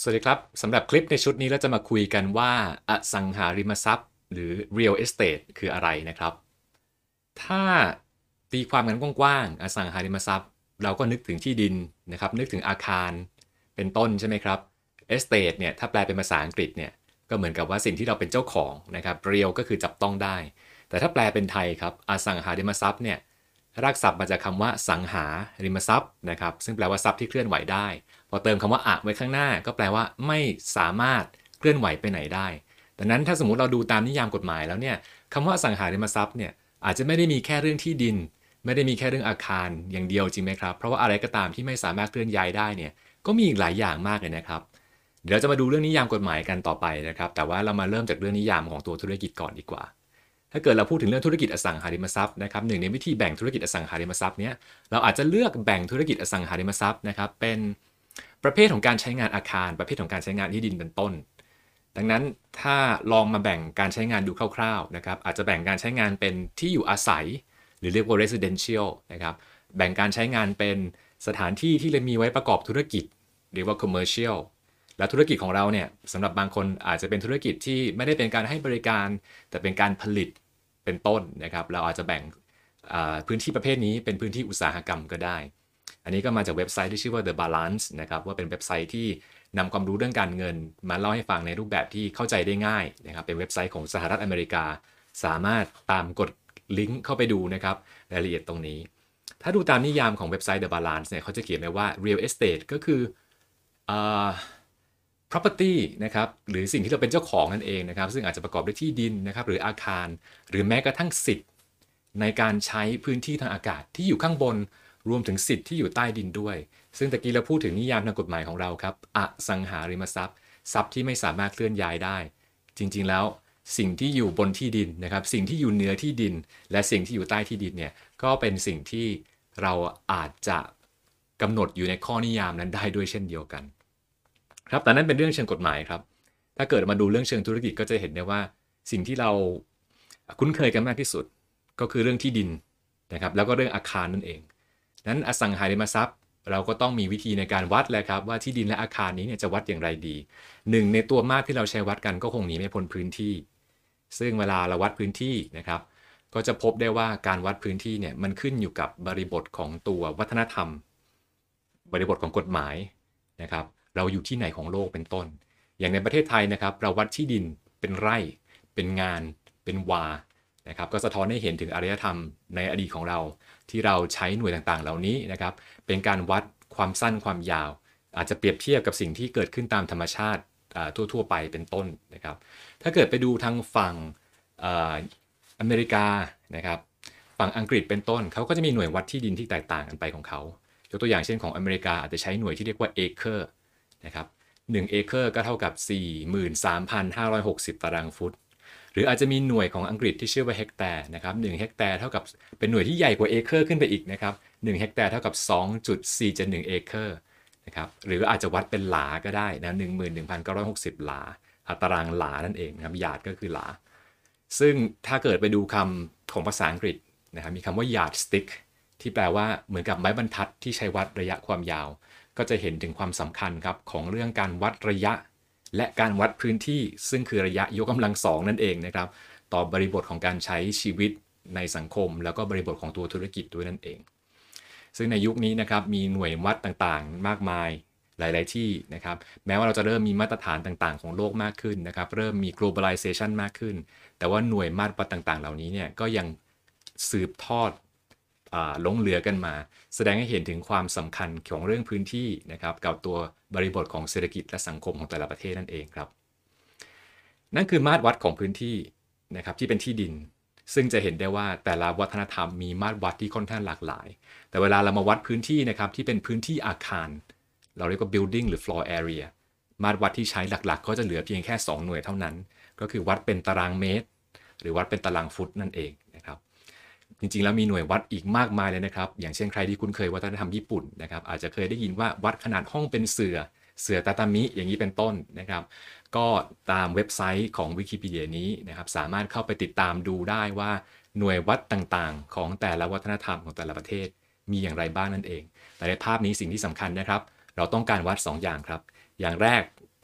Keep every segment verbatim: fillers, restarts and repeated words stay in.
สวัสดีครับสำหรับคลิปในชุดนี้เราจะมาคุยกันว่าอสังหาริมทรัพย์หรือ real estate คืออะไรนะครับถ้าตีความกันกว้างๆอสังหาริมทรัพย์เราก็นึกถึงที่ดินนะครับนึกถึงอาคารเป็นต้นใช่ไหมครับ estate เนี่ยถ้าแปลเป็นภาษาอังกฤษเนี่ยก็เหมือนกับว่าสิ่งที่เราเป็นเจ้าของนะครับ real ก็คือจับต้องได้แต่ถ้าแปลเป็นไทยครับอสังหาริมทรัพย์เนี่ยรากศัพท์มาจากคำว่าสังหาริมทรัพย์นะครับซึ่งแปลว่าทรัพย์ที่เคลื่อนไหวได้พอเติมคำว่าอะไว้ข้างหน้าก็แปลว่าไม่สามารถเคลื่อนไหวไปไหนได้ดังนั้นถ้าสมมุติเราดูตามนิยามกฎหมายแล้วเนี่ยคำว่าอสังหาริมทรัพย์เนี่ยอาจจะไม่ได้มีแค่เรื่องที่ดินไม่ได้มีแค่เรื่องอาคารอย่างเดียวจริงไหมครับเพราะว่าอะไรก็ตามที่ไม่สามารถเคลื่อนย้ายได้เนี่ยก็มีอีกหลายอย่างมากเลยนะครับเดี๋ยวเราจะมาดูเรื่องนิยามกฎหมายกันต่อไปนะครับแต่ว่าเรามาเริ่มจากเรื่องนิยามของตัวธุรกิจก่อนดีกว่าถ้าเกิดเราพูดถึงเรื่องธุรกิจอสังหาริมทรัพย์นะครับหนึ่งในวิธีแบ่งธุรกิจอสังหาริมทรัพย์เนี้ยเราอาจจะเลือกแบ่งธุรกิจอสังหาริมทรัพย์นะครับเป็นประเภทของการใช้งานอาคารประเภทของการใช้งานที่ดินเป็นต้นดังนั้นถ้าลองมาแบ่งการใช้งานดูคร่าวๆนะครับอาจจะแบ่งการใช้งานเป็นที่อยู่อาศัยหรือเรียกว่า residential นะครับแบ่งการใช้งานเป็นสถานที่ที่เลยมีไว้ประกอบธุรกิจเรียกว่า commercial และธุรกิจของเราเนี่ยสำหรับบางคนอาจจะเป็นธุรกิจที่ไม่ได้เป็นการให้บริการแต่เป็นการผลิตเป็นต้นนะครับเราอาจจะแบ่งพื้นที่ประเภทนี้เป็นพื้นที่อุตสาหกรรมก็ได้อันนี้ก็มาจากเว็บไซต์ที่ชื่อว่า The Balance นะครับว่าเป็นเว็บไซต์ที่นำความรู้เรื่องการเงินมาเล่าให้ฟังในรูปแบบที่เข้าใจได้ง่ายนะครับเป็นเว็บไซต์ของสหรัฐอเมริกาสามารถตามกดลิงก์เข้าไปดูนะครับรายละเอียดตรงนี้ถ้าดูตามนิยามของเว็บไซต์ The Balance เนี่ยเขาจะเขียนไว้ว่า real estate ก็คือ uh, property นะครับหรือสิ่งที่เราเป็นเจ้าของนั่นเองนะครับซึ่งอาจจะประกอบด้วยที่ดินนะครับหรืออาคารหรือแม้กระทั่งสิทธิ์ในการใช้พื้นที่ทางอากาศที่อยู่ข้างบนรวมถึงสิทธิ์ที่อยู่ใต้ดินด้วยซึ่งตะกี้เราพูดถึงนิยามทางกฎหมายของเราครับอสังหาริมทรัพย์ทรัพย์ที่ไม่สามารถเคลื่อนย้ายได้จริงๆแล้วสิ่งที่อยู่บนที่ดินนะครับสิ่งที่อยู่เหนือที่ดินและสิ่งที่อยู่ใต้ที่ดินเนี่ยก็เป็นสิ่งที่เราอาจจะกำหนดอยู่ในข้อนิยามนั้นได้ด้วยเช่นเดียวกันครับแต่นั้นเป็นเรื่องเชิงกฎหมายครับถ้าเกิดมาดูเรื่องเชิงธุรกิจก็จะเห็นได้ว่าสิ่งที่เราคุ้นเคยกันมากที่สุดก็คือเรื่องที่ดินนะครับแล้วก็เรื่องอาคารนั่นเองนั้นอสังหาริมทรัพย์เราก็ต้องมีวิธีในการวัดแหละครับว่าที่ดินและอาคารนี้เนี่ยจะวัดอย่างไรดีหนึ่งในตัวมาตรที่เราใช้วัดกันก็คงหนีไม่พ้นพื้นที่ซึ่งเวลาเราวัดพื้นที่นะครับก็จะพบได้ว่าการวัดพื้นที่เนี่ยมันขึ้นอยู่กับบริบทของตัววัฒนธรรมบริบทของกฎหมายนะครับเราอยู่ที่ไหนของโลกเป็นต้นอย่างในประเทศไทยนะครับเราวัดที่ดินเป็นไร่เป็นงานเป็นวานะครับก็สะท้อนให้เห็นถึงอารยธรรมในอดีตของเราที่เราใช้หน่วยต่างๆเหล่านี้นะครับเป็นการวัดความสั้นความยาวอาจจะเปรียบเทียบกับสิ่งที่เกิดขึ้นตามธรรมชาติทั่วๆไปเป็นต้นนะครับถ้าเกิดไปดูทางฝั่งอเมริกานะครับฝั่งอังกฤษเป็นต้นเขาก็จะมีหน่วยวัดที่ดินที่แตกต่างกันไปของเขายกตัวอย่างเช่นของอเมริกาอาจจะใช้หน่วยที่เรียกว่าเอเคอร์นะครับหนึ่งเอเคอร์ก็เท่ากับ สี่หมื่นสามพันห้าร้อยหกสิบ ตารางฟุตหรืออาจจะมีหน่วยของอังกฤษที่ชื่อว่าเฮกแตร์นะครับหนึ่งเฮกแตร์เท่ากับเป็นหน่วยที่ใหญ่กว่าเอเคอร์ขึ้นไปอีกนะครับหนึ่งเฮกแตร์เท่ากับ สองจุดสี่เจ็ดหนึ่ง เอเคอร์นะครับหรืออาจจะวัดเป็นหลาก็ได้นะ หนึ่งหมื่นหนึ่งพันเก้าร้อยหกสิบ หลาตารางหลานั่นเองนะครับหยาดก็คือหลาซึ่งถ้าเกิดไปดูคำของภาษาอังกฤษนะครับมีคำว่า yard stick ที่แปลว่าเหมือนกับไม้บรรทัดที่ใช้วัดระยะความยาวก็จะเห็นถึงความสำคัญครับของเรื่องการวัดระยะและการวัดพื้นที่ซึ่งคือระยะยกกำลังสองนั่นเองนะครับต่อบริบทของการใช้ชีวิตในสังคมแล้วก็บริบทของตัวธุรกิจด้วยนั่นเองซึ่งในยุคนี้นะครับมีหน่วยวัดต่างๆมากมายหลายๆที่นะครับแม้ว่าเราจะเริ่มมีมาตรฐานต่างๆของโลกมากขึ้นนะครับเริ่มมี globalization มากขึ้นแต่ว่าหน่วยมาตรวัดต่างๆเหล่านี้เนี่ยก็ยังสืบทอดหลงเหลือกันมาแสดงให้เห็นถึงความสำคัญของเรื่องพื้นที่นะครับกับตัวบริบทของเศรษฐกิจและสังคมของแต่ละประเทศนั่นเองครับนั่นคือมาตรวัดของพื้นที่นะครับที่เป็นที่ดินซึ่งจะเห็นได้ว่าแต่ละวัฒนธรรมมีมาตรวัดที่ค่อนข้างหลากหลายแต่เวลาเรามาวัดพื้นที่นะครับที่เป็นพื้นที่อาคารเราเรียกว่า building หรือ floor area มาตรวัดที่ใช้หลักๆก็จะเหลือเพียงแค่สองหน่วยเท่านั้นก็คือวัดเป็นตารางเมตรหรือวัดเป็นตารางฟุตนั่นเองนะครับจริงๆแล้วมีหน่วยวัดอีกมากมายเลยนะครับอย่างเช่นใครที่คุ้นเคยวัฒนธรรมญี่ปุ่นนะครับอาจจะเคยได้ยินว่าวัดขนาดห้องเป็นเสื่อเสื่อตาตามิอย่างนี้เป็นต้นนะครับก็ตามเว็บไซต์ของ Wikipedia นี้นะครับสามารถเข้าไปติดตามดูได้ว่าหน่วยวัดต่างๆของแต่ละวัฒนธรรมของแต่ละประเทศมีอย่างไรบ้างนั่นเองแต่ในภาพนี้สิ่งที่สำคัญนะครับเราต้องการวัดสองอย่างครับอย่างแรก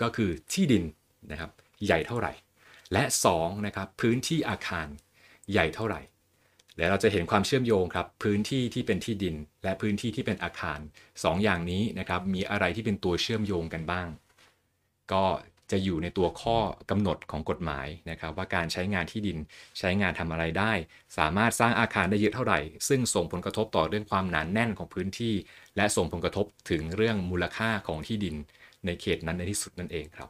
ก็คือที่ดินนะครับใหญ่เท่าไหร่และสองนะครับพื้นที่อาคารใหญ่เท่าไหร่แล้วเราจะเห็นความเชื่อมโยงครับพื้นที่ที่เป็นที่ดินและพื้นที่ที่เป็นอาคารสอง อย่างนี้นะครับมีอะไรที่เป็นตัวเชื่อมโยงกันบ้างก็จะอยู่ในตัวข้อกำหนดของกฎหมายนะครับว่าการใช้งานที่ดินใช้งานทำอะไรได้สามารถสร้างอาคารได้เยอะเท่าไหร่ซึ่งส่งผลกระทบต่อเรื่องความหนาแน่นของพื้นที่และส่งผลกระทบถึงเรื่องมูลค่าของที่ดินในเขตนั้นในที่สุดนั่นเองครับ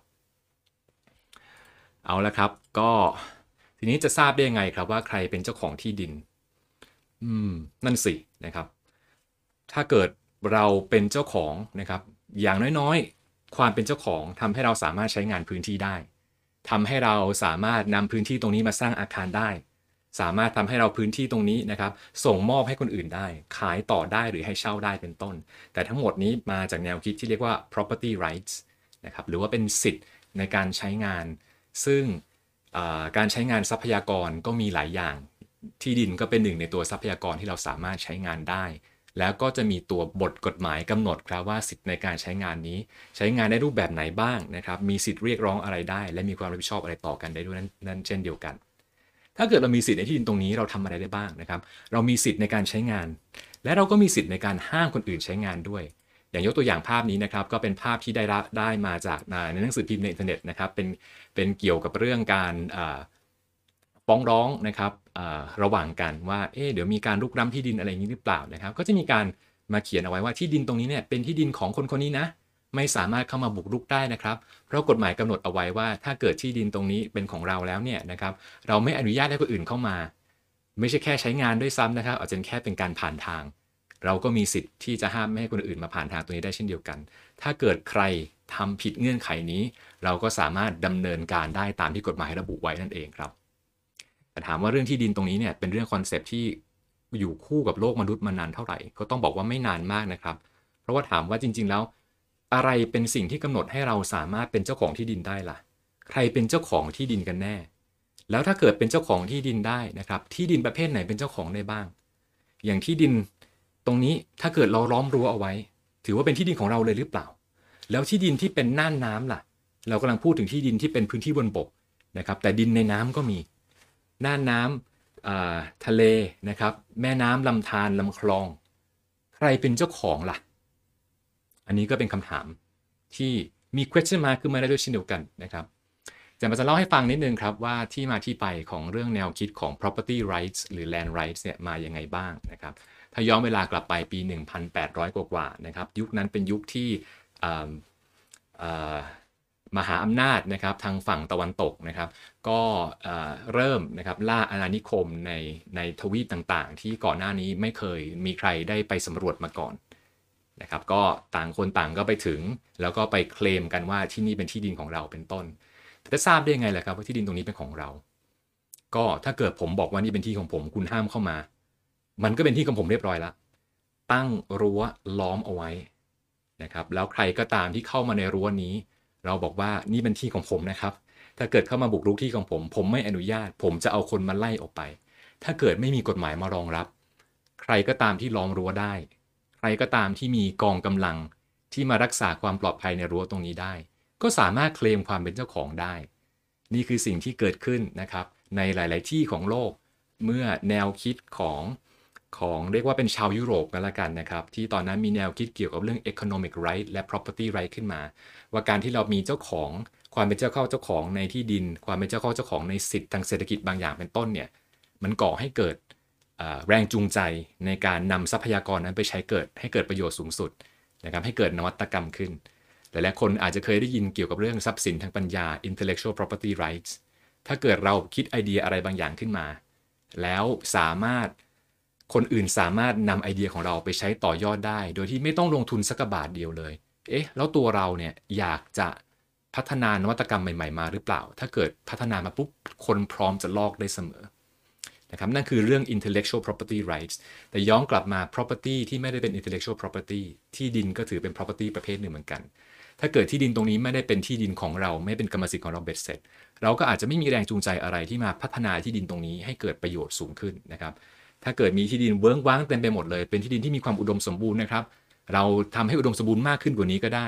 เอาละครับก็ทีนี้จะทราบได้ยังไงครับว่าใครเป็นเจ้าของที่ดินอืมนั่นสินะครับถ้าเกิดเราเป็นเจ้าของนะครับอย่างน้อยๆความเป็นเจ้าของทำให้เราสามารถใช้งานพื้นที่ได้ทำให้เราสามารถนำพื้นที่ตรงนี้มาสร้างอาคารได้สามารถทำให้เราพื้นที่ตรงนี้นะครับส่งมอบให้คนอื่นได้ขายต่อได้หรือให้เช่าได้เป็นต้นแต่ทั้งหมดนี้มาจากแนวคิดที่เรียกว่า property rights นะครับหรือว่าเป็นสิทธิ์ในการใช้งานซึ่งการใช้งานทรัพยากรก็มีหลายอย่างที่ดินก็เป็นหนึ่งในตัวทรัพยากรที่เราสามารถใช้งานได้แล้วก็จะมีตัวบทกฎหมายกำหนดครับว่าสิทธิ์ในการใช้งานนี้ใช้งานได้รูปแบบไหนบ้างนะครับมีสิทธิ์เรียกร้องอะไรได้และมีความรับผิดชอบอะไรต่อกันได้ด้วยนั่นเช่นเดียวกันถ้าเกิดเรามีสิทธิ์ในที่ดินตรงนี้เราทำอะไรได้บ้างนะครับเรามีสิทธิ์ในการใช้งานและเราก็มีสิทธิ์ในการห้ามคนอื่นใช้งานด้วยอย่างยกตัวอย่างภาพนี้นะครับก็เป็นภาพที่ได้รับได้มาจากในหนังสือพิมพ์ในอินเทอร์เน็ตนะครับเป็นเป็นเกี่ยวกับเรื่องการฟ้องร้องนะครับระหว่างกันว่าเอ๊ะเดี๋ยวมีการรุกล้ำที่ดินอะไรอย่างนี้หรือเปล่านะครับก็จะมีการมาเขียนเอาไว้ว่าที่ดินตรงนี้เนี่ยเป็นที่ดินของคนคนนี้นะไม่สามารถเข้ามาบุกรุกได้นะครับเพราะกฎหมายกำหนดเอาไว้ว่าถ้าเกิดที่ดินตรงนี้เป็นของเราแล้วเนี่ยนะครับเราไม่อนุญาตให้คนอื่นเข้ามาไม่ใช่แค่ใช้งานด้วยซ้ำนะครับอาจจะแค่เป็นการผ่านทางเราก็มีสิทธิ์ที่จะห้ามไม่ให้คนอื่นมาผ่านทางตรงนี้ได้เช่นเดียวกันถ้าเกิดใครทำผิดเงื่อนไขนี้เราก็สามารถดำเนินการได้ตามที่กฎหมายระบุไว้นั่นเองครับแต่ถามว่าเรื่องที่ดินตรงนี้เนี่ยเป็นเรื่องคอนเซปต์ที่อยู่คู่กับโลกมนุษย์มานานเท่าไหร่ก็ต้องบอกว่าไม่นานมากนะครับเพราะว่าถามว่าจริงๆแล้วอะไรเป็นสิ่งที่กำหนดให้เราสามารถเป็นเจ้าของที่ดินได้ล่ะใครเป็นเจ้าของที่ดินกันแน่แล้วถ้าเกิดเป็นเจ้าของที่ดินได้นะครับที่ดินประเภทไหนเป็นเจ้าของได้บ้างอย่างที่ดินตรงนี้ถ้าเกิดเราล้อมรั้วเอาไว้ถือว่าเป็นที่ดินของเราเลยหรือเปล่าแล้วที่ดินที่เป็นน่านน้ำล่ะเรากำลังพูดถึงที่ดินที่เป็นพื้นที่บนบกนะครับแต่ดินในน้ำก็มีน่านน้ำทะเลนะครับแม่น้ำลำธารลำคลองใครเป็นเจ้าของล่ะอันนี้ก็เป็นคำถามที่มี question mark ขึ้นมาได้ด้วยเช่นเดียวกันนะครับจะมาจะเล่าให้ฟังนิดนึงครับว่าที่มาที่ไปของเรื่องแนวคิดของ property rights หรือ land rights เนี่ยมายังไงบ้างนะครับถ้าย้อนเวลากลับไปปี หนึ่งพันแปดร้อย กว่าๆนะครับยุคนั้นเป็นยุคที่มหาอำนาจนะครับทางฝั่งตะวันตกนะครับก็เริ่มนะครับล่าอาณานิคมในในทวีปต่างๆที่ก่อนหน้านี้ไม่เคยมีใครได้ไปสำรวจมาก่อนนะครับก็ต่างคนต่างก็ไปถึงแล้วก็ไปเคลมกันว่าที่นี่เป็นที่ดินของเราเป็นต้นจะทราบได้ยังไงล่ะครับว่าที่ดินตรงนี้เป็นของเราก็ถ้าเกิดผมบอกว่านี่เป็นที่ของผมคุณห้ามเข้ามามันก็เป็นที่ของผมเรียบร้อยแล้วตั้งรั้วล้อมเอาไว้นะครับแล้วใครก็ตามที่เข้ามาในรั้วนี้เราบอกว่านี่เป็นที่ของผมนะครับถ้าเกิดเข้ามาบุกรุกที่ของผมผมไม่อนุญาตผมจะเอาคนมาไล่ออกไปถ้าเกิดไม่มีกฎหมายมารองรับใครก็ตามที่ล้อมรั้วได้ใครก็ตามที่มีกองกำลังที่มารักษาความปลอดภัยในรั้วตรงนี้ได้ก็สามารถเคลมความเป็นเจ้าของได้นี่คือสิ่งที่เกิดขึ้นนะครับในหลายๆที่ของโลกเมื่อแนวคิดของของเรียกว่าเป็นชาวยุโรปกันละกันนะครับที่ตอนนั้นมีแนวคิดเกี่ยวกับเรื่อง economic right และ property right ขึ้นมาว่าการที่เรามีเจ้าของความเป็นเจ้าเข้าเจ้าของในที่ดินความเป็นเจ้าเข้าเจ้าของในสิทธิทางเศรษฐกิจบางอย่างเป็นต้นเนี่ยมันก่อให้เกิดแรงจูงใจในการนำทรัพยากรนั้นไปใช้เกิดให้เกิดประโยชน์สูงสุดนะครับให้เกิดนวัตกรรมขึ้นหลายๆคนอาจจะเคยได้ยินเกี่ยวกับเรื่องทรัพย์สินทางปัญญา intellectual property rights ถ้าเกิดเราคิดไอเดียอะไรบางอย่างขึ้นมาแล้วสามารถคนอื่นสามารถนำไอเดียของเราไปใช้ต่อยอดได้โดยที่ไม่ต้องลงทุนสักบาทเดียวเลยเอ๊ะแล้วตัวเราเนี่ยอยากจะพัฒนานวัตกรรมใหม่ๆมาหรือเปล่าถ้าเกิดพัฒนามาปุ๊บคนพร้อมจะลอกได้เสมอนะครับนั่นคือเรื่อง intellectual property rights แต่ย้อนกลับมา property ที่ไม่ได้เป็น intellectual property ที่ดินก็ถือเป็น property ประเภทหนึ่งเหมือนกันถ้าเกิดที่ดินตรงนี้ไม่ได้เป็นที่ดินของเราไม่เป็นกรรมสิทธิ์ของเราเบ็ดเสร็จเราก็อาจจะไม่มีแรงจูงใจอะไรที่มาพัฒนาที่ดินตรงนี้ให้เกิดประโยชน์สูงขึ้นนะครับถ้าเกิดมีที่ดินเวิ้งว้างเต็มไปหมดเลยเป็นที่ดินที่มีความอุดมสมบูรณ์นะครับเราทำให้อุดมสมบูรณ์มากขึ้นกว่านี้ก็ได้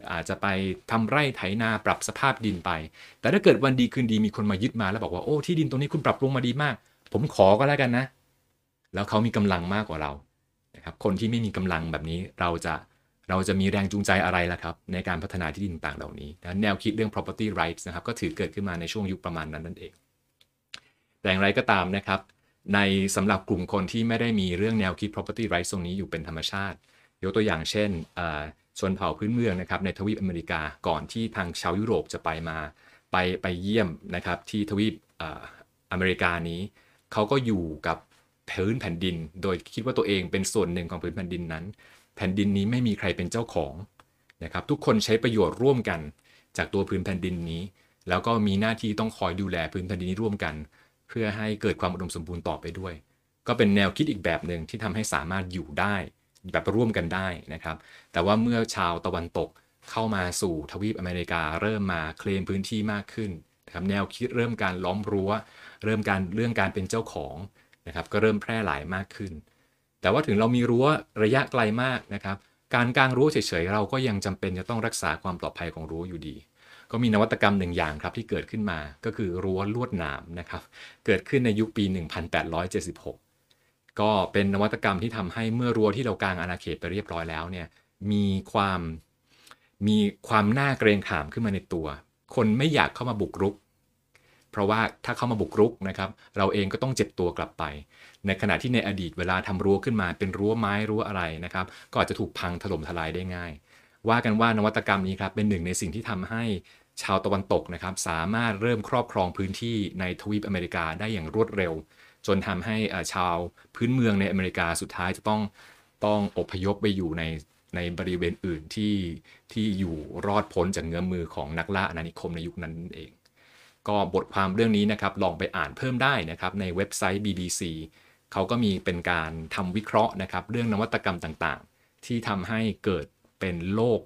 อาจจะไปทำไร่ไถนาปรับสภาพดินไปแต่ถ้าเกิดวันดีคืนดีมีคนมายึดมาแล้วบอกว่าโอ้ที่ดินตรงนี้คุณปรับปรุงมาดีมากผมขอก็แล้วกันนะแล้วเขามีกำลังมากกว่าเรานะครับคนที่ไม่มีกำลังแบบนี้เราจะเราจะมีแรงจูงใจอะไรล่ะครับในการพัฒนาที่ดินต่างๆเหล่านี้แนวคิดเรื่อง property rights นะครับก็ถือเกิดขึ้นมาในช่วงยุคประมาณนั้นนั่นเองแต่อย่างไรก็ตามนะครับในสำหรับกลุ่มคนที่ไม่ได้มีเรื่องแนวคิด property rights ตรงนี้อยู่เป็นธรรมชาติยกตัวอย่างเช่นชนเผ่าพื้นเมืองนะครับในทวีปอเมริกาก่อนที่ทางชาวยุโรปจะไปมาไปไปเยี่ยมนะครับที่ทวีปอเมริกานี้เขาก็อยู่กับพื้นแผ่นดินโดยคิดว่าตัวเองเป็นส่วนหนึ่งของพื้นแผ่นดินนั้นแผ่นดินนี้ไม่มีใครเป็นเจ้าของนะครับทุกคนใช้ประโยชน์ร่วมกันจากตัวพื้นแผ่นดินนี้แล้วก็มีหน้าที่ต้องคอยดูแลพื้นแผ่นดินนี้ร่วมกันเพื่อให้เกิดความอุดมสมบูรณ์ต่อไปด้วยก็เป็นแนวคิดอีกแบบหนึ่งที่ทำให้สามารถอยู่ได้แบบร่วมกันได้นะครับแต่ว่าเมื่อชาวตะวันตกเข้ามาสู่ทวีปอเมริกาเริ่มมาเคลมพื้นที่มากขึ้นนะครับแนวคิดเริ่มการล้อมรั้วเริ่มการเรื่องการเป็นเจ้าของนะครับก็เริ่มแพร่หลายมากขึ้นแต่ว่าถึงเรามีรั้วระยะไกลมากนะครับการกางรั้วเฉยๆเราก็ยังจำเป็นจะต้องรักษาความปลอดภัยของรั้วอยู่ดีก็มีนวัตกรรมหนึ่งอย่างครับที่เกิดขึ้นมาก็คือรั้วลวดหนามนะครับเกิดขึ้นในยุคปีหนึ่งพันแปดร้อยเจ็ดสิบหกก็เป็นนวัตกรรมที่ทำให้เมื่อรั้วที่เรากางอาณาเขตไปเรียบร้อยแล้วเนี่ยมีความมีความน่าเกรงขามขึ้นมาในตัวคนไม่อยากเข้ามาบุกรุกเพราะว่าถ้าเข้ามาบุกรุกนะครับเราเองก็ต้องเจ็บตัวกลับไปในขณะที่ในอดีตเวลาทำรั้วขึ้นมาเป็นรั้วไม้รั้วอะไรนะครับก็อาจจะถูกพังถล่มทลายได้ง่ายว่ากันว่านวัตกรรมนี้ครับเป็นหนึ่งในสิ่งที่ทำให้ชาวตะวันตกนะครับสามารถเริ่มครอบครองพื้นที่ในทวีปอเมริกาได้อย่างรวดเร็วจนทำให้ชาวพื้นเมืองในอเมริกาสุดท้ายจะต้องต้องอพยพไปอยู่ในในบริเวณอื่นที่ที่อยู่รอดพ้นจากเงื้อมมือของนักล่าอาณานิคมในยุคนั้นเองก็บทความเรื่องนี้นะครับลองไปอ่านเพิ่มได้นะครับในเว็บไซต์ บี บี ซี เขาก็มีเป็นการทำวิเคราะห์นะครับเรื่องนวัตกรรมต่างๆที่ทำให้เกิดเป็นโลก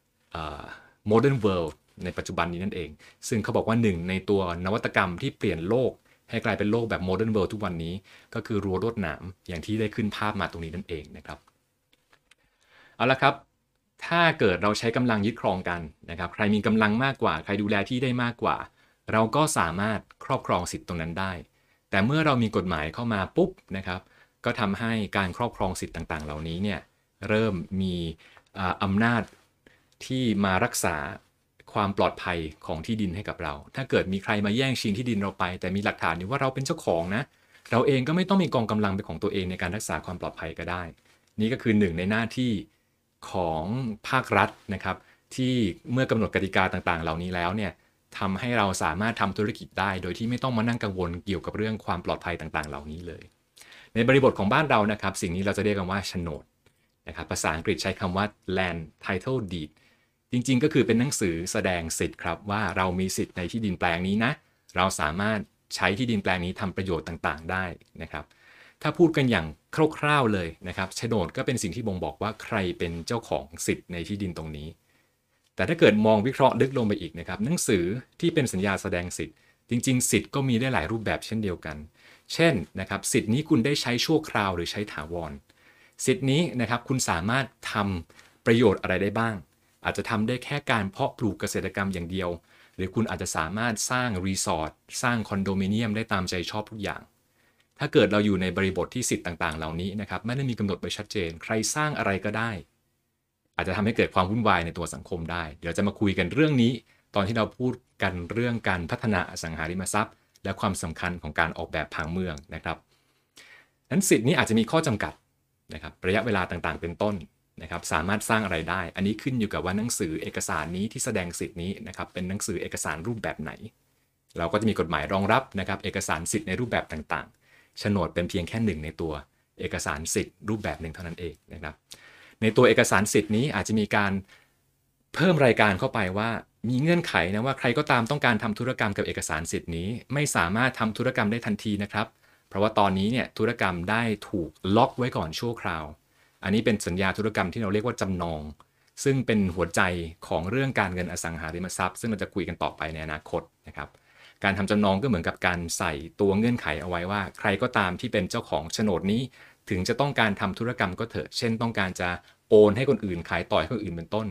modern world ในปัจจุบันนี้นั่นเองซึ่งเขาบอกว่าหนึ่งในตัวนวัตกรรมที่เปลี่ยนโลกให้กลายเป็นโลกแบบ modern world ทุกวันนี้ก็คือรั้วลวดหนามอย่างที่ได้ขึ้นภาพมาตรงนี้นั่นเองนะครับเอาละครับถ้าเกิดเราใช้กำลังยึดครองกันนะครับใครมีกำลังมากกว่าใครดูแลที่ได้มากกว่าเราก็สามารถครอบครองสิทธิ์ตรงนั้นได้แต่เมื่อเรามีกฎหมายเข้ามาปุ๊บนะครับก็ทำให้การครอบครองสิทธิ์ต่างๆเหล่านี้เนี่ยเริ่มมีอำนาจที่มารักษาความปลอดภัยของที่ดินให้กับเราถ้าเกิดมีใครมาแย่งชิงที่ดินเราไปแต่มีหลักฐานอยู่ว่าเราเป็นเจ้าของนะเราเองก็ไม่ต้องมีกองกำลังเป็นของตัวเองในการรักษาความปลอดภัยก็ได้นี่ก็คือหนึ่งในหน้าที่ของภาครัฐนะครับที่เมื่อกำหนดกติกาต่างๆเหล่านี้แล้วเนี่ยทำให้เราสามารถทำธุรกิจได้โดยที่ไม่ต้องมานั่งกังวลเกี่ยวกับเรื่องความปลอดภัยต่างๆเหล่านี้เลยในบริบทของบ้านเรานะครับสิ่งนี้เราจะเรียกกันว่าโฉนดนะครับภาษาอังกฤษใช้คำว่า land title deed จริงๆก็คือเป็นหนังสือแสดงสิทธิ์ครับว่าเรามีสิทธิ์ในที่ดินแปลงนี้นะเราสามารถใช้ที่ดินแปลงนี้ทำประโยชน์ต่างๆได้นะครับถ้าพูดกันอย่างคร่าวๆเลยนะครับโฉนดก็เป็นสิ่งที่บ่งบอกว่าใครเป็นเจ้าของสิทธิ์ในที่ดินตรงนี้แต่ถ้าเกิดมองวิเคราะห์ลึกลงไปอีกนะครับหนังสือที่เป็นสัญญาแสดงสิทธิ์จริงๆสิทธิ์ก็มีได้หลายรูปแบบเช่นเดียวกันเช่นนะครับสิทธิ์นี้คุณได้ใช้ชั่วคราวหรือใช้ถาวรสิทธิ์นี้นะครับคุณสามารถทำประโยชน์อะไรได้บ้างอาจจะทำได้แค่การเพาะปลูกเกษตรกรรมอย่างเดียวหรือคุณอาจจะสามารถสร้างรีสอร์ทสร้างคอนโดมิเนียมได้ตามใจชอบทุกอย่างถ้าเกิดเราอยู่ในบริบทที่สิทธิ์ต่างๆเหล่านี้นะครับไม่ได้มีกำหนดไว้ชัดเจนใครสร้างอะไรก็ได้อาจจะทำให้เกิดความวุ่นวายในตัวสังคมได้เดี๋ยวจะมาคุยกันเรื่องนี้ตอนที่เราพูดกันเรื่องการพัฒนาอสังหาริมทรัพย์และความสำคัญของการออกแบบผังเมืองนะครับนั้นสิทธิ์นี้อาจจะมีข้อจำกัดนะครับระยะเวลาต่างๆเป็นต้นนะครับสามารถสร้างอะไรได้อันนี้ขึ้นอยู่กับว่าหนังสือเอกสารนี้ที่แสดงสิทธิ์นี้นะครับเป็นหนังสือเอกสารรูปแบบไหนเราก็จะมีกฎหมายรองรับนะครับเอกสารสิทธิ์ในรูปแบบต่างๆโฉนดเป็นเพียงแค่หนึ่งในตัวเอกสารสิทธิ์รูปแบบหนึ่งเท่านั้นเองนะครับในตัวเอกสารสิทธิ์นี้อาจจะมีการเพิ่มรายการเข้าไปว่ามีเงื่อนไขนะว่าใครก็ตามต้องการทำธุรกรรมกับเอกสารสิทธิ์นี้ไม่สามารถทำธุรกรรมได้ทันทีนะครับเพราะว่าตอนนี้เนี่ยธุรกรรมได้ถูกล็อกไว้ก่อนชั่วคราวอันนี้เป็นสัญญาธุรกรรมที่เราเรียกว่าจำนองซึ่งเป็นหัวใจของเรื่องการเงินอสังหาริมทรัพย์ซึ่งเราจะคุยกันต่อไปในอนาคตนะครับการทำจำนองก็เหมือนกับการใส่ตัวเงื่อนไขเอาไว้ว่าใครก็ตามที่เป็นเจ้าของโฉนดนี้ถึงจะต้องการทำธุรกรรมก็เถอะเช่นต้องการจะโอนให้คนอื่นขายต่อให้คนอื่นเป็นต้น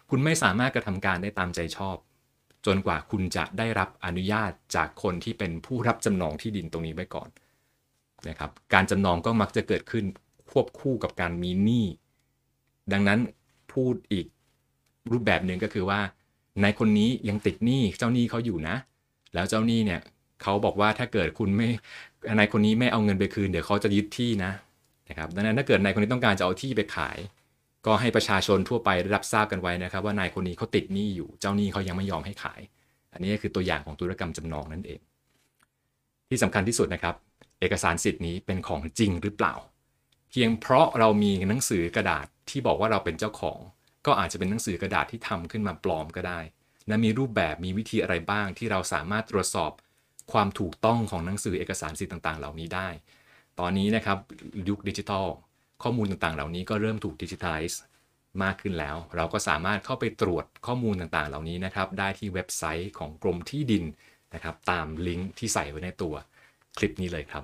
คุณไม่สามารถกระทำการได้ตามใจชอบจนกว่าคุณจะได้รับอนุญาตจากคนที่เป็นผู้รับจำนองที่ดินตรงนี้ไว้ก่อนนะครับการจำนองก็มักจะเกิดขึ้นควบคู่กับการมีหนี้ดังนั้นพูดอีกรูปแบบหนึ่งก็คือว่านายคนนี้ยังติดหนี้เจ้าหนี้เขาอยู่นะแล้วเจ้าหนี้เนี่ยเขาบอกว่าถ้าเกิดคุณไม่นายคนนี้ไม่เอาเงินไปคืนเดี๋ยวเขาจะยึดที่นะนะครับดังนั้นถ้าเกิดนายคนนี้ต้องการจะเอาที่ไปขายก็ให้ประชาชนทั่วไปได้รับทราบกันไว้นะครับว่านายคนนี้เขาติดหนี้อยู่เจ้าหนี้เขายังไม่ยอมให้ขายอันนี้คือตัวอย่างของธุรกรรมจำนองนั่นเองที่สำคัญที่สุดนะครับเอกสารสิทธิ์นี้เป็นของจริงหรือเปล่าเพียงเพราะเรามีหนังสือกระดาษที่บอกว่าเราเป็นเจ้าของก็อาจจะเป็นหนังสือกระดาษที่ทำขึ้นมาปลอมก็ได้และมีรูปแบบมีวิธีอะไรบ้างที่เราสามารถตรวจสอบความถูกต้องของหนังสือเอกสารสิทธิ์ต่างๆเหล่านี้ได้ตอนนี้นะครับยุคดิจิทัลข้อมูลต่างๆเหล่านี้ก็เริ่มถูกดิจิทัลไลซ์มากขึ้นแล้วเราก็สามารถเข้าไปตรวจข้อมูลต่างๆเหล่านี้นะครับได้ที่เว็บไซต์ของกรมที่ดินนะครับตามลิงก์ที่ใส่ไว้ในตัวคลิปนี้เลยครับ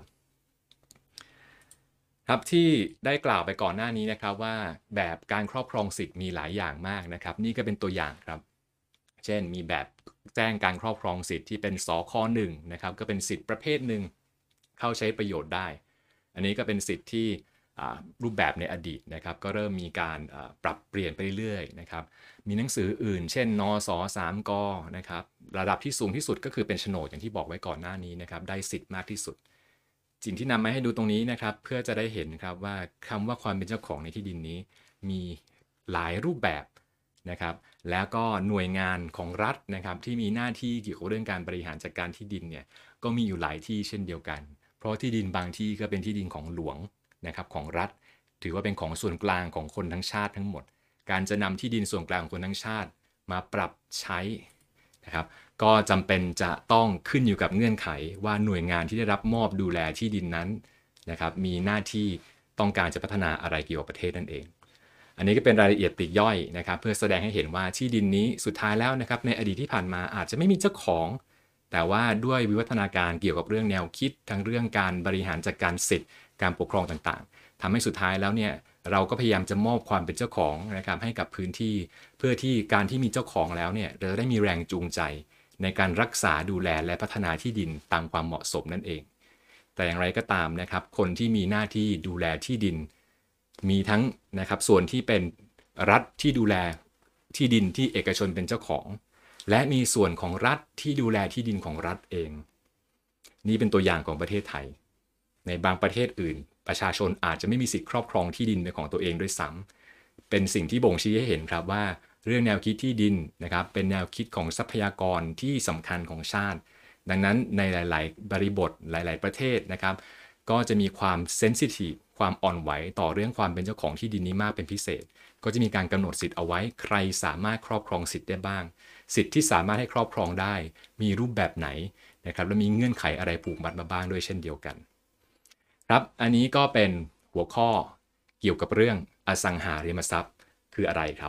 ครับที่ได้กล่าวไปก่อนหน้านี้นะครับว่าแบบการครอบครองสิทธิ์มีหลายอย่างมากนะครับนี่ก็เป็นตัวอย่างครับเช่นมีแบบแจ้งการครอบครองสิทธิ์ที่เป็นสคหนึ่งนะครับก็เป็นสิทธิ์ประเภทหนึ่งเข้าใช้ประโยชน์ได้อันนี้ก็เป็นสิทธิ์ที่รูปแบบในอดีตนะครับก็เริ่มมีการปรับเปลี่ยนไปเรื่อยๆนะครับมีหนังสืออื่นเช่นนสสามกนะครับระดับที่สูงที่สุดก็คือเป็นโฉนดอย่างที่บอกไว้ก่อนหน้านี้นะครับได้สิทธิ์มากที่สุดสิ่งที่นำมาให้ดูตรงนี้นะครับเพื่อจะได้เห็นครับว่าคำว่าความเป็นเจ้าของในที่ดินนี้มีหลายรูปแบบนะครับแล้วก็หน่วยงานของรัฐนะครับที่มีหน้าที่เกี่ยวกับเรื่องการบริหารจัดการที่ดินเนี่ยก็มีอยู่หลายที่เช่นเดียวกันเพราะที่ดินบางที่ก็เป็นที่ดินของหลวงนะครับของรัฐถือว่าเป็นของส่วนกลางของคนทั้งชาติทั้งหมดการจะนำที่ดินส่วนกลางของคนทั้งชาติมาปรับใช้นะครับก็จำเป็นจะต้องขึ้นอยู่กับเงื่อนไขว่าหน่วยงานที่ได้รับมอบดูแลที่ดินนั้นนะครับมีหน้าที่ต้องการจะพัฒนาอะไรเกี่ยวกับประเทศนั่นเองอันนี้ก็เป็นรายละเอียดปลีกย่อยนะครับเพื่อแสดงให้เห็นว่าที่ดินนี้สุดท้ายแล้วนะครับในอดีตที่ผ่านมาอาจจะไม่มีเจ้าของแต่ว่าด้วยวิวัฒนาการเกี่ยวกับเรื่องแนวคิดทั้งเรื่องการบริหารจัดการสิทธิ์การปกครองต่างๆทำให้สุดท้ายแล้วเนี่ยเราก็พยายามจะมอบความเป็นเจ้าของนะครับให้กับพื้นที่เพื่อที่การที่มีเจ้าของแล้วเนี่ยเราจะได้มีแรงจูงใจในการรักษาดูแลและพัฒนาที่ดินตามความเหมาะสมนั่นเองแต่อย่างไรก็ตามนะครับคนที่มีหน้าที่ดูแลที่ดินมีทั้งนะครับส่วนที่เป็นรัฐที่ดูแลที่ดินที่เอกชนเป็นเจ้าของและมีส่วนของรัฐที่ดูแลที่ดินของรัฐเองนี่เป็นตัวอย่างของประเทศไทยในบางประเทศอื่นประชาชนอาจจะไม่มีสิทธิครอบครองที่ดินเป็นของตัวเองด้วยซ้ำเป็นสิ่งที่บ่งชี้ให้เห็นครับว่าเรื่องแนวคิดที่ดินนะครับเป็นแนวคิดของทรัพยากรที่สำคัญของชาติดังนั้นในหลายๆบริบทหลายๆประเทศนะครับก็จะมีความเซนซิทีฟความอ่อนไหวต่อเรื่องความเป็นเจ้าของที่ดินนี้มากเป็นพิเศษก็จะมีการกำหนดสิทธิ์เอาไว้ใครสามารถครอบครองสิทธิ์ได้บ้างสิทธิ์ที่สามารถให้ครอบครองได้มีรูปแบบไหนนะครับและมีเงื่อนไขอะไรผูกมัดมาบ้างด้วยเช่นเดียวกันครับอันนี้ก็เป็นหัวข้อเกี่ยวกับเรื่องอสังหาริมทรัพย์คืออะไรครับ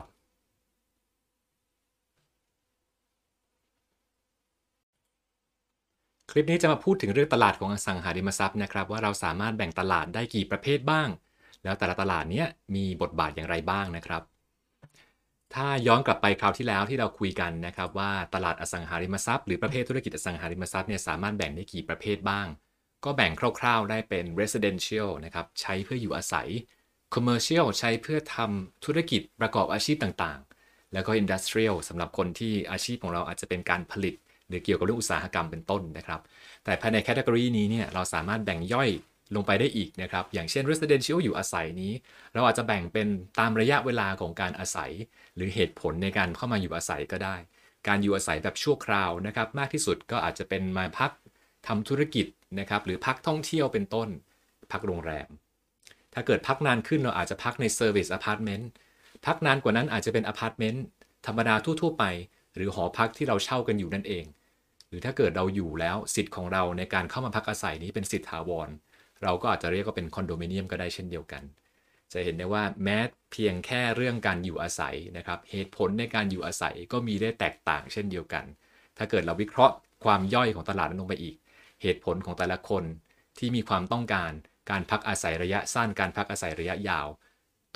คลิปนี้จะมาพูดถึงเรื่องตลาดของอสังหาริมทรัพย์นะครับว่าเราสามารถแบ่งตลาดได้กี่ประเภทบ้างแล้วแต่ละตลาดนี้มีบทบาทอย่างไรบ้างนะครับถ้าย้อนกลับไปคราวที่แล้วที่เราคุยกันนะครับว่าตลาดอสังหาริมทรัพย์หรือประเภทธุรกิจอสังหาริมทรัพย์เนี่ยสามารถแบ่งได้กี่ประเภทบ้างก็แบ่งคร่าวๆได้เป็น residential นะครับใช้เพื่ออยู่อาศัย commercial ใช้เพื่อทำธุรกิจประกอบอาชีพต่างๆแล้วก็ industrial สำหรับคนที่อาชีพของเราอาจจะเป็นการผลิตหรือเกี่ยวกับเรื่องอุตสาหกรรมเป็นต้นนะครับแต่ภายในแคตตากรีนี้เนี่ยเราสามารถแบ่งย่อยลงไปได้อีกนะครับอย่างเช่น residential อยู่อาศัยนี้เราอาจจะแบ่งเป็นตามระยะเวลาของการอาศัยหรือเหตุผลในการเข้ามาอยู่อาศัยก็ได้การอยู่อาศัยแบบชั่วคราวนะครับมากที่สุดก็อาจจะเป็นมาพักทำธุรกิจนะครับหรือพักท่องเที่ยวเป็นต้นพักโรงแรมถ้าเกิดพักนานขึ้นเราอาจจะพักใน service apartment พักนานกว่านั้นอาจจะเป็นอพาร์ตเมนต์ธรรมดาทั่วๆไปหรือหอพักที่เราเช่ากันอยู่นั่นเองหรือถ้าเกิดเราอยู่แล้วสิทธิ์ของเราในการเข้ามาพักอาศัยนี้เป็นสิทธิถาวรเราก็อาจจะเรียกว่าเป็นคอนโดมิเนียมก็ได้เช่นเดียวกันจะเห็นได้ว่าแม้เพียงแค่เรื่องการอยู่อาศัยนะครับเหตุผลในการอยู่อาศัยก็มีได้แตกต่างเช่นเดียวกันถ้าเกิดเราวิเคราะห์ความย่อยของตลาดนั้นลงไปอีกเหตุผลของแต่ละคนที่มีความต้องการการพักอาศัยระยะสั้นการพักอาศัยระยะยาว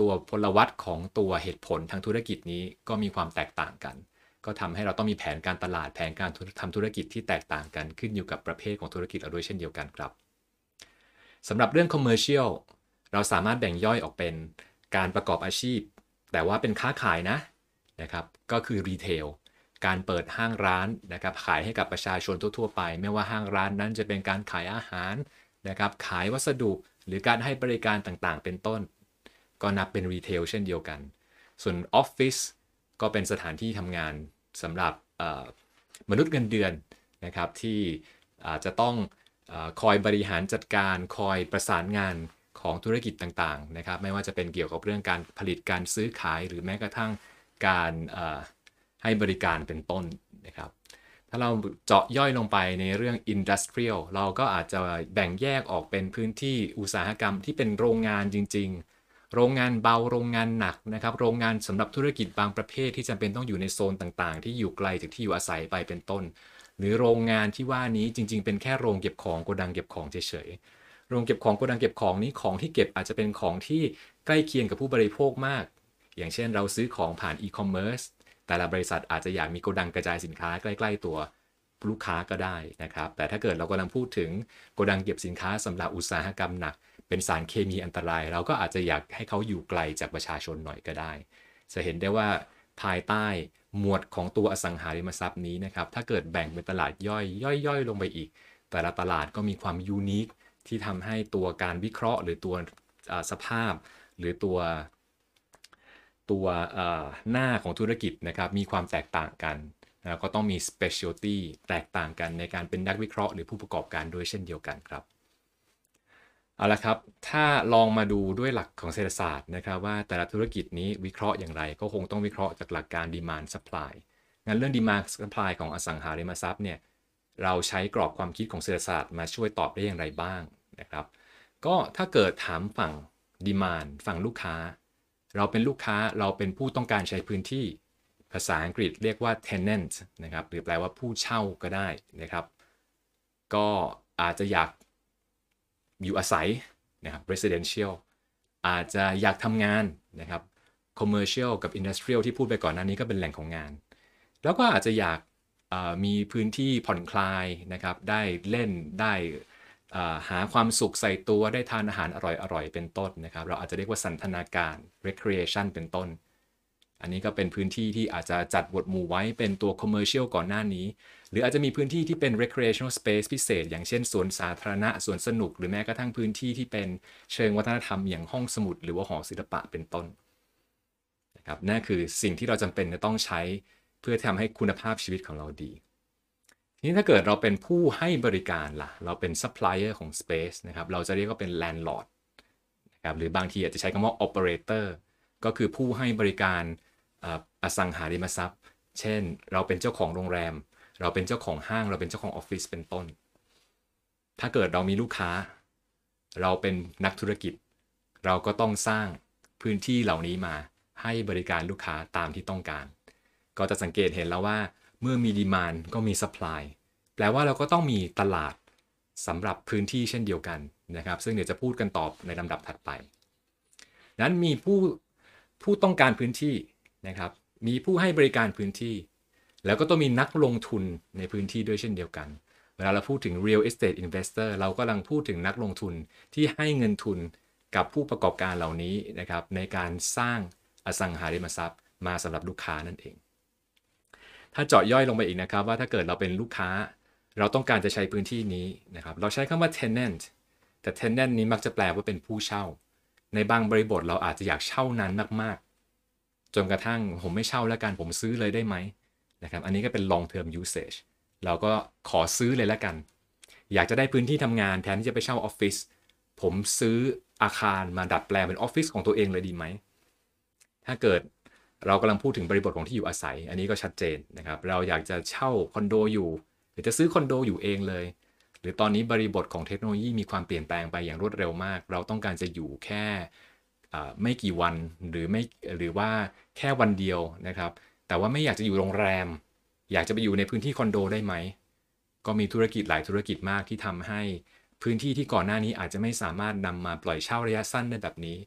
ตัวพลวัตของตัวเหตุผลทางธุรกิจนี้ก็มีความแตกต่างกันก็ทำให้เราต้องมีแผนการตลาดแผนการทำธุรกิจที่แตกต่างกันขึ้นอยู่กับประเภทของธุรกิจเราด้วยเช่นเดียวกันครับสำหรับเรื่อง commercial เราสามารถแบ่งย่อยออกเป็นการประกอบอาชีพแต่ว่าเป็นค้าขายนะนะครับก็คือ retail การเปิดห้างร้านนะครับขายให้กับประชาชนทั่วๆไปไม่ว่าห้างร้านนั้นจะเป็นการขายอาหารนะครับขายวัสดุหรือการให้บริการต่างๆเป็นต้นก็นับเป็น retail เช่นเดียวกันส่วน office ก็เป็นสถานที่ทำงานสำหรับมนุษย์เงินเดือนนะครับที่จะต้องคอยบริหารจัดการคอยประสานงานของธุรกิจต่างๆนะครับไม่ว่าจะเป็นเกี่ยวกับเรื่องการผลิตการซื้อขายหรือแม้กระทั่งการให้บริการเป็นต้นนะครับถ้าเราเจาะย่อยลงไปในเรื่อง industrial เราก็อาจจะแบ่งแยกออกเป็นพื้นที่อุตสาหกรรมที่เป็นโรงงานจริงๆโรงงานเบาโรงงานหนักนะครับโรงงานสำหรับธุรกิจบางประเภทที่จำเป็นต้องอยู่ในโซนต่างๆที่อยู่ไกลจากที่อยู่อาศัยไปเป็นต้นหรือโรงงานที่ว่านี้จริงๆเป็นแค่โรงเก็บของโกดังเก็บของเฉยๆโรงเก็บของโกดังเก็บของนี้ของที่เก็บอาจจะเป็นของที่ใกล้เคียงกับผู้บริโภคมากอย่างเช่นเราซื้อของผ่านอีคอมเมิร์ซแต่ละบริษัทอาจจะอยากมีโกดังกระจายสินค้าใกล้ๆตัวลูกค้าก็ได้นะครับแต่ถ้าเกิดเรากำลังพูดถึงโกดังเก็บสินค้าสำหรับอุตสาหกรรมหนักเป็นสารเคมีอันตรายเราก็อาจจะอยากให้เขาอยู่ไกลจากประชาชนหน่อยก็ได้จะเห็นได้ว่าภายใต้หมวดของตัวอสังหาริมทรัพย์นี้นะครับถ้าเกิดแบ่งเป็นตลาดย่อยย่อยๆลงไปอีกแต่ละตลาดก็มีความยูนิคที่ทำให้ตัวการวิเคราะห์หรือตัวสภาพหรือตัวตัวหน้าของธุรกิจนะครับมีความแตกต่างกันนะก็ต้องมี specialty แตกต่างกันในการเป็นนักวิเคราะห์หรือผู้ประกอบการด้วยเช่นเดียวกันครับเอาละครับถ้าลองมาดูด้วยหลักของเศรษฐศาสตร์นะครับว่าแต่ละธุรกิจนี้วิเคราะห์อย่างไรก็คงต้องวิเคราะห์จากหลักการ demand supply งั้นเรื่อง demand supply ของอสังหาริมทรัพย์เนี่ยเราใช้กรอบความคิดของเศรษฐศาสตร์มาช่วยตอบได้อย่างไรบ้างนะครับก็ถ้าเกิดถามฝั่ง demand ฝั่งลูกค้าเราเป็นลูกค้าเราเป็นผู้ต้องการใช้พื้นที่ภาษาอังกฤษเรียกว่า tenant นะครับหรือแปลว่าผู้เช่าก็ได้นะครับก็อาจจะอยากอยู่อาศัยนะครับ residential อาจจะอยากทำงานนะครับ commercial กับ industrial ที่พูดไปก่อนหน้านี้ก็เป็นแหล่งของงานแล้วก็อาจจะอยากมีพื้นที่ผ่อนคลายนะครับได้เล่นได้หาความสุขใส่ตัวได้ทานอาหารอร่อยๆเป็นต้นนะครับเราอาจจะเรียกว่าสันทนาการ recreation เป็นต้นอันนี้ก็เป็นพื้นที่ที่อาจจะจัดหมวดหมู่ไว้เป็นตัว commercial ก่อนหน้านี้หรืออาจจะมีพื้นที่ที่เป็น recreational space พิเศษอย่างเช่นสวนสาธารณะสวนสนุกหรือแม้กระทั่งพื้นที่ที่เป็นเชิงวัฒนธรรมอย่างห้องสมุดหรือว่าหอศิลปะเป็นต้นนะครับนั่นคือสิ่งที่เราจำเป็นจะต้องใช้เพื่อทำให้คุณภาพชีวิตของเราดีทีนี้ถ้าเกิดเราเป็นผู้ให้บริการล่ะเราเป็น supplier ของ space นะครับเราจะเรียกว่าเป็น landlord นะครับหรือบางทีอาจจะใช้คำว่า operator ก็คือผู้ให้บริการอสังหาริมทรัพย์เช่นเราเป็นเจ้าของโรงแรมเราเป็นเจ้าของห้างเราเป็นเจ้าของออฟฟิศเป็นต้นถ้าเกิดเรามีลูกค้าเราเป็นนักธุรกิจเราก็ต้องสร้างพื้นที่เหล่านี้มาให้บริการลูกค้าตามที่ต้องการก็จะสังเกตเห็นแล้วว่าเมื่อมีดีมานด์ก็มีซัพพลายแปลว่าเราก็ต้องมีตลาดสำหรับพื้นที่เช่นเดียวกันนะครับซึ่งเดี๋ยวจะพูดกันต่อในลำดับถัดไปนั้นมีผู้ผู้ต้องการพื้นที่นะครับมีผู้ให้บริการพื้นที่แล้วก็ต้องมีนักลงทุนในพื้นที่ด้วยเช่นเดียวกันเวลาเราพูดถึง real estate investor เรากำลังพูดถึงนักลงทุนที่ให้เงินทุนกับผู้ประกอบการเหล่านี้นะครับในการสร้างอสังหาริมทรัพย์มาสำหรับลูกค้านั่นเองถ้าเจาะย่อยลงไปอีกนะครับว่าถ้าเกิดเราเป็นลูกค้าเราต้องการจะใช้พื้นที่นี้นะครับเราใช้คำว่า tenant แต่ tenant นี้มักจะแปลว่าเป็นผู้เช่าในบางบริบทเราอาจจะอยากเช่านานมากๆจนกระทั่งผมไม่เช่าแล้วกันผมซื้อเลยได้ไหมนะครับอันนี้ก็เป็น long term usage เราก็ขอซื้อเลยแล้วกันอยากจะได้พื้นที่ทำงานแทนที่จะไปเช่าออฟฟิศผมซื้ออาคารมาดัดแปลงเป็นออฟฟิศของตัวเองเลยดีไหมถ้าเกิดเรากำลังพูดถึงบริบทของที่อยู่อาศัยอันนี้ก็ชัดเจนนะครับเราอยากจะเช่าคอนโดอยู่หรือจะซื้อคอนโดอยู่เองเลยหรือตอนนี้บริบทของเทคโนโลยีมีความเปลี่ยนแปลงไปอย่างรวดเร็วมากเราต้องการจะอยู่แค่ไม่กี่วันหรือไม่หรือว่าแค่วันเดียวนะครับแต่ว่าไม่อยากจะอยู่โรงแรมอยากจะไปอยู่ในพื้นที่คอนโดได้ไหมก็มีธุรกิจหลายธุรกิจมากที่ทำให้พื้นที่ที่ก่อนหน้านี้อาจจะไม่สามารถนำมาปล่อยเช่าระยะสั้นได้แบบนี้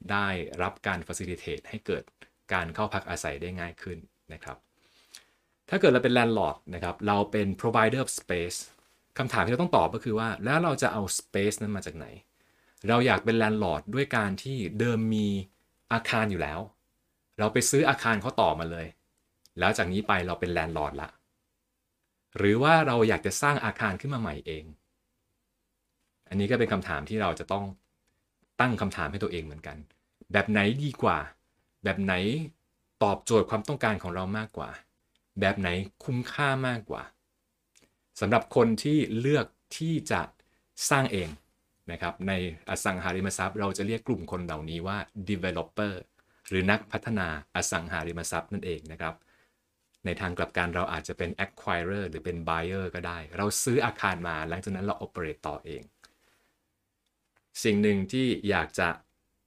ได้รับการ facilitate ให้เกิดการเข้าพักอาศัยได้ง่ายขึ้นนะครับถ้าเกิดเราเป็น landlord นะครับเราเป็น provider of space คำถามที่เราต้องตอบก็คือว่าแล้วเราจะเอา space นั้นมาจากไหนเราอยากเป็น landlord ด้วยการที่เดิมมีอาคารอยู่แล้วเราไปซื้ออาคารเขาต่อมาเลยแล้วจากนี้ไปเราเป็น landlord ละหรือว่าเราอยากจะสร้างอาคารขึ้นมาใหม่เองอันนี้ก็เป็นคำถามที่เราจะต้องตั้งคำถามให้ตัวเองเหมือนกันแบบไหนดีกว่าแบบไหนตอบโจทย์ความต้องการของเรามากกว่าแบบไหนคุ้มค่ามากกว่าสำหรับคนที่เลือกที่จะสร้างเองนะครับในอสังหาริมทรัพย์เราจะเรียกกลุ่มคนเหล่านี้ว่า developer หรือนักพัฒนาอสังหาริมทรัพย์นั่นเองนะครับในทางกลับกันเราอาจจะเป็น acquirer หรือเป็น buyer ก็ได้เราซื้ออาคารมาหลังจากนั้นเรา operate ต่อเองสิ่งหนึ่งที่อยากจะ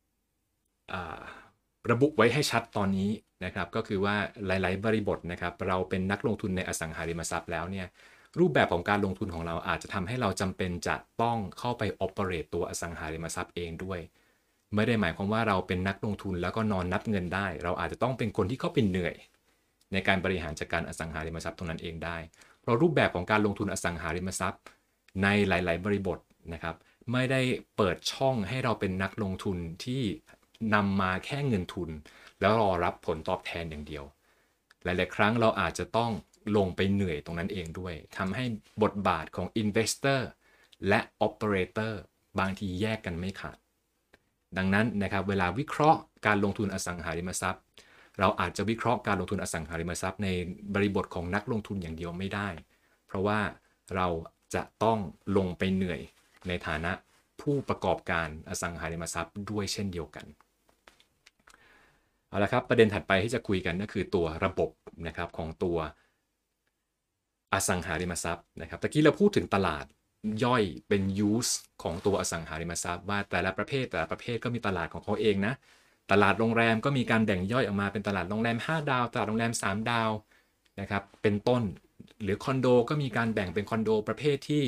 ระบุไว้ให้ชัดตอนนี้นะครับก็คือว่าหลายๆบริบทนะครับเราเป็นนักลงทุนในอสังหาริมทรัพย์แล้วเนี่ยรูปแบบของการลงทุนของเราอาจจะทำให้เราจำเป็นจะต้องเข้าไป operate ตัวอสังหาริมทรัพย์เองด้วยไม่ได้หมายความว่าเราเป็นนักลงทุนแล้วก็นอนนับเงินได้เราอาจจะต้องเป็นคนที่เข้าไปเหนื่อยในการบริหารจัดการอสังหาริมทรัพย์ตรงนั้นเองได้เพราะรูปแบบของการลงทุนอสังหาริมทรัพย์ในหลายๆบริบทนะครับไม่ได้เปิดช่องให้เราเป็นนักลงทุนที่นำมาแค่เงินทุนแล้วรอรับผลตอบแทนอย่างเดียวหลายๆครั้งเราอาจจะต้องลงไปเหนื่อยตรงนั้นเองด้วยทำให้บทบาทของ Investor และ Operator บางทีแยกกันไม่ขาดดังนั้นนะครับเวลาวิเคราะห์การลงทุนอสังหาริมทรัพย์เราอาจจะวิเคราะห์การลงทุนอสังหาริมทรัพย์ในบริบทของนักลงทุนอย่างเดียวไม่ได้เพราะว่าเราจะต้องลงไปเหนื่อยในฐานะผู้ประกอบการอสังหาริมทรัพย์ด้วยเช่นเดียวกันเอาละครับประเด็นถัดไปที่จะคุยกันก็คือตัวระบบนะครับของตัวอสังหาริมทรัพย์นะครับตะกี้เราพูดถึงตลาดย่อยเป็น use ของตัวอสังหาริมทรัพย์ว่าแต่ละประเภทแต่ละประเภทก็มีตลาดของเขาเองนะตลาดโรงแรมก็มีการแบ่งย่อยออกมาเป็นตลาดโรงแรมห้าดาวตลาดโรงแรมสามดาวนะครับเป็นต้นหรือคอนโดก็มีการแบ่งเป็นคอนโดประเภทที่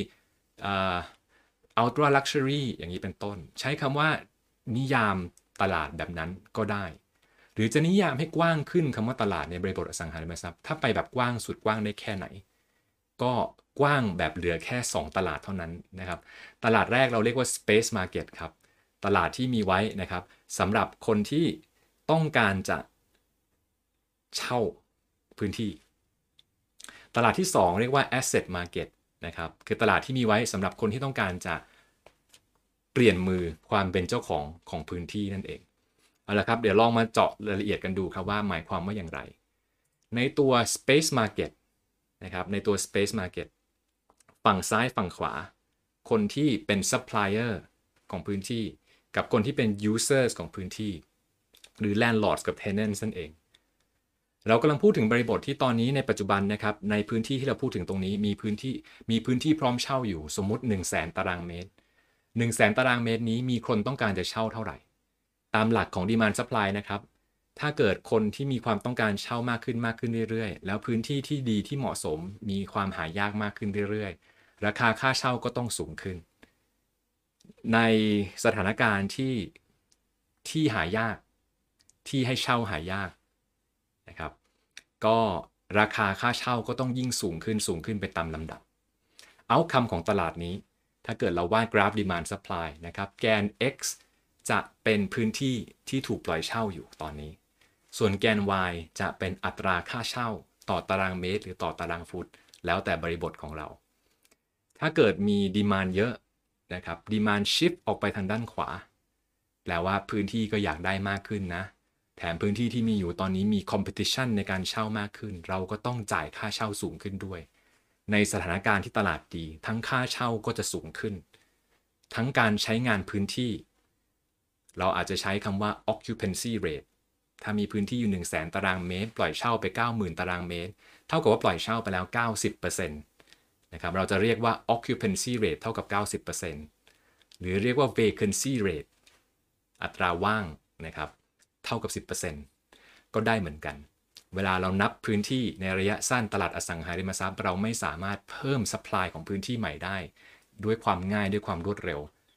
ultra luxury อย่างนี้เป็นต้นใช้คำว่านิยามตลาดแบบนั้นก็ได้หรือจะนิยามให้กว้างขึ้นคำว่าตลาดในบริบทอสังหาริมทรัพย์ถ้าไปแบบกว้างสุดกว้างได้แค่ไหนก็กว้างแบบเหลือแค่สองตลาดเท่านั้นนะครับตลาดแรกเราเรียกว่า space market ครับตลาดที่มีไว้นะครับสำหรับคนที่ต้องการจะเช่าพื้นที่ตลาดที่สองเรียกว่า asset market นะครับคือตลาดที่มีไว้สำหรับคนที่ต้องการจะเปลี่ยนมือความเป็นเจ้าของของพื้นที่นั่นเองเอาละครับเดี๋ยวลองมาเจาะรายละเอียดกันดูครับว่าหมายความว่าอย่างไรในตัว space market นะครับในตัว space market ฝั่งซ้ายฝั่งขวาคนที่เป็น supplier ของพื้นที่กับคนที่เป็น users ของพื้นที่หรือ landlords กับ tenants นั่นเองเรากำลังพูดถึงบริบทที่ตอนนี้ในปัจจุบันนะครับในพื้นที่ที่เราพูดถึงตรงนี้มีพื้นที่มีพื้นที่พร้อมเช่าอยู่สมมุติ หนึ่งแสน ตารางเมตร หนึ่งแสน ตารางเมตรนี้มีคนต้องการจะเช่าเท่าไหร่ตามหลักของ demand supply นะครับถ้าเกิดคนที่มีความต้องการเช่ามากขึ้นมากขึ้นเรื่อยๆแล้วพื้นที่ที่ดีที่เหมาะสมมีความหายากมากขึ้นเรื่อยๆราคาค่าเช่าก็ต้องสูงขึ้นในสถานการณ์ที่ที่หายากที่ให้เช่าหายากนะครับก็ราคาค่าเช่าก็ต้องยิ่งสูงขึ้นสูงขึ้นไปตามลำดับ outcome ของตลาดนี้ถ้าเกิดเราวาดกราฟ demand supply นะครับแกน x จะเป็นพื้นที่ที่ถูกปล่อยเช่าอยู่ตอนนี้ส่วนแกน y จะเป็นอัตราค่าเช่าต่อตารางเมตรหรือต่อตารางฟุตแล้วแต่บริบทของเราถ้าเกิดมี demand เยอะนะครับ demand shift ออกไปทางด้านขวาแปลว่าพื้นที่ก็อยากได้มากขึ้นนะแถมพื้นที่ที่มีอยู่ตอนนี้มี competition ในการเช่ามากขึ้นเราก็ต้องจ่ายค่าเช่าสูงขึ้นด้วยในสถานการณ์ที่ตลาดดีทั้งค่าเช่าก็จะสูงขึ้นทั้งการใช้งานพื้นที่เราอาจจะใช้คำว่า occupancy rate ถ้ามีพื้นที่อยู่ หนึ่งแสน ตารางเมตรปล่อยเช่าไป เก้าหมื่น ตารางเมตรเท่ากับว่าปล่อยเช่าไปแล้ว เก้าสิบเปอร์เซ็นต์ นะครับเราจะเรียกว่า occupancy rate เท่ากับ เก้าสิบเปอร์เซ็นต์ หรือเรียกว่า vacancy rate อัตราว่างนะครับเท่ากับ สิบเปอร์เซ็นต์ ก็ได้เหมือนกันเวลาเรานับพื้นที่ในระยะสั้นตลาดอสังหาริมทรัพย์เราไม่สามารถเพิ่ม supply ของพื้นที่ใหม่ได้ด้วยความง่ายด้วยความรวดเร็ว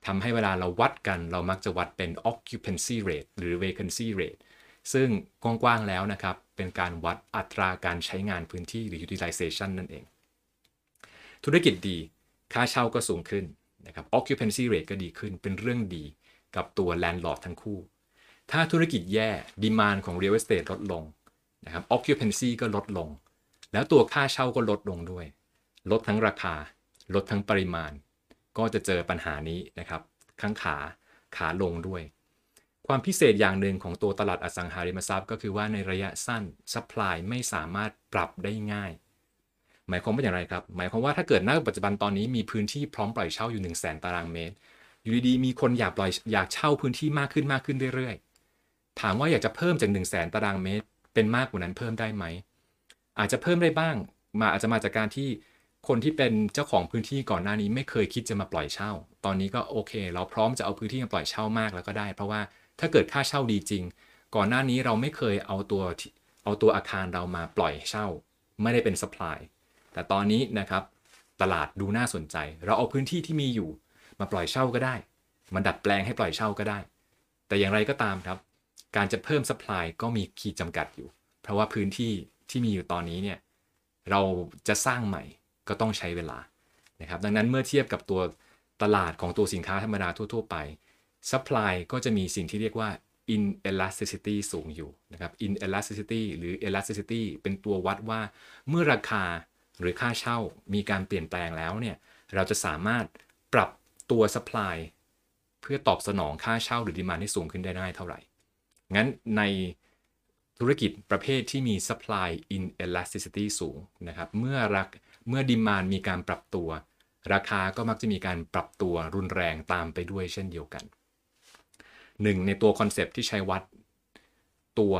ทำให้เวลาเราวัดกันเรามักจะวัดเป็น occupancy rate หรือ vacancy rate ซึ่งกว้างๆแล้วนะครับเป็นการวัดอัตราการใช้งานพื้นที่หรือ utilization นั่นเองธุรกิจดีค่าเช่าก็สูงขึ้นนะครับ occupancy rate ก็ดีขึ้นเป็นเรื่องดีกับตัว landlord ทั้งคู่ถ้าธุรกิจแย่ demand ของ real estate ลดลงนะครับ occupancy ก็ลดลงแล้วตัวค่าเช่าก็ลดลงด้วยลดทั้งราคาลดทั้งปริมาณก็จะเจอปัญหานี้นะครับข้างขาขาลงด้วยความพิเศษอย่างหนึ่งของตัวตลาดอสังหาริมทรัพย์ก็คือว่าในระยะสั้น supply ไม่สามารถปรับได้ง่ายหมายความว่าอย่างไรครับหมายความว่าถ้าเกิดณปัจจุบันตอนนี้มีพื้นที่พร้อมปล่อยเช่าอยู่ หนึ่งแสน ตารางเมตรอยู่ดีๆมีคนอยากปล่อยอยากเช่าพื้นที่มากขึ้นมากขึ้นเรื่อยๆถามว่าอยากจะเพิ่มจาก หนึ่งแสน ตารางเมตรเป็นมากกว่านั้นเพิ่มได้ไหมอาจจะเพิ่มได้บ้างมาอาจจะมาจากการที่คนที่เป็นเจ้าของพื้นที่ก่อนหน้านี้ไม่เคยคิดจะมาปล่อยเช่าตอนนี้ก็โอเคเราพร้อมจะเอาพื้นที่มาปล่อยเช่ามากแล้วก็ได้เพราะว่าถ้าเกิดค่าเช่าดีจริงก่อนหน้านี้เราไม่เคยเอาตัวเอาตัวอาคารเรามาปล่อยเช่าไม่ได้เป็น supply แต่ตอนนี้นะครับตลาดดูน่าสนใจเราเอาพื้นที่ที่มีอยู่มาปล่อยเช่าก็ได้มาดัดแปลงให้ปล่อยเช่าก็ได้แต่อย่างไรก็ตามครับการจะเพิ่ม supply ก็มีขีดจำกัดอยู่เพราะว่าพื้นที่ที่มีอยู่ตอนนี้เนี่ยเราจะสร้างใหม่ก็ต้องใช้เวลานะครับดังนั้นเมื่อเทียบกับตัวตลาดของตัวสินค้าธรรมดาทั่วๆไป supply ก็จะมีสิ่งที่เรียกว่า inelasticity สูงอยู่นะครับ inelasticity หรือ elasticity เป็นตัววัดว่าเมื่อราคาหรือค่าเช่ามีการเปลี่ยนแปลงแล้วเนี่ยเราจะสามารถปรับตัว supply เพื่อตอบสนองค่าเช่าหรือ demand ที่สูงขึ้นได้ได้เท่าไหร่งั้นในธุรกิจประเภทที่มี supply inelasticity สูงนะครับเมื่อรักเมื่อ demand มีการปรับตัวราคาก็มักจะมีการปรับตัวรุนแรงตามไปด้วยเช่นเดียวกันหนึ่งในตัวคอนเซปต์ที่ใช้วัดตัว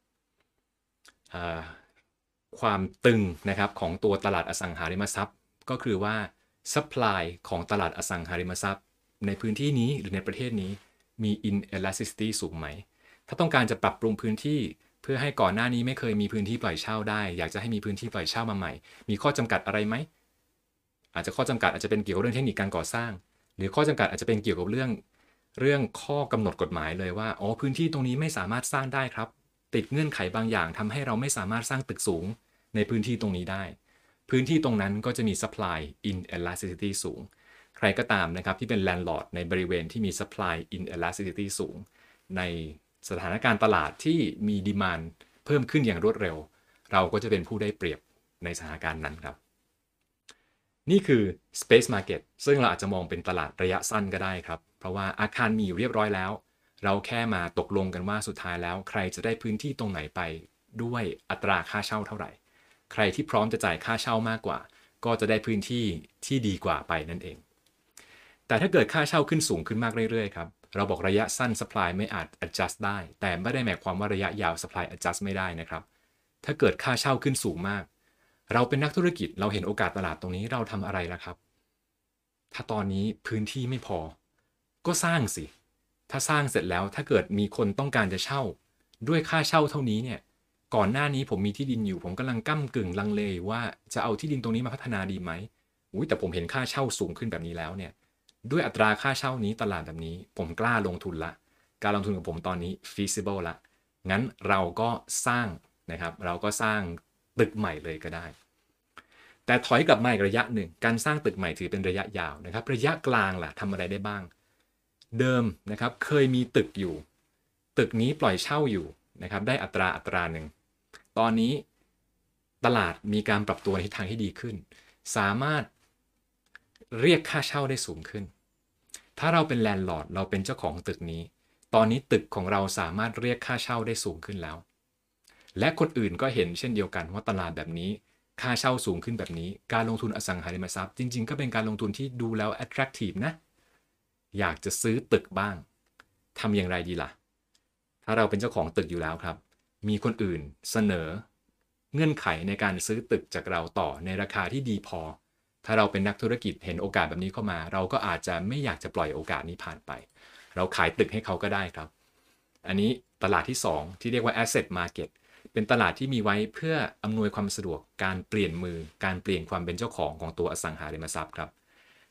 ความตึงนะครับของตัวตลาดอสังหาริมทรัพย์ก็คือว่า supply ของตลาดอสังหาริมทรัพย์ในพื้นที่นี้หรือในประเทศนี้มี inelasticity สูงไหมถ้าต้องการจะปรับปรุงพื้นที่เพื่อให้ก่อนหน้านี้ไม่เคยมีพื้นที่ปล่อยเช่าได้อยากจะให้มีพื้นที่ปล่อยเช่ามาใหม่มีข้อจำกัดอะไรไหมอาจจะข้อจำกัดอาจจะเป็นเกี่ยวกับเรื่องเทคนิคการก่อสร้างหรือข้อจำกัดอาจจะเป็นเกี่ยวกับเรื่องเรื่องข้อกำหนดกฎหมายเลยว่าอ๋อพื้นที่ตรงนี้ไม่สามารถสร้างได้ครับติดเงื่อนไขบางอย่างทำให้เราไม่สามารถสร้างตึกสูงในพื้นที่ตรงนี้ได้พื้นที่ตรงนั้นก็จะมี supply inelasticity สูงใครก็ตามนะครับที่เป็น landlord ในบริเวณที่มี supply inelasticity สูงในสถานการณ์ตลาดที่มี demand เพิ่มขึ้นอย่างรวดเร็วเราก็จะเป็นผู้ได้เปรียบในสถานการณ์นั้นครับนี่คือ space market ซึ่งเราอาจจะมองเป็นตลาดระยะสั้นก็ได้ครับเพราะว่าอาคารมีอยู่เรียบร้อยแล้วเราแค่มาตกลงกันว่าสุดท้ายแล้วใครจะได้พื้นที่ตรงไหนไปด้วยอัตราค่าเช่าเท่าไหร่ใครที่พร้อมจะจ่ายค่าเช่ามากกว่าก็จะได้พื้นที่ที่ดีกว่าไปนั่นเองแต่ถ้าเกิดค่าเช่าขึ้นสูงขึ้นมากเรื่อยๆครับเราบอกระยะสั้น supply ไม่อาจ adjust ได้แต่ไม่ได้หมายความว่าระยะยาว supply adjust ไม่ได้นะครับถ้าเกิดค่าเช่าขึ้นสูงมากเราเป็นนักธุรกิจเราเห็นโอกาสตลาดตรงนี้เราทำอะไรล่ะครับถ้าตอนนี้พื้นที่ไม่พอก็สร้างสิถ้าสร้างเสร็จแล้วถ้าเกิดมีคนต้องการจะเช่าด้วยค่าเช่าเท่านี้เนี่ยก่อนหน้านี้ผมมีที่ดินอยู่ผมกำลังก้ำกึ่งลังเลว่าจะเอาที่ดินตรงนี้มาพัฒนาดีไหมอุ้ยแต่ผมเห็นค่าเช่าสูงขึ้นแบบนี้แล้วเนี่ยด้วยอัตราค่าเช่านี้ตลาดแบบนี้ผมกล้าลงทุนละการลงทุนของผมตอนนี้ feasible ละงั้นเราก็สร้างนะครับเราก็สร้างตึกใหม่เลยก็ได้แต่ถอยกลับมาอีกระยะหนึ่งการสร้างตึกใหม่ถือเป็นระยะยาวนะครับระยะกลางล่ะทำอะไรได้บ้างเดิมนะครับเคยมีตึกอยู่ตึกนี้ปล่อยเช่าอยู่นะครับได้อัตราอัตราหนึ่งตอนนี้ตลาดมีการปรับตัวในทิศทางที่ดีขึ้นสามารถเรียกค่าเช่าได้สูงขึ้นถ้าเราเป็นแลนด์ลอร์ดเราเป็นเจ้าของตึกนี้ตอนนี้ตึกของเราสามารถเรียกค่าเช่าได้สูงขึ้นแล้วและคนอื่นก็เห็นเช่นเดียวกันว่าตลาดแบบนี้ค่าเช่าสูงขึ้นแบบนี้การลงทุนอสังหาริมทรัพย์จริงๆก็เป็นการลงทุนที่ดูแล้ว attractive นะอยากจะซื้อตึกบ้างทำอย่างไรดีล่ะถ้าเราเป็นเจ้าของตึกอยู่แล้วครับมีคนอื่นเสนอเงื่อนไขในการซื้อตึกจากเราต่อในราคาที่ดีพอถ้าเราเป็นนักธุรกิจเห็นโอกาสแบบนี้เข้ามาเราก็อาจจะไม่อยากจะปล่อยโอกาสนี้ผ่านไปเราขายตึกให้เขาก็ได้ครับอันนี้ตลาดที่สองที่เรียกว่า asset market เป็นตลาดที่มีไว้เพื่ออำนวยความสะดวกการเปลี่ยนมือการเปลี่ยนความเป็นเจ้าของของตัวอสังหาริมทรัพย์ครับ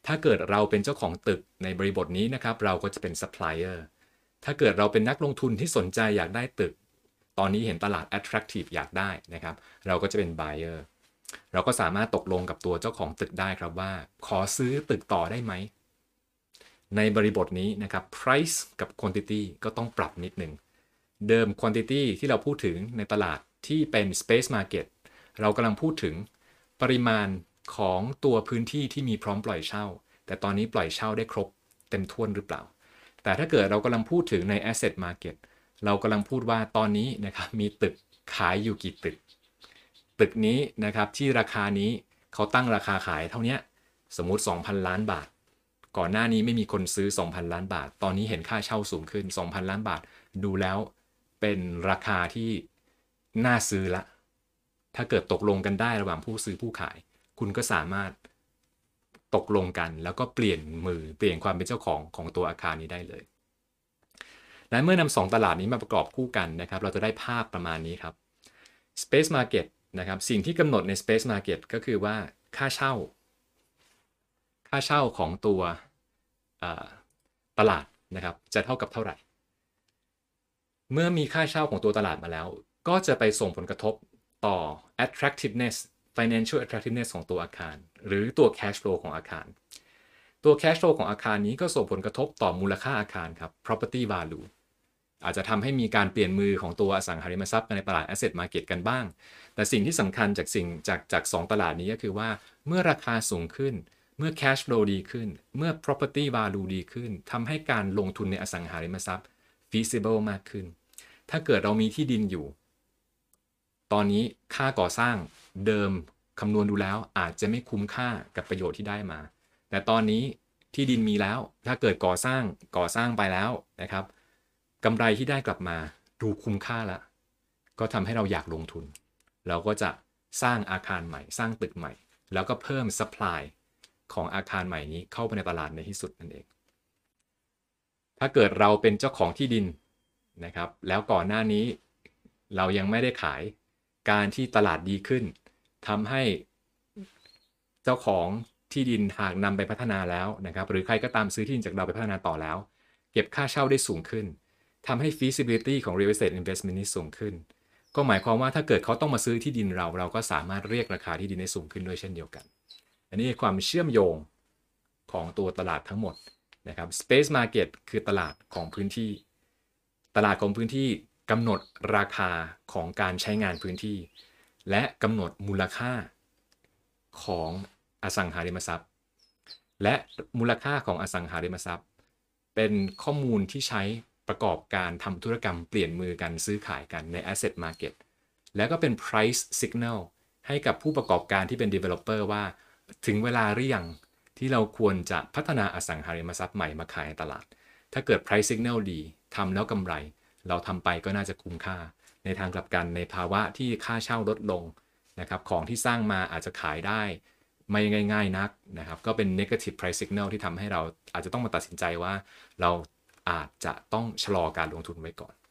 ถ้าเกิดเราเป็นเจ้าของตึกในบริบทนี้นะครับเราก็จะเป็นซัพพลายเออร์ถ้าเกิดเราเป็นนักลงทุนที่สนใจอยากได้ตึกตอนนี้เห็นตลาด attractive อยากได้นะครับเราก็จะเป็น buyer เราก็สามารถตกลงกับตัวเจ้าของตึกได้ครับว่าขอซื้อตึกต่อได้ไหมในบริบทนี้นะครับ price กับ quantity ก็ต้องปรับนิดนึงเดิม quantity ที่เราพูดถึงในตลาดที่เป็น space market เรากำลังพูดถึงปริมาณของตัวพื้นที่ที่มีพร้อมปล่อยเช่าแต่ตอนนี้ปล่อยเช่าได้ครบเต็มท้วนหรือเปล่าแต่ถ้าเกิดเรากำลังพูดถึงใน asset market เรากำลังพูดว่าตอนนี้นะครับมีตึกขายอยู่กี่ตึกตึกนี้นะครับที่ราคานี้เขาตั้งราคาขายเท่านี้สมมุติ สองพัน ล้านบาทก่อนหน้านี้ไม่มีคนซื้อ สองพัน ล้านบาทตอนนี้เห็นค่าเช่าสูงขึ้น สองพัน ล้านบาทดูแล้วเป็นราคาที่น่าซื้อละถ้าเกิดตกลงกันได้ระหว่างผู้ซื้อผู้ขายคุณก็สามารถตกลงกันแล้วก็เปลี่ยนมือเปลี่ยนความเป็นเจ้าของของตัวอาคารนี้ได้เลยและเมื่อนำสองตลาดนี้มาประกอบคู่กันนะครับเราจะได้ภาพประมาณนี้ครับ Space Market นะครับสิ่งที่กำหนดใน Space Market ก็คือว่าค่าเช่าค่าเช่าของตัวตลาดนะครับจะเท่ากับเท่าไหร่เมื่อมีค่าเช่าของตัวตลาดมาแล้วก็จะไปส่งผลกระทบต่อ attractiveness financial attractiveness ของตัวอาคารหรือตัว cash flow ของอาคารตัว cash flow ของอาคารนี้ก็ส่งผลกระทบต่อมูลค่าอาคารครับ property value อาจจะทำให้มีการเปลี่ยนมือของตัวอสังหาริมทรัพย์ในตลาด asset market กันบ้างแต่สิ่งที่สำคัญจากสิ่งจากจากสองตลาดนี้ก็คือว่าเมื่อราคาสูงขึ้นเมื่อ cash flow ดีขึ้นเมื่อ property value ดีขึ้นทำให้การลงทุนในอสังหาริมทรัพย์ feasible มากขึ้นถ้าเกิดเรามีที่ดินอยู่ตอนนี้ค่าก่อสร้างเดิมคำนวณดูแล้วอาจจะไม่คุ้มค่ากับประโยชน์ที่ได้มาแต่ตอนนี้ที่ดินมีแล้วถ้าเกิดก่อสร้างก่อสร้างไปแล้วนะครับกำไรที่ได้กลับมาดูคุ้มค่าแล้วก็ทำให้เราอยากลงทุนเราก็จะสร้างอาคารใหม่สร้างตึกใหม่แล้วก็เพิ่ม supply ของอาคารใหม่นี้เข้าไปในตลาดในที่สุดนั่นเองถ้าเกิดเราเป็นเจ้าของที่ดินนะครับแล้วก่อนหน้านี้เรายังไม่ได้ขายการที่ตลาดดีขึ้นทำให้เจ้าของที่ดินหากนำไปพัฒนาแล้วนะครับหรือใครก็ตามซื้อที่ดินจากเราไปพัฒนาต่อแล้วเก็บค่าเช่าได้สูงขึ้นทำให้ feasibility ของ real estate investment นี้สูงขึ้นก็หมายความว่าถ้าเกิดเขาต้องมาซื้อที่ดินเราเราก็สามารถเรียกราคาที่ดินได้สูงขึ้นด้วยเช่นเดียวกันอันนี้ความเชื่อมโยงของตัวตลาดทั้งหมดนะครับ space market คือตลาดของพื้นที่ตลาดของพื้นที่กำหนดราคาของการใช้งานพื้นที่และกำหนดมูลค่าของอสังหาริมทรัพย์และมูลค่าของอสังหาริมทรัพย์เป็นข้อมูลที่ใช้ประกอบการทำธุรกรรมเปลี่ยนมือกันซื้อขายกันใน asset market แล้วก็เป็น price signal ให้กับผู้ประกอบการที่เป็น developer ว่าถึงเวลาหรือยังที่เราควรจะพัฒนาอสังหาริมทรัพย์ใหม่มาขายในตลาดถ้าเกิด price signal ดีทำแล้วกำไรเราทำไปก็น่าจะคุ้มค่าในทางกลับกันในภาวะที่ค่าเช่าลดลงนะครับของที่สร้างมาอาจจะขายได้ไม่ง่ายๆนักนะครับก็เป็น negative price signal ที่ทำให้เราอาจจะต้องมาตัดสินใจว่าเราอาจจะต้องชะลอการลงทุนไว้ก่อน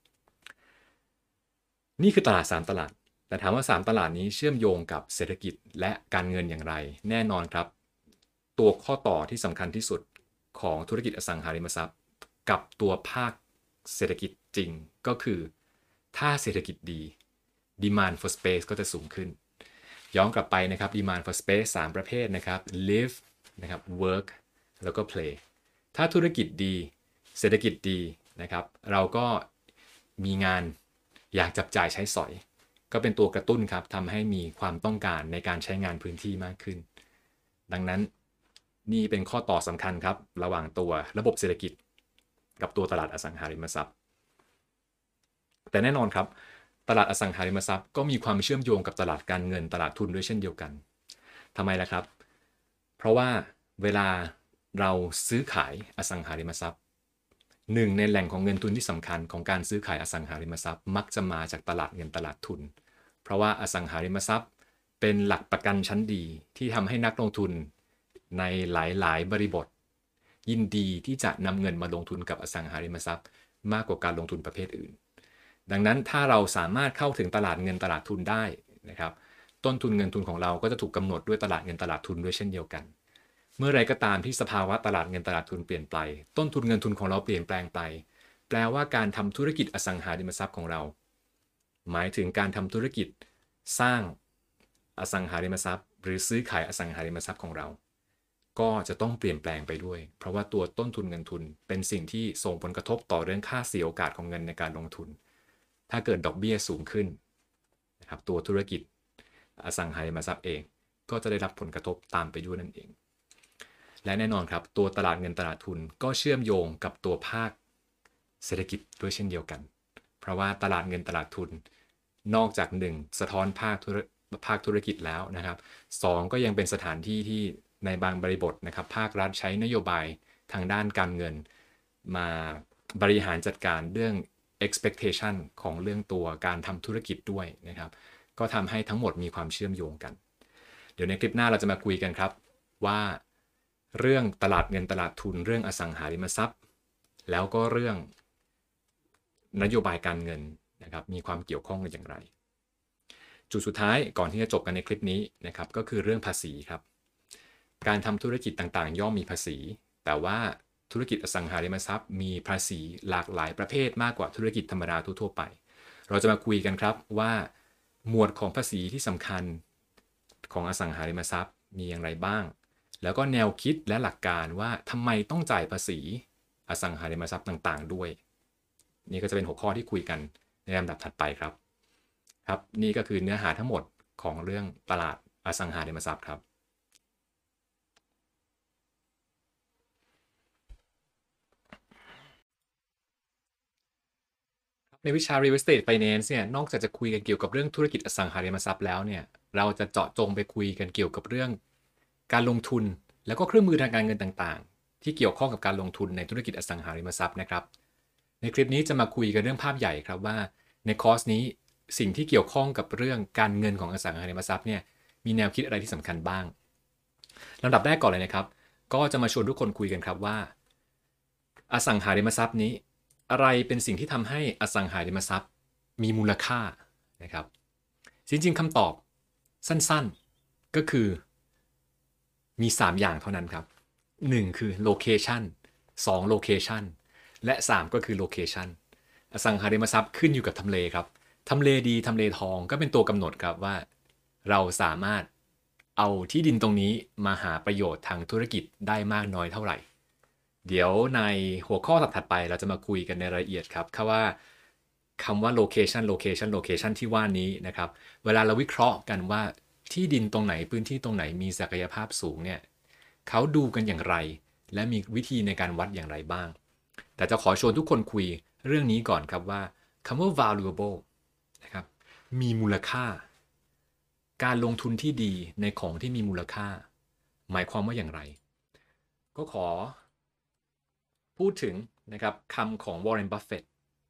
นี่คือตลาดสามตลาดแต่ถามว่าสามตลาดนี้เชื่อมโยงกับเศรษฐกิจและการเงินอย่างไรแน่นอนครับตัวข้อต่อที่สำคัญที่สุดของธุรกิจอสังหาริมทรัพย์กับตัวภาคเศรษฐกิจจริงก็คือถ้าเศรษฐกิจดี demand for space ก็จะสูงขึ้นย้อนกลับไปนะครับ demand for space สามประเภทนะครับ live นะครับ work แล้วก็ play ถ้าธุรกิจดีเศรษฐกิจดีนะครับเราก็มีงานอยากจับจ่ายใช้สอยก็เป็นตัวกระตุ้นครับทำให้มีความต้องการในการใช้งานพื้นที่มากขึ้นดังนั้นนี่เป็นข้อต่อสำคัญครับระหว่างตัวระบบเศรษฐกิจกับตัวตลาดอสังหาริมทรัพย์แต่แน่นอนครับตลาดอสังหาริมทรัพย์ก็มีความเชื่อมโยงกับตลาดการเงินตลาดทุนด้วยเช่นเดียวกันทำไมล่ะครับเพราะว่าเวลาเราซื้อขายอสังหาริมทรัพย์หนึ่งในแหล่งของเงินทุนที่สำคัญของการซื้อขายอสังหาริมทรัพย์มักจะมาจากตลาดเงินตลาดทุนเพราะว่าอสังหาริมทรัพย์เป็นหลักประกันชั้นดีที่ทำให้นักลงทุนในหลายๆบริบทยินดีที่จะนำเงินมาลงทุนกับอสังหาริมทรัพย์มากกว่าการลงทุนประเภทอื่นดังนั้นถ้าเราสามารถเข้าถึงตลาดเงินตลาดทุนได้นะครับต้นทุนเงินทุนของเราก็จะถูกกำหนดด้วยตลาดเงินตลาดทุนด้วยเช่นเดียวกันเมื่อไรก็ตามที่สภาวะตลาดเงินตลาดทุนเปลี่ยนไปต้นทุนเงินทุนของเราเปลี่ยนแปลงไปแปลว่าการทำธุรกิจอสังหาริมทรัพย์ของเราหมายถึงการทำธุรกิจสร้างอสังหาริมทรัพย์หรือซื้อขายอสังหาริมทรัพย์ของเราก็จะต้องเปลี่ยนแปลงไปด้วยเพราะว่าตัวต้นทุนเงินทุนเป็นสิ่งที่ส่งผลกระทบต่อเรื่องค่าเสียโอกาสของเงินในการลงทุนถ้าเกิดดอกเบี้ยสูงขึ้นนะครับตัวธุรกิจอสังหาริมทรัพย์เองก็จะได้รับผลกระทบตามไปด้วยนั่นเองและแน่นอนครับตัวตลาดเงินตลาดทุนก็เชื่อมโยงกับตัวภาคเศรษฐกิจด้วยเช่นเดียวกันเพราะว่าตลาดเงินตลาดทุนนอกจากหนึ่งสะท้อนภาคธุรภาคธุรกิจแล้วนะครับสองก็ยังเป็นสถานที่ที่ในบางบริบทนะครับภาครัฐใช้นโยบายทางด้านการเงินมาบริหารจัดการเรื่อง expectation ของเรื่องตัวการทำธุรกิจด้วยนะครับก็ทำให้ทั้งหมดมีความเชื่อมโยงกันเดี๋ยวในคลิปหน้าเราจะมาคุยกันครับว่าเรื่องตลาดเงินตลาดทุนเรื่องอสังหาริมทรัพย์แล้วก็เรื่องนโยบายการเงินนะครับมีความเกี่ยวข้องกันอย่างไรจุดสุดท้ายก่อนที่จะจบกันในคลิปนี้นะครับก็คือเรื่องภาษีครับการทำธุรกิจต่างๆย่อมมีภาษีแต่ว่าธุรกิจอสังหาริมทรัพย์มีภาษีหลากหลายประเภทมากกว่าธุรกิจธรรมดาทั่วๆไปเราจะมาคุยกันครับว่าหมวดของภาษีที่สำคัญของอสังหาริมทรัพย์มีอย่างไรบ้างแล้วก็แนวคิดและหลักการว่าทำไมต้องจ่ายภาษีอสังหาริมทรัพย์ต่างๆด้วยนี่ก็จะเป็นหัวข้อที่คุยกันในลำดับถัดไปครับครับนี่ก็คือเนื้อหาทั้งหมดของเรื่องตลาดอสังหาริมทรัพย์ครับในวิชา Real Estate Finance เนี่ยนอกจากจะคุยกันเกี่ยวกับเรื่องธุรกิจอสังหาริมทรัพย์แล้วเนี่ยเราจะเจาะจงไปคุยกันเกี่ยวกับเรื่องการลงทุนแล้วก็เครื่องมือทางการเงินต่างๆที่เกี่ยวข้องกับการลงทุนในธุรกิจอสังหาริมทรัพย์นะครับในคลิปนี้จะมาคุยกันเรื่องภาพใหญ่ครับว่าในคอร์สนี้สิ่งที่เกี่ยวข้องกับเรื่องการเงินของอสังหาริมทรัพย์เนี่ยมีแนวคิดอะไรที่สำคัญบ้างลำดับแรกก่อนเลยนะครับก็จะมาชวนทุกคนคุยกันครับว่าอสังหาริมทรัพย์นี้อะไรเป็นสิ่งที่ทำให้อสังหาริมทรัพย์มีมูลค่านะครับจริงๆคำตอบสั้นๆก็คือมีสามอย่างเท่านั้นครับหนึ่งคือ location สอง location และสามก็คือ location อสังหาริมทรัพย์ขึ้นอยู่กับทำเลครับทำเลดีทำเลทองก็เป็นตัวกำหนดครับว่าเราสามารถเอาที่ดินตรงนี้มาหาประโยชน์ทางธุรกิจได้มากน้อยเท่าไหร่เดี๋ยวในหัวข้อถัดไปเราจะมาคุยกันในรายละเอียดครับคำว่าคำว่า location location location ที่ว่านี้นะครับเวลาเราวิเคราะห์กันว่าที่ดินตรงไหนพื้นที่ตรงไหนมีศักยภาพสูงเนี่ยเขาดูกันอย่างไรและมีวิธีในการวัดอย่างไรบ้างแต่จะขอชวนทุกคนคุยเรื่องนี้ก่อนครับว่าคำว่า valuable นะครับมีมูลค่าการลงทุนที่ดีในของที่มีมูลค่าหมายความว่าอย่างไรก็ขอพูดถึงนะครับคำของ Warren Buffett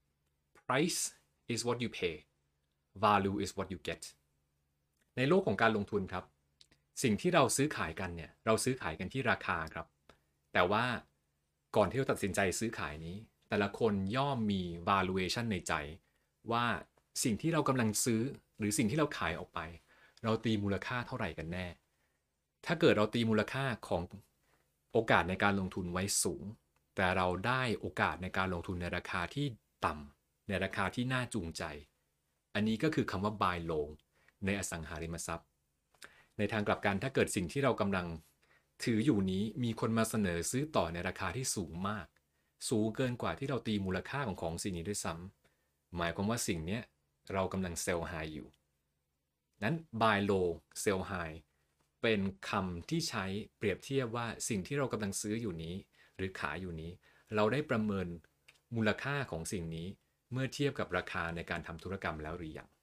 price is what you pay value is what you get ในโลกของการลงทุนครับสิ่งที่เราซื้อขายกันเนี่ยเราซื้อขายกันที่ราคาครับแต่ว่าก่อนที่เราตัดสินใจซื้อขายนี้แต่ละคนย่อมมี valuation ในใจว่าสิ่งที่เรากำลังซื้อหรือสิ่งที่เราขายออกไปเราตีมูลค่าเท่าไหร่กันแน่ถ้าเกิดเราตีมูลค่าของโอกาสในการลงทุนไว้สูงแต่เราได้โอกาสในการลงทุนในราคาที่ต่ำในราคาที่น่าจูงใจอันนี้ก็คือคำว่า buy low ในอสังหาริมทรัพย์ในทางกลับกันถ้าเกิดสิ่งที่เรากำลังถืออยู่นี้มีคนมาเสนอซื้อต่อในราคาที่สูงมากสูงเกินกว่าที่เราตีมูลค่าของของสิ่งนี้ด้วยซ้ำหมายความว่าสิ่งนี้เรากำลังเซลล์ไฮอยู่นั้น buy low sell high เป็นคำที่ใช้เปรียบเทียบว่าสิ่งที่เรากำลังซื้ออยู่นี้หรือขายอยู่นี้เราได้ประเมินมูลค่าของสิ่งนี้เมื่อเทียบกับราคาในการทำธุรกรรมแล้วหรือยัง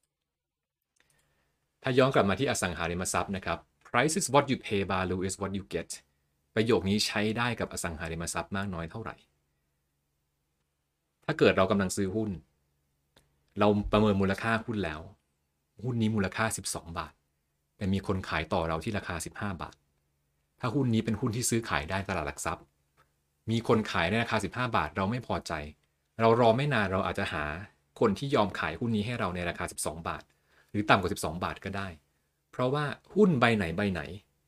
ถ้าย้อนกลับมาที่อสังหาริมทรัพย์นะครับ price is what you pay value is what you get ประโยคนี้ใช้ได้กับอสังหาริมทรัพย์มากน้อยเท่าไหร่ถ้าเกิดเรากำลังซื้อหุ้นเราประเมินมูลค่าหุ้นแล้วหุ้นนี้มูลค่าสิบสองบาทแต่มีคนขายต่อเราที่ราคาสิบห้าบาทถ้าหุ้นนี้เป็นหุ้นที่ซื้อขายได้ตลาดหลักทรัพย์มีคนขายในราคาสิบห้าบาทเราไม่พอใจเรารอไม่นานเราอาจจะหาคนที่ยอมขายหุ้นนี้ให้เราในราคาสิบสองบาทหรือต่ำกว่าสิบสองบาทก็ได้เพราะว่าหุ้นใบไหนใบไหน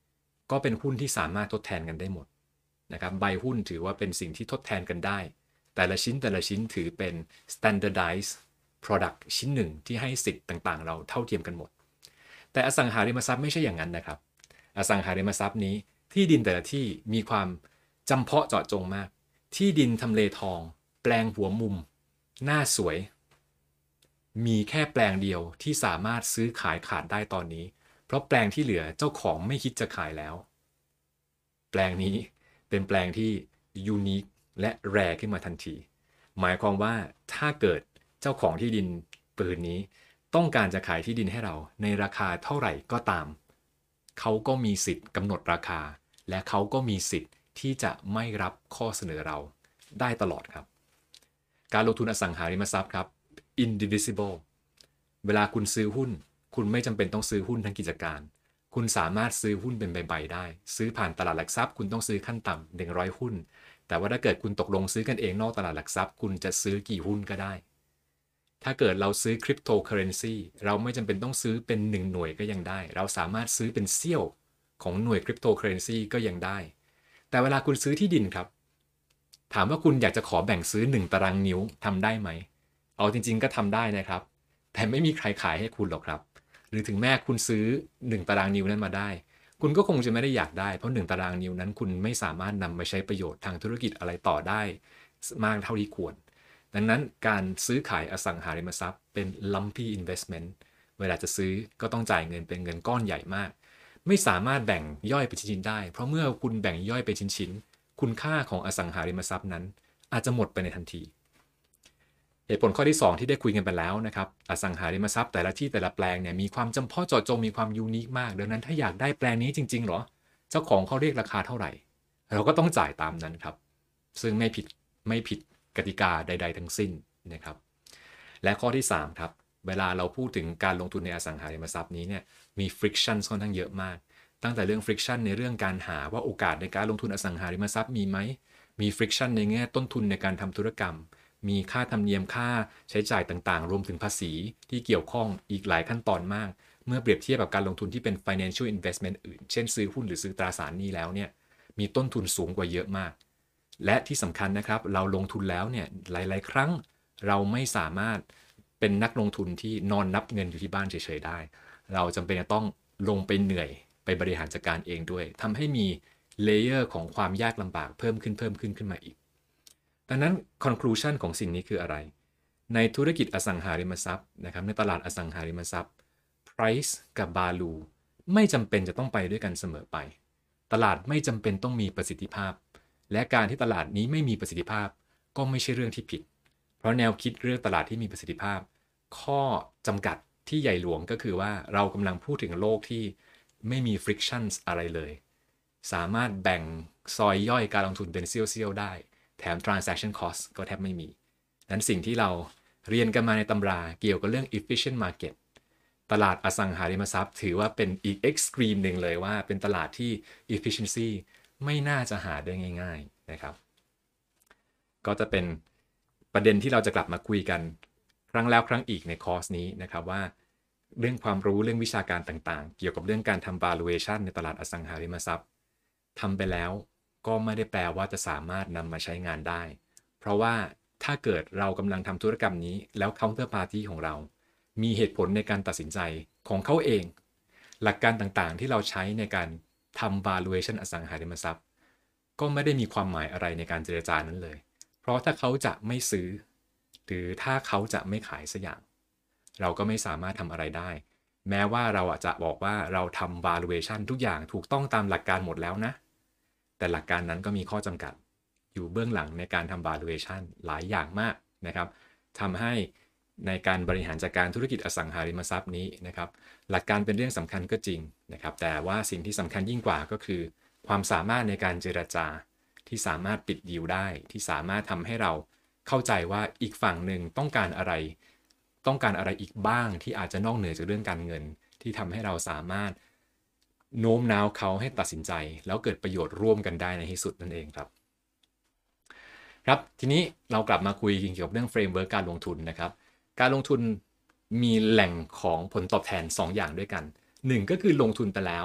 ก็เป็นหุ้นที่สามารถทดแทนกันได้หมดนะครับใบหุ้นถือว่าเป็นสิ่งที่ทดแทนกันได้แต่ละชิ้นแต่ละชิ้นถือเป็น standardized product ชิ้นหนึ่งที่ให้สิทธิ์ต่างๆเราเท่าเทียมกันหมดแต่อสังหาริมทรัพย์ไม่ใช่อย่างนั้นนะครับอสังหาริมทรัพย์นี้ที่ดินแต่ละที่มีความจำเพาะเจาะจงมากที่ดินทำเลทองแปลงหัวมุมหน้าสวยมีแค่แปลงเดียวที่สามารถซื้อขายขาดได้ตอนนี้เพราะแปลงที่เหลือเจ้าของไม่คิดจะขายแล้วแปลงนี้เป็นแปลงที่ยูนิคและแรร์ขึ้นมาทันทีหมายความว่าถ้าเกิดเจ้าของที่ดินปืนนี้ต้องการจะขายที่ดินให้เราในราคาเท่าไหร่ก็ตามเขาก็มีสิทธิ์กำหนดราคาและเขาก็มีสิทธิ์ที่จะไม่รับข้อเสนอเราได้ตลอดครับการลงทุนอสังหาริมทรัพย์ครับ indivisible เวลาคุณซื้อหุ้นคุณไม่จำเป็นต้องซื้อหุ้นทั้งกิจการคุณสามารถซื้อหุ้นเป็นใบๆได้ซื้อผ่านตลาดหลักทรัพย์คุณต้องซื้อขั้นต่ำหนึ่งร้อยหุ้นแต่ว่าถ้าเกิดคุณตกลงซื้อกันเองนอกตลาดหลักทรัพย์คุณจะซื้อกี่หุ้นก็ได้ถ้าเกิดเราซื้อคริปโตเคอเรนซีเราไม่จำเป็นต้องซื้อเป็นหนึ่งหน่วยก็ยังได้เราสามารถซื้อเป็นเสี้ยวของหน่วยคริปโตเคอเรนซีก็ยังได้แต่เวลาคุณซื้อที่ดินครับถามว่าคุณอยากจะขอแบ่งซื้อหนึ่งตารางนิ้วทำได้ไหมเอาจริงๆก็ทำได้นะครับแต่ไม่มีใครขายให้คุณหรอกครับหรือถึงแม้คุณซื้อหนึ่งตารางนิ้วนั้นมาได้คุณก็คงจะไม่ได้อยากได้เพราะหนึ่งตารางนิ้วนั้นคุณไม่สามารถนำมาใช้ประโยชน์ทางธุรกิจอะไรต่อได้มากเท่าที่ควรดังนั้นการซื้อขายอสังหาริมทรัพย์เป็น lumpy investment เวลาจะซื้อก็ต้องจ่ายเงินเป็นเงินก้อนใหญ่มากไม่สามารถแบ่งย่อยเป็นชิ้นๆได้เพราะเมื่อคุณแบ่งย่อยเป็นชิ้นๆคุณค่าของอสังหาริมทรัพย์นั้นอาจจะหมดไปในทันทีเหตุผลข้อที่สองที่ได้คุยกันไปแล้วนะครับอสังหาริมทรัพย์แต่ละที่แต่ละแปลงเนี่ยมีความจำเพาะเจาะจงมีความยูนิคมากดังนั้นถ้าอยากได้แปลงนี้จริงๆหรอเจ้าของเขาเรียกราคาเท่าไหร่เราก็ต้องจ่ายตามนั้นครับซึ่งไม่ผิดไม่ผิดกติกาใดๆทั้งสิ้นนะครับและข้อที่สามครับเวลาเราพูดถึงการลงทุนในอสังหาริมทรัพย์นี้เนี่ยมี friction ค่อนข้างเยอะมากตั้งแต่เรื่อง friction ในเรื่องการหาว่าโอกาสในการลงทุนอสังหาริมทรัพย์มีไหมมี friction ในแง่ต้นทุนในการทำธุรกรรมมีค่าธรรมเนียมค่าใช้จ่ายต่างๆรวมถึงภาษีที่เกี่ยวข้องอีกหลายขั้นตอนมากเมื่อเปรียบเทียบกับการลงทุนที่เป็น financial investment อื่นเช่นซื้อหุ้นหรือซื้อตราสารหนี้แล้วเนี่ยมีต้นทุนสูงกว่าเยอะมากและที่สำคัญนะครับเราลงทุนแล้วเนี่ยหลายๆครั้งเราไม่สามารถเป็นนักลงทุนที่นอนนับเงินอยู่ที่บ้านเฉยๆได้เราจำเป็นจะต้องลงไปเหนื่อยไปบริหารจัดการเองด้วยทำให้มีเลเยอร์ของความยากลำบากเพิ่มขึ้นเพิ่มขึ้นขึ้นมาอีกดังนั้น conclusion ของสิ่งนี้คืออะไรในธุรกิจอสังหาริมทรัพย์นะครับในตลาดอสังหาริมทรัพย์ price กับ value ไม่จำเป็นจะต้องไปด้วยกันเสมอไปตลาดไม่จำเป็นต้องมีประสิทธิภาพและการที่ตลาดนี้ไม่มีประสิทธิภาพก็ไม่ใช่เรื่องที่ผิดเพราะแนวคิดเรื่องตลาดที่มีประสิทธิภาพข้อจำกัดที่ใหญ่หลวงก็คือว่าเรากำลังพูดถึงโลกที่ไม่มี frictions อะไรเลยสามารถแบ่งซอยย่อยการลงทุนเป็นเซี่ยวๆได้แถม transaction cost ก็แทบไม่มีนั้นสิ่งที่เราเรียนกันมาในตำราเกี่ยวกับเรื่อง efficient market ตลาดอสังหาริมทรัพย์ถือว่าเป็นอีก extreme หนึ่งเลยว่าเป็นตลาดที่ efficiency ไม่น่าจะหาได้ง่ายๆนะครับก็จะเป็นประเด็นที่เราจะกลับมาคุยกันครั้งแล้วครั้งอีกในคอร์สนี้นะครับว่าเรื่องความรู้เรื่องวิชาการต่างๆเกี่ยวกับเรื่องการทำ valuation ในตลาดอสังหาริมทรัพย์ทำไปแล้วก็ไม่ได้แปลว่าจะสามารถนำมาใช้งานได้เพราะว่าถ้าเกิดเรากำลังทำธุรกรรมนี้แล้ว counterparty ของเรามีเหตุผลในการตัดสินใจของเขาเองหลักการต่างๆที่เราใช้ในการทำ valuation อสังหาริมทรัพย์ก็ไม่ได้มีความหมายอะไรในการเจรจานั้นเลยเพราะถ้าเขาจะไม่ซื้อหรือถ้าเขาจะไม่ขายสักอย่างเราก็ไม่สามารถทำอะไรได้แม้ว่าเราอาจจะบอกว่าเราทำ valuation ทุกอย่างถูกต้องตามหลักการหมดแล้วนะแต่หลักการนั้นก็มีข้อจำกัดอยู่เบื้องหลังในการทำ valuation หลายอย่างมากนะครับทำให้ในการบริหารจัดการธุรกิจอสังหาริมทรัพย์นี้นะครับหลักการเป็นเรื่องสำคัญก็จริงนะครับแต่ว่าสิ่งที่สำคัญยิ่งกว่าก็คือความสามารถในการเจรจาที่สามารถปิดดีลได้ที่สามารถทำให้เราเข้าใจว่าอีกฝั่งหนึ่งต้องการอะไรต้องการอะไรอีกบ้างที่อาจจะนอกเหนือจากเรื่องการเงินที่ทำให้เราสามารถโน้มน้าวเขาให้ตัดสินใจแล้วเกิดประโยชน์ร่วมกันได้ในที่สุดนั่นเองครับครับทีนี้เรากลับมาคุยเกี่ยวกับเรื่องเฟรมเวิร์กการลงทุนนะครับการลงทุนมีแหล่งของผลตอบแทนสองอย่างด้วยกันหนึ่งก็คือลงทุนไปแล้ว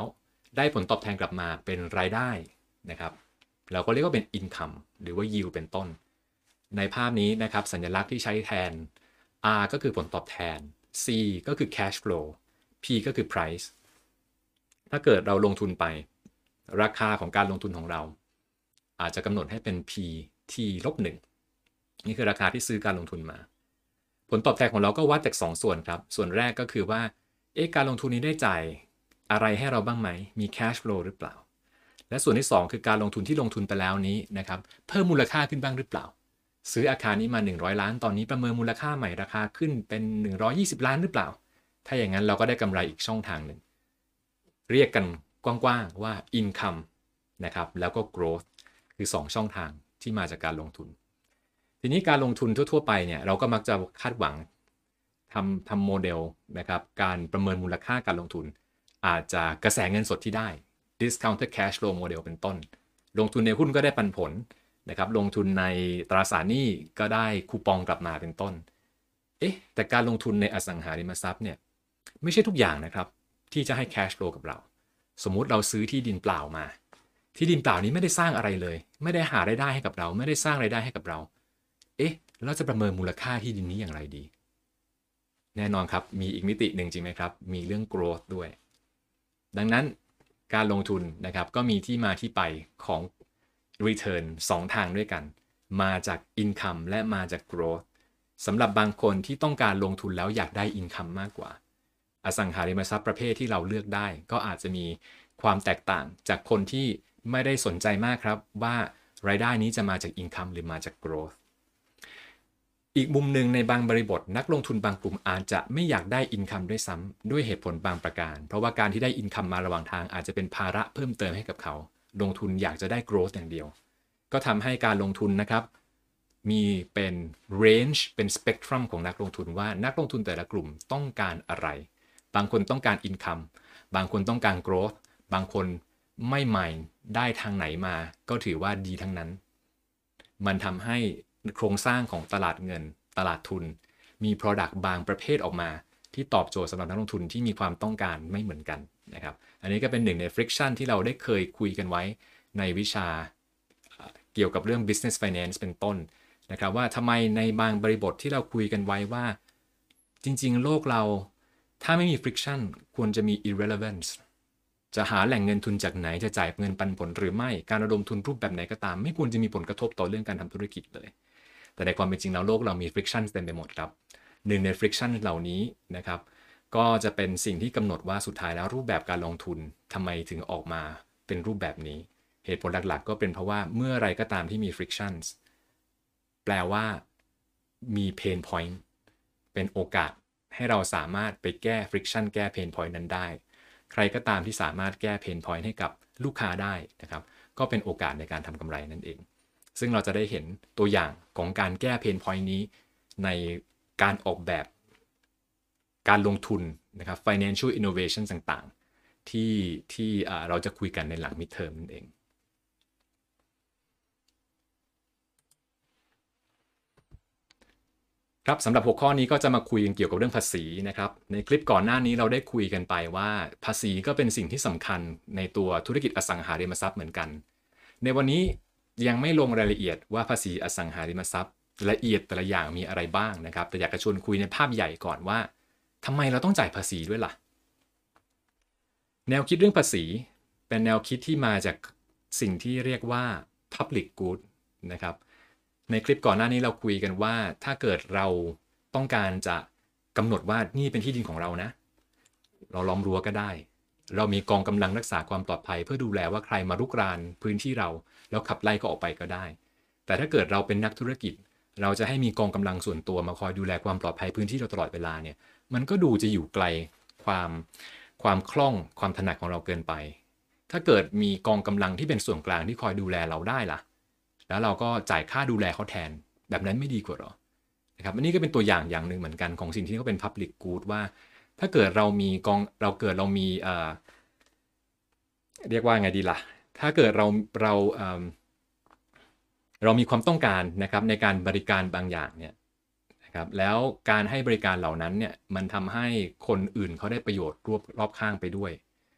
ได้ผลตอบแทนกลับมาเป็นรายได้นะครับเราก็เรียกว่าเป็น income หรือว่า yield เป็นต้นในภาพนี้นะครับสัญลักษณ์ที่ใช้แทน R ก็คือผลตอบแทน C ก็คือ cash flow P ก็คือ price ถ้าเกิดเราลงทุนไปราคาของการลงทุนของเราอาจจะกำหนดให้เป็น P T ลบหนึ่งนี่คือราคาที่ซื้อการลงทุนมาผลตอบแทนของเราก็วัดจากสองส่วนครับส่วนแรกก็คือว่าเอ๊ะการลงทุนนี้ได้จ่ายอะไรให้เราบ้างไหมมี cash flow หรือเปล่าและส่วนที่สองคือการลงทุนที่ลงทุนไปแล้วนี้นะครับเพิ่มมูลค่าขึ้นบ้างหรือเปล่าซื้ออาคารนี้มาหนึ่งร้อยล้านตอนนี้ประเมินมูลค่าใหม่ราคาขึ้นเป็นหนึ่งร้อยยี่สิบล้านหรือเปล่าถ้าอย่างนั้นเราก็ได้กำไรอีกช่องทางหนึ่งเรียกกันกว้างๆว่า income นะครับแล้วก็ growth คือสองช่องทางที่มาจากการลงทุนทีนี้การลงทุนทั่วๆไปเนี่ยเราก็มักจะคาดหวังทำทำโมเดลนะครับการประเมินมูลค่าการลงทุนอาจจะกระแสเงินสดที่ได้ discounted cash flow model เป็นต้นลงทุนในหุ้นก็ได้ปันผลนะครับลงทุนในตราสารหนี้ก็ได้คูปองกลับมาเป็นต้นเอ๊ะแต่การลงทุนในอสังหาริมทรัพย์เนี่ยไม่ใช่ทุกอย่างนะครับที่จะให้ cash flow กับเราสมมุติเราซื้อที่ดินเปล่ามาที่ดินเปล่านี้ไม่ได้สร้างอะไรเลยไม่ได้หารายได้ให้กับเราไม่ได้สร้างรายได้ให้กับเราเอ๊ะเราจะประเมินมูลค่าที่ดินนี้อย่างไรดีแน่นอนครับมีอีกมิติหนึ่งจริงไหมครับมีเรื่อง growth ด้วยดังนั้นการลงทุนนะครับก็มีที่มาที่ไปของ return สองทางด้วยกันมาจาก income และมาจาก growth สำหรับบางคนที่ต้องการลงทุนแล้วอยากได้ income มากกว่าอสังหาริมทรัพย์ประเภทที่เราเลือกได้ก็อาจจะมีความแตกต่างจากคนที่ไม่ได้สนใจมากครับว่ารายได้นี้จะมาจาก income หรือมาจาก growth อีกมุมหนึ่งในบางบริบทนักลงทุนบางกลุ่มอาจจะไม่อยากได้ income ด้วยซ้ำด้วยเหตุผลบางประการเพราะว่าการที่ได้ income มาระหว่างทางอาจจะเป็นภาระเพิ่มเติมให้กับเขาลงทุนอยากจะได้ growth อย่างเดียวก็ทำให้การลงทุนนะครับมีเป็น range เป็น spectrum ของนักลงทุนว่านักลงทุนแต่ละกลุ่มต้องการอะไรบางคนต้องการ income บางคนต้องการ growth บางคนไม่ใหม่ได้ทางไหนมาก็ถือว่าดีทั้งนั้นมันทำให้โครงสร้างของตลาดเงินตลาดทุนมี product บางประเภทออกมาที่ตอบโจทย์สำหรับนักลงทุนที่มีความต้องการไม่เหมือนกันนะครับอันนี้ก็เป็นหนึ่งใน friction ที่เราได้เคยคุยกันไว้ในวิชาเกี่ยวกับเรื่อง business finance เป็นต้นนะครับว่าทำไมในบางบริบทที่เราคุยกันไว้ว่าจริงๆโลกเราถ้าไม่มี friction ควรจะมี irrelevance จะหาแหล่งเงินทุนจากไหนจะจ่ายเงินปันผลหรือไม่การระดมทุนรูปแบบไหนก็ตามไม่ควรจะมีผลกระทบต่อเรื่องการทำธุรกิจเลยแต่ในความเป็นจริงแล้วโลกเรามี friction เต็มไปหมดครับหนึ่งใน friction เหล่านี้นะครับก็จะเป็นสิ่งที่กำหนดว่าสุดท้ายแล้วรูปแบบการลงทุนทำไมถึงออกมาเป็นรูปแบบนี้เหตุผลหลักๆก็เป็นเพราะว่าเมื่อไรก็ตามที่มี frictions แปลว่ามี pain point เป็นโอกาสให้เราสามารถไปแก้ friction แก้ pain point นั้นได้ใครก็ตามที่สามารถแก้ pain point ให้กับลูกค้าได้นะครับก็เป็นโอกาสในการทำกำไรนั่นเองซึ่งเราจะได้เห็นตัวอย่างของการแก้ pain point นี้ในการออกแบบการลงทุนนะครับ financial innovation ต่างๆที่ที่เราจะคุยกันในหลัง midterm นั่นเองครับสำหรับหัวข้อนี้ก็จะมาคุยกันเกี่ยวกับเรื่องภาษีนะครับในคลิปก่อนหน้านี้เราได้คุยกันไปว่าภาษีก็เป็นสิ่งที่สำคัญในตัวธุรกิจอสังหาริมทรัพย์เหมือนกันในวันนี้ยังไม่ลงรายละเอียดว่าภาษีอสังหาริมทรัพย์ละเอียดแต่ละอย่างมีอะไรบ้างนะครับแต่อยากจะชวนคุยในภาพใหญ่ก่อนว่าทำไมเราต้องจ่ายภาษีด้วยล่ะแนวคิดเรื่องภาษีเป็นแนวคิดที่มาจากสิ่งที่เรียกว่า public good นะครับในคลิปก่อนหน้านี้เราคุยกันว่าถ้าเกิดเราต้องการจะกำหนดว่านี่เป็นที่ดินของเรานะเราล้อมรั้วก็ได้เรามีกองกำลังรักษาความปลอดภัยเพื่อดูแลว่าใครมารุกรานพื้นที่เราแล้วขับไล่ก็ออกไปก็ได้แต่ถ้าเกิดเราเป็นนักธุรกิจเราจะให้มีกองกำลังส่วนตัวมาคอยดูแลความปลอดภัยพื้นที่เราตลอดเวลาเนี่ยมันก็ดูจะอยู่ไกลความความคล่องความถนัดของเราเกินไปถ้าเกิดมีกองกำลังที่เป็นส่วนกลางที่คอยดูแลเราได้ล่ะแล้วเราก็จ่ายค่าดูแลเขาแทนแบบนั้นไม่ดีกว่าหรอนะครับอันนี้ก็เป็นตัวอย่างอย่างหนึ่งเหมือนกันของสิ่งที่เขาเป็น public good ว่าถ้าเกิดเรามีกองเราเกิดเรามีเอ่อเรียกว่าไงดีล่ะถ้าเกิดเราเราเอ่อเรามีความต้องการนะครับในการบริการบางอย่างเนี่ยนะครับแล้วการให้บริการเหล่านั้นเนี่ยมันทำให้คนอื่นเขาได้ประโยชน์รอบรอบข้างไปด้วย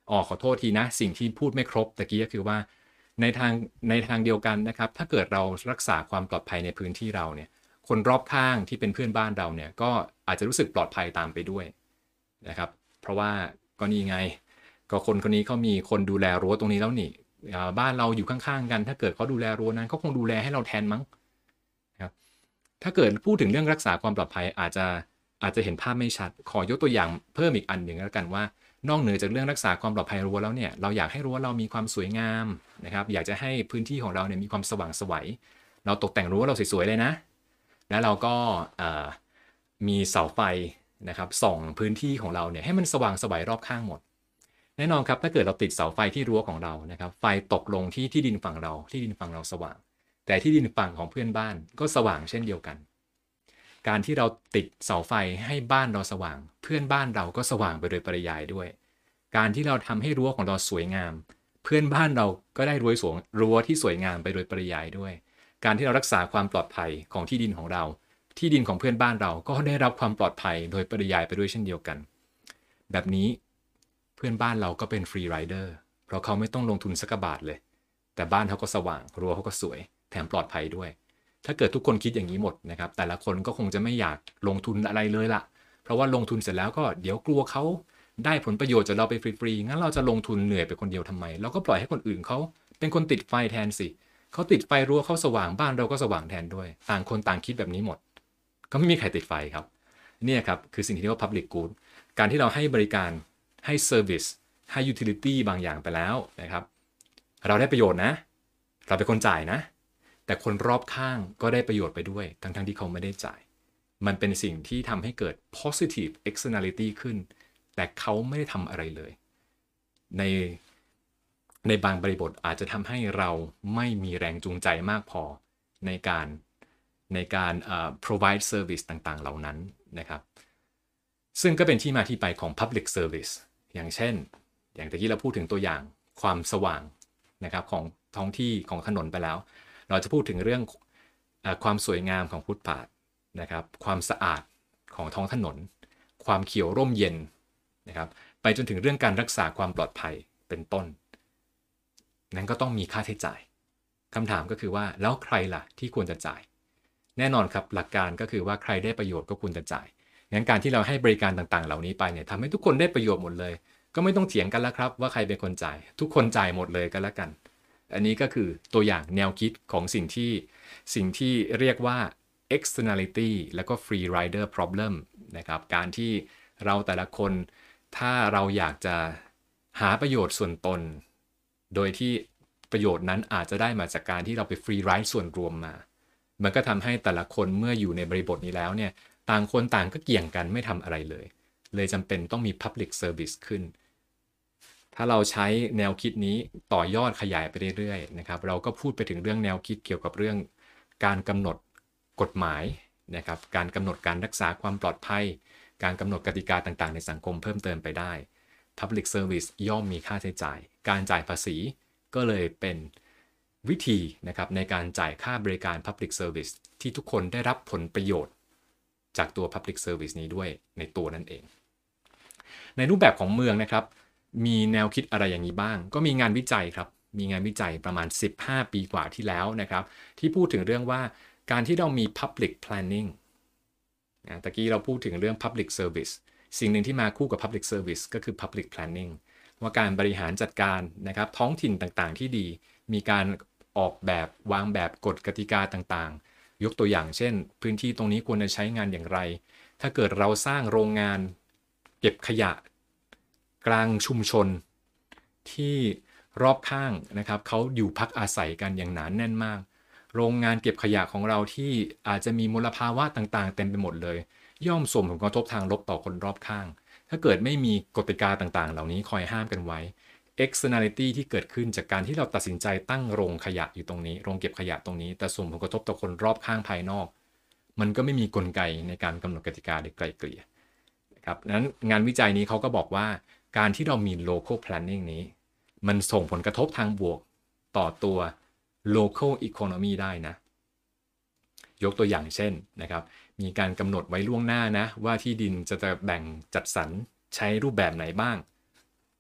อ๋อขอโทษทีนะสิ่งที่พูดไม่ครบตะกี้ก็คือว่าในทางในทางเดียวกันนะครับถ้าเกิดเรารักษาความปลอดภัยในพื้นที่เราเนี่ยคนรอบข้างที่เป็นเพื่อนบ้านเราเนี่ยก็อาจจะรู้สึกปลอดภัยตามไปด้วยนะครับเพราะว่าก็นี่ไงก็คนคนนี้เขามีคนดูแลรั้วตรงนี้แล้วนี่อ่าบ้านเราอยู่ข้างๆกันถ้าเกิดเขาดูแลรั้วนั้นเขาคงดูแลให้เราแทนมั้งครับถ้าเกิดพูดถึงเรื่องรักษาความปลอดภัยอาจจะอาจจะเห็นภาพไม่ชัดขอยกตัวอย่างเพิ่มอีกอันหนึ่งแล้วกันว่า นอกเหนือจากเรื่องรักษาความปลอดภัยรั้วแล้วเนี่ยเราอยากให้รั้วเรามีความสวยงามนะครับอยากจะให้พื้นที่ของเราเนี่ยมีความสว่างไสวเราตกแต่งรั้วเราสวยๆเลยนะแล้วเราก็มีเสาไฟนะครับส่องพื้นที่ของเราเนี่ยให้มันสว่างไสวรอบข้างหมดแน่นอนครับถ้าเกิดเราติดเสาไฟที่รั้วของเรานะครับไฟตกลงที่ที่ดินฝั่งเราที่ดินฝั่งเราสว่างแต่ที่ดินฝั่งของเพื่อนบ้านก็สว่างเช่นเดียวกันการที่เราติดเสาไฟให้บ้านเราสว่างเพื่อนบ้านเราก็สว่างไปโดยปริยายด้วยการที่เราทำให้รั้วของเราสวยงามเพื่อนบ้านเราก็ได้รั้วสวยรั้วที่สวยงามไปโดยปริยายด้วยการที่เรารักษาความปลอดภัยของที่ดินของเราที่ดินของเพื่อนบ้านเราก็ได้รับความปลอดภัยโดยปริยายไปด้วยเช่นเดียวกันแบบนี้เพื่อนบ้านเราก็เป็นฟรีไรเดอร์เพราะเขาไม่ต้องลงทุนสักบาทเลยแต่บ้านเขาก็สว่างรั้วเขาก็สวยแถมปลอดภัยด้วยถ้าเกิดทุกคนคิดอย่างนี้หมดนะครับแต่ละคนก็คงจะไม่อยากลงทุนอะไรเลยล่ะเพราะว่าลงทุนเสร็จแล้วก็เดี๋ยวกลัวเขาได้ผลประโยชน์จากเราไปฟรีๆงั้นเราจะลงทุนเหนื่อยไปคนเดียวทำไมเราก็ปล่อยให้คนอื่นเขาเป็นคนติดไฟแทนสิเขาติดไฟรั้วเขาสว่างบ้านเราก็สว่างแทนด้วยต่างคนต่างคิดแบบนี้หมดก็ไม่มีใครติดไฟครับเนี่ยครับคือสิ่งที่เรียกว่า public good การที่เราให้บริการให้ service ให้ utility บางอย่างไปแล้วนะครับเราได้ประโยชน์นะเราเป็นคนจ่ายนะแต่คนรอบข้างก็ได้ประโยชน์ไปด้วยทั้งๆที่เขาไม่ได้จ่ายมันเป็นสิ่งที่ทำให้เกิด positive externality ขึ้นแต่เขาไม่ได้ทำอะไรเลยในในบางบริบทอาจจะทำให้เราไม่มีแรงจูงใจมากพอในการในการ uh, provide service ต่างๆเหล่านั้นนะครับซึ่งก็เป็นที่มาที่ไปของ public service อย่างเช่นอย่างตะกี้เราพูดถึงตัวอย่างความสว่างนะครับของท้องที่ของถนนไปแล้วเราจะพูดถึงเรื่องอความสวยงามของฟุตบาทนะครับความสะอาดของท้องถนนความเขียวร่มเย็นนะครับไปจนถึงเรื่องการรักษาความปลอดภัยเป็นต้นนั้นก็ต้องมีค่าใช้จ่ายคำถามก็คือว่าแล้วใครล่ะที่ควรจะจ่ายแน่นอนครับหลักการก็คือว่าใครได้ประโยชน์ก็ควรจะจ่ายงั้นการที่เราให้บริการต่างๆเหล่านี้ไปเนี่ยทำให้ทุกคนได้ประโยชน์หมดเลยก็ไม่ต้องเถียงกันแล้วครับว่าใครเป็นคนจ่ายทุกคนจ่ายหมดเลยกันแล้วกันอันนี้ก็คือตัวอย่างแนวคิดของสิ่งที่สิ่งที่เรียกว่า externality แล้วก็ free rider problem นะครับการที่เราแต่ละคนถ้าเราอยากจะหาประโยชน์ส่วนตนโดยที่ประโยชน์นั้นอาจจะได้มาจากการที่เราไปฟรีไรด์ส่วนรวมมามันก็ทำให้แต่ละคนเมื่ออยู่ในบริบทนี้แล้วเนี่ยต่างคนต่างก็เกี่ยงกันไม่ทำอะไรเลยเลยจำเป็นต้องมี Public Service ขึ้นถ้าเราใช้แนวคิดนี้ต่อยอดขยายไปเรื่อยๆนะครับเราก็พูดไปถึงเรื่องแนวคิดเกี่ยวกับเรื่องการกำหนดกฎหมายนะครับการกำหนดการรักษาความปลอดภัยการกำหนดกติกาต่างๆในสังคมเพิ่มเติมไปได้ Public Service ย่อมมีค่าใช้จ่ายการจ่ายภาษีก็เลยเป็นวิธีนะครับในการจ่ายค่าบริการ Public Service ที่ทุกคนได้รับผลประโยชน์จากตัว Public Service นี้ด้วยในตัวนั่นเองในรูปแบบของเมืองนะครับมีแนวคิดอะไรอย่างนี้บ้างก็มีงานวิจัยครับมีงานวิจัยประมาณสิบห้าปีกว่าที่แล้วนะครับที่พูดถึงเรื่องว่าการที่เรามี Public Planning นะตะกี้เราพูดถึงเรื่อง Public Service สิ่งหนึ่งที่มาคู่กับ Public Service ก็คือ Public Planning ว่าการบริหารจัดการนะครับท้องถิ่นต่างๆที่ดีมีการออกแบบวางแบบกฎกติกาต่างๆยกตัวอย่างเช่นพื้นที่ตรงนี้ควรจะใช้งานอย่างไรถ้าเกิดเราสร้างโรงงานเก็บขยะกลางชุมชนที่รอบข้างนะครับเขาอยู่พักอาศัยกันอย่างหนาแน่นมากโรงงานเก็บขยะของเราที่อาจจะมีมลภาวะต่างๆเต็มไปหมดเลยย่อมส่งผลกระทบทางลบต่อคนรอบข้างถ้าเกิดไม่มีกติกาต่างๆเหล่านี้คอยห้ามกันไว้ externality ที่เกิดขึ้นจากการที่เราตัดสินใจตั้งโรงขยะอยู่ตรงนี้โรงเก็บขยะตรงนี้แต่ส่งผลกระทบต่อคนรอบข้างภายนอกมันก็ไม่มีกลไกในการกำหนดกติกาได้ไกลเกลี่ยนะครับนั้นงานวิจัยนี้เขาก็บอกว่าการที่เรามี local planning นี้มันส่งผลกระทบทางบวกต่อตัว local economy ได้นะยกตัวอย่างเช่นนะครับมีการกำหนดไว้ล่วงหน้านะว่าที่ดินจะแบ่งจัดสรรใช้รูปแบบไหนบ้าง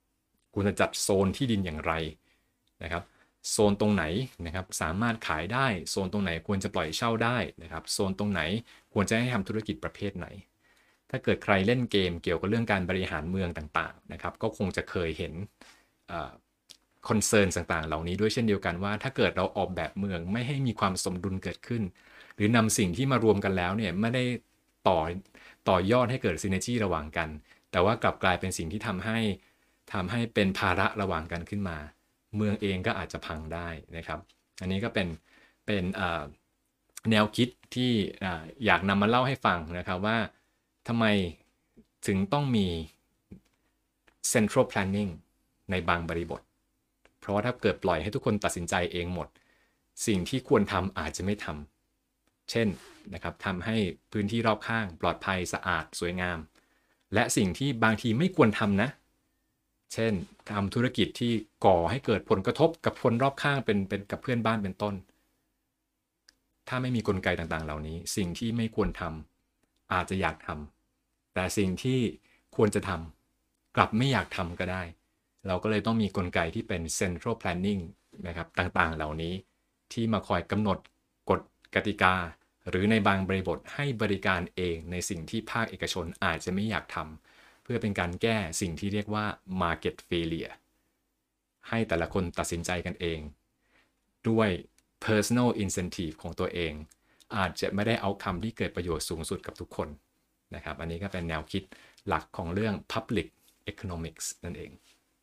ควรจะจัดโซนที่ดินอย่างไรนะครับโซนตรงไหนนะครับสามารถขายได้โซนตรงไหนควรจะปล่อยเช่าได้นะครับโซนตรงไหนควรจะให้ทำธุรกิจประเภทไหนถ้าเกิดใครเล่นเกมเกี่ยวกับเรื่องการบริหารเมืองต่างๆนะครับก็คงจะเคยเห็นคอนเซิร์นต่างๆเหล่านี้ด้วยเช่นเดียวกันว่าถ้าเกิดเราออกแบบเมืองไม่ให้มีความสมดุลเกิดขึ้นหรือนำสิ่งที่มารวมกันแล้วเนี่ยไม่ได้ต่อต่อยอดให้เกิดซินเนจี้ระหว่างกันแต่ว่ากลับกลายเป็นสิ่งที่ทำให้ทำให้เป็นภาระระหว่างกันขึ้นมาเมืองเองก็อาจจะพังได้นะครับอันนี้ก็เป็นเป็นแนวคิดที่อยากนำมาเล่าให้ฟังนะครับว่าทำไมถึงต้องมี central planning ในบางบริบทเพราะว่าถ้าเกิดปล่อยให้ทุกคนตัดสินใจเองหมดสิ่งที่ควรทำอาจจะไม่ทำเช่นนะครับทำให้พื้นที่รอบข้างปลอดภัยสะอาดสวยงามและสิ่งที่บางทีไม่ควรทำนะเช่นทำธุรกิจที่ก่อให้เกิดผลกระทบกับคนรอบข้างเป็นเป็นกับเพื่อนบ้านเป็นต้นถ้าไม่มีกลไกต่างๆเหล่านี้สิ่งที่ไม่ควรทำอาจจะอยากทำแต่สิ่งที่ควรจะทำกลับไม่อยากทำก็ได้เราก็เลยต้องมีกลไกที่เป็น central planning นะครับต่างๆเหล่านี้ที่มาคอยกำหนดกฎกติกาหรือในบางบริบทให้บริการเองในสิ่งที่ภาคเอกชนอาจจะไม่อยากทำเพื่อเป็นการแก้สิ่งที่เรียกว่า market failure ให้แต่ละคนตัดสินใจกันเองด้วย personal incentive ของตัวเองอาจจะไม่ได้เอาคำที่เกิดประโยชน์สูงสุดกับทุกคนนะครับอันนี้ก็เป็นแนวคิดหลักของเรื่อง public economics นั่นเอง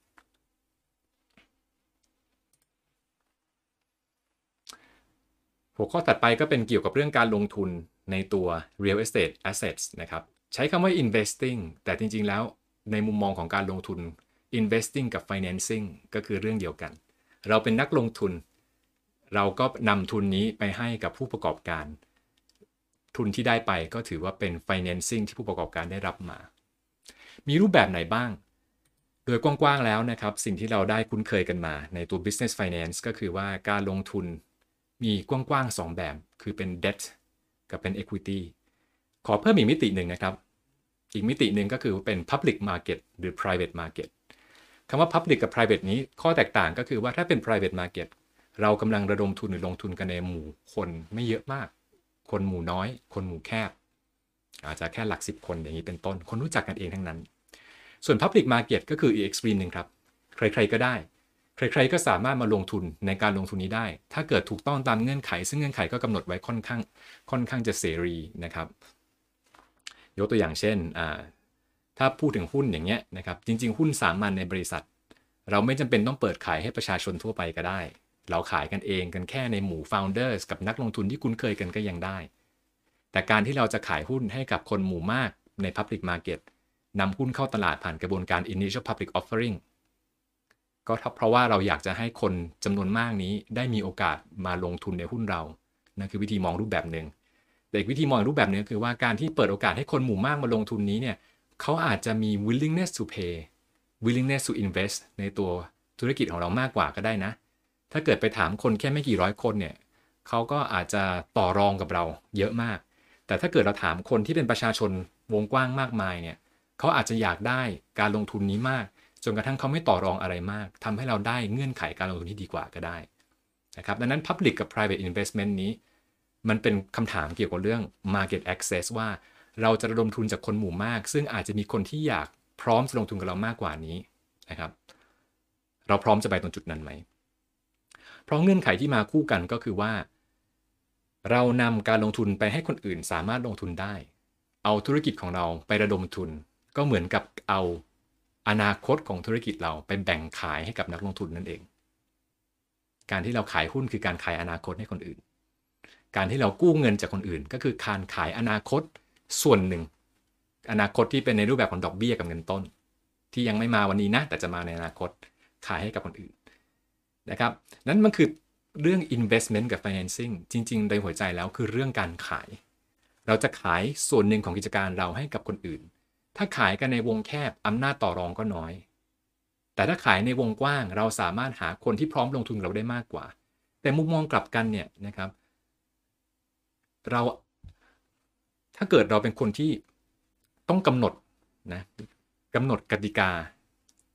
หัวข้อถัดไปก็เป็นเกี่ยวกับเรื่องการลงทุนในตัว real estate assets นะครับใช้คำว่า investing แต่จริงๆแล้วในมุมมองของการลงทุน investing กับ financing ก็คือเรื่องเดียวกันเราเป็นนักลงทุนเราก็นำทุนนี้ไปให้กับผู้ประกอบการทุนที่ได้ไปก็ถือว่าเป็น financing ที่ผู้ประกอบการได้รับมามีรูปแบบไหนบ้างโดยกว้างๆแล้วนะครับสิ่งที่เราได้คุ้นเคยกันมาในตัว business finance ก็คือว่าการลงทุนมีกว้างๆสองแบบคือเป็น debt กับเป็น equity ขอเพิ่มอีกมิติหนึ่งนะครับอีกมิติหนึ่งก็คือเป็น public market หรือ private market คำว่า public กับ private นี้ข้อแตกต่างก็คือว่าถ้าเป็น private market เรากำลังระดมทุนหรือลงทุนกันในหมู่คนไม่เยอะมากคนหมู่น้อยคนหมู่แคบอาจจะแค่หลักสิบคนอย่างนี้เป็นต้นคนรู้จักกันเองทั้งนั้นส่วน public market ก็คืออีก extreme หนึ่งครับใครๆก็ได้ใครๆก็สามารถมาลงทุนในการลงทุนนี้ได้ถ้าเกิดถูกต้องตามเงื่อนไขซึ่งเงื่อนไขก็กำหนดไว้ค่อนข้างค่อนข้างจะเสรีนะครับยกตัวอย่างเช่นถ้าพูดถึงหุ้นอย่างเงี้ยนะครับจริงๆหุ้นสามัญในบริษัทเราไม่จำเป็นต้องเปิดขายให้ประชาชนทั่วไปก็ได้เราขายกันเองกันแค่ในหมู่ founders กับนักลงทุนที่คุ้นเคยกันก็ยังได้แต่การที่เราจะขายหุ้นให้กับคนหมู่มากใน public market นำหุ้นเข้าตลาดผ่านกระบวนการ initial public offering ก็เพราะว่าเราอยากจะให้คนจำนวนมากนี้ได้มีโอกาสมาลงทุนในหุ้นเรานั่นคือวิธีมองรูปแบบหนึ่งแต่อีกวิธีมองรูปแบบนึงคือว่าการที่เปิดโอกาสให้คนหมู่มากมาลงทุนนี้เนี่ยเขาอาจจะมี willingness to pay willingness to invest ในตัวธุรกิจของเรามากกว่าก็ได้นะถ้าเกิดไปถามคนแค่ไม่กี่ร้อยคนเนี่ยเขาก็อาจจะต่อรองกับเราเยอะมากแต่ถ้าเกิดเราถามคนที่เป็นประชาชนวงกว้างมากมายเนี่ยเขาอาจจะอยากได้การลงทุนนี้มากจนกระทั่งเขาไม่ต่อรองอะไรมากทำให้เราได้เงื่อนไขการลงทุนที่ดีกว่าก็ได้นะครับดังนั้น Public กับ Private Investment นี้มันเป็นคำถามเกี่ยวกับเรื่อง Market Access ว่าเราจะระดมทุนจากคนหมู่มากซึ่งอาจจะมีคนที่อยากพร้อมจะลงทุนกับเรามากกว่านี้นะครับเราพร้อมจะไปตรงจุดนั้นไหมเพราะเงื่อนไขที่มาคู่กันก็คือว่าเรานำการลงทุนไปให้คนอื่นสามารถลงทุนได้เอาธุรกิจของเราไประดมทุนก็เหมือนกับเอาอนาคตของธุรกิจเราไปแบ่งขายให้กับนักลงทุนนั่นเองการที่เราขายหุ้นคือการขายอนาคตให้คนอื่นการที่เรากู้เงินจากคนอื่นก็คือการขายอนาคตส่วนหนึ่งอนาคตที่เป็นในรูปแบบของดอกเบี้ยกับเงินต้นที่ยังไม่มาวันนี้นะแต่จะมาในอนาคตขายให้กับคนอื่นนะครับนั้นมันคือเรื่อง investment กับ financing จริงๆโดยหัวใจแล้วคือเรื่องการขายเราจะขายส่วนหนึ่งของกิจการเราให้กับคนอื่นถ้าขายกันในวงแคบอำนาจต่อรองก็น้อยแต่ถ้าขายในวงกว้างเราสามารถหาคนที่พร้อมลงทุนเราได้มากกว่าแต่มุมมองกลับกันเนี่ยนะครับเราถ้าเกิดเราเป็นคนที่ต้องกำหนดนะกำหนดกติกา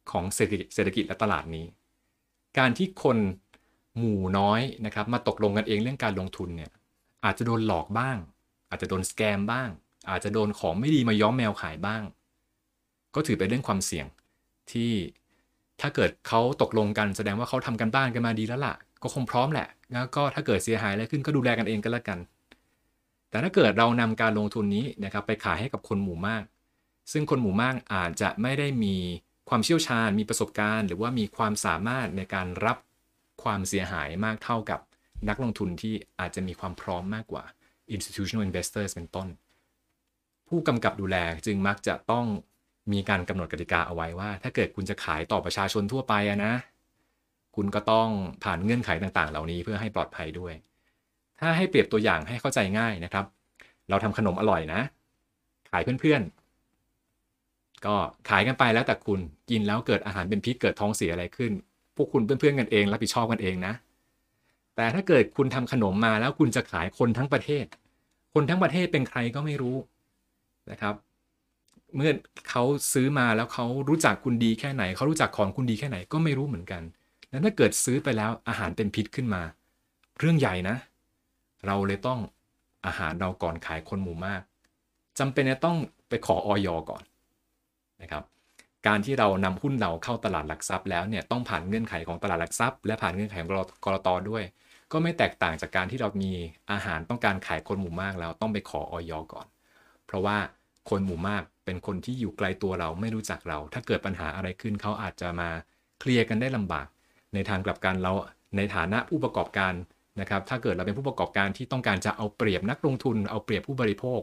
ของเศรษฐกิจเศรษฐกิจและตลาดนี้การที่คนหมู่น้อยนะครับมาตกลงกันเองเรื่องการลงทุนเนี่ยอาจจะโดนหลอกบ้างอาจจะโดนสแกมบ้างอาจจะโดนของไม่ดีมาย้อมแมวขายบ้างก็ถือเป็นเรื่องความเสี่ยงที่ถ้าเกิดเขาตกลงกันแสดงว่าเขาทำกันบ้านกันมาดีแล้วล่ะก็คงพร้อมแหละแล้วก็ถ้าเกิดเสียหายอะไรขึ้นก็ดูแลกันเองก็แล้วกันแต่ถ้าเกิดเรานำการลงทุนนี้นะครับไปขายให้กับคนหมู่มากซึ่งคนหมู่มากอาจจะไม่ได้มีความเชี่ยวชาญมีประสบการณ์หรือว่ามีความสามารถในการรับความเสียหายมากเท่ากับนักลงทุนที่อาจจะมีความพร้อมมากกว่า institutional investors เป็นต้นผู้กำกับดูแลจึงมักจะต้องมีการกำหนดกติกาเอาไว้ว่าถ้าเกิดคุณจะขายต่อประชาชนทั่วไปอะนะคุณก็ต้องผ่านเงื่อนไขต่างๆเหล่านี้เพื่อให้ปลอดภัยด้วยถ้าให้เปรียบตัวอย่างให้เข้าใจง่ายนะครับเราทำขนมอร่อยนะขายเพื่อนๆก็ขายกันไปแล้วแต่คุณกินแล้วเกิดอาหารเป็นพิษเกิดท้องเสียอะไรขึ้นพวกคุณเพื่อนๆกันเองรับผิดชอบกันเองนะแต่ถ้าเกิดคุณทำขนมมาแล้วคุณจะขายคนทั้งประเทศคนทั้งประเทศเป็นใครก็ไม่รู้นะครับเมื่อเขาซื้อมาแล้วเขารู้จักคุณดีแค่ไหนเขารู้จักของคุณดีแค่ไหนก็ไม่รู้เหมือนกันแล้วถ้าเกิดซื้อไปแล้วอาหารเป็นพิษขึ้นมาเรื่องใหญ่นะเราเลยต้องอาหารเราก่อนขายคนหมู่มากจำเป็นจะต้องไปขออย.ก่อนนะครับการที่เรานำหุ้นเราเข้าตลาดหลักทรัพย์แล้วเนี่ยต้องผ่านเงื่อนไขของตลาดหลักทรัพย์และผ่านเงื่อนไขของกลต.ด้วยก็ไม่แตกต่างจากการที่เรามีอาหารต้องการขายคนหมู่มากแล้วต้องไปขออย.ก่อนเพราะว่าคนหมู่มากเป็นคนที่อยู่ไกลตัวเราไม่รู้จักเราถ้าเกิดปัญหาอะไรขึ้นเขาอาจจะมาเคลียร์กันได้ลำบากในทางกลับกันเราในฐานะผู้ประกอบการนะครับถ้าเกิดเราเป็นผู้ประกอบการที่ต้องการจะเอาเปรียบนักลงทุนเอาเปรียบผู้บริโภค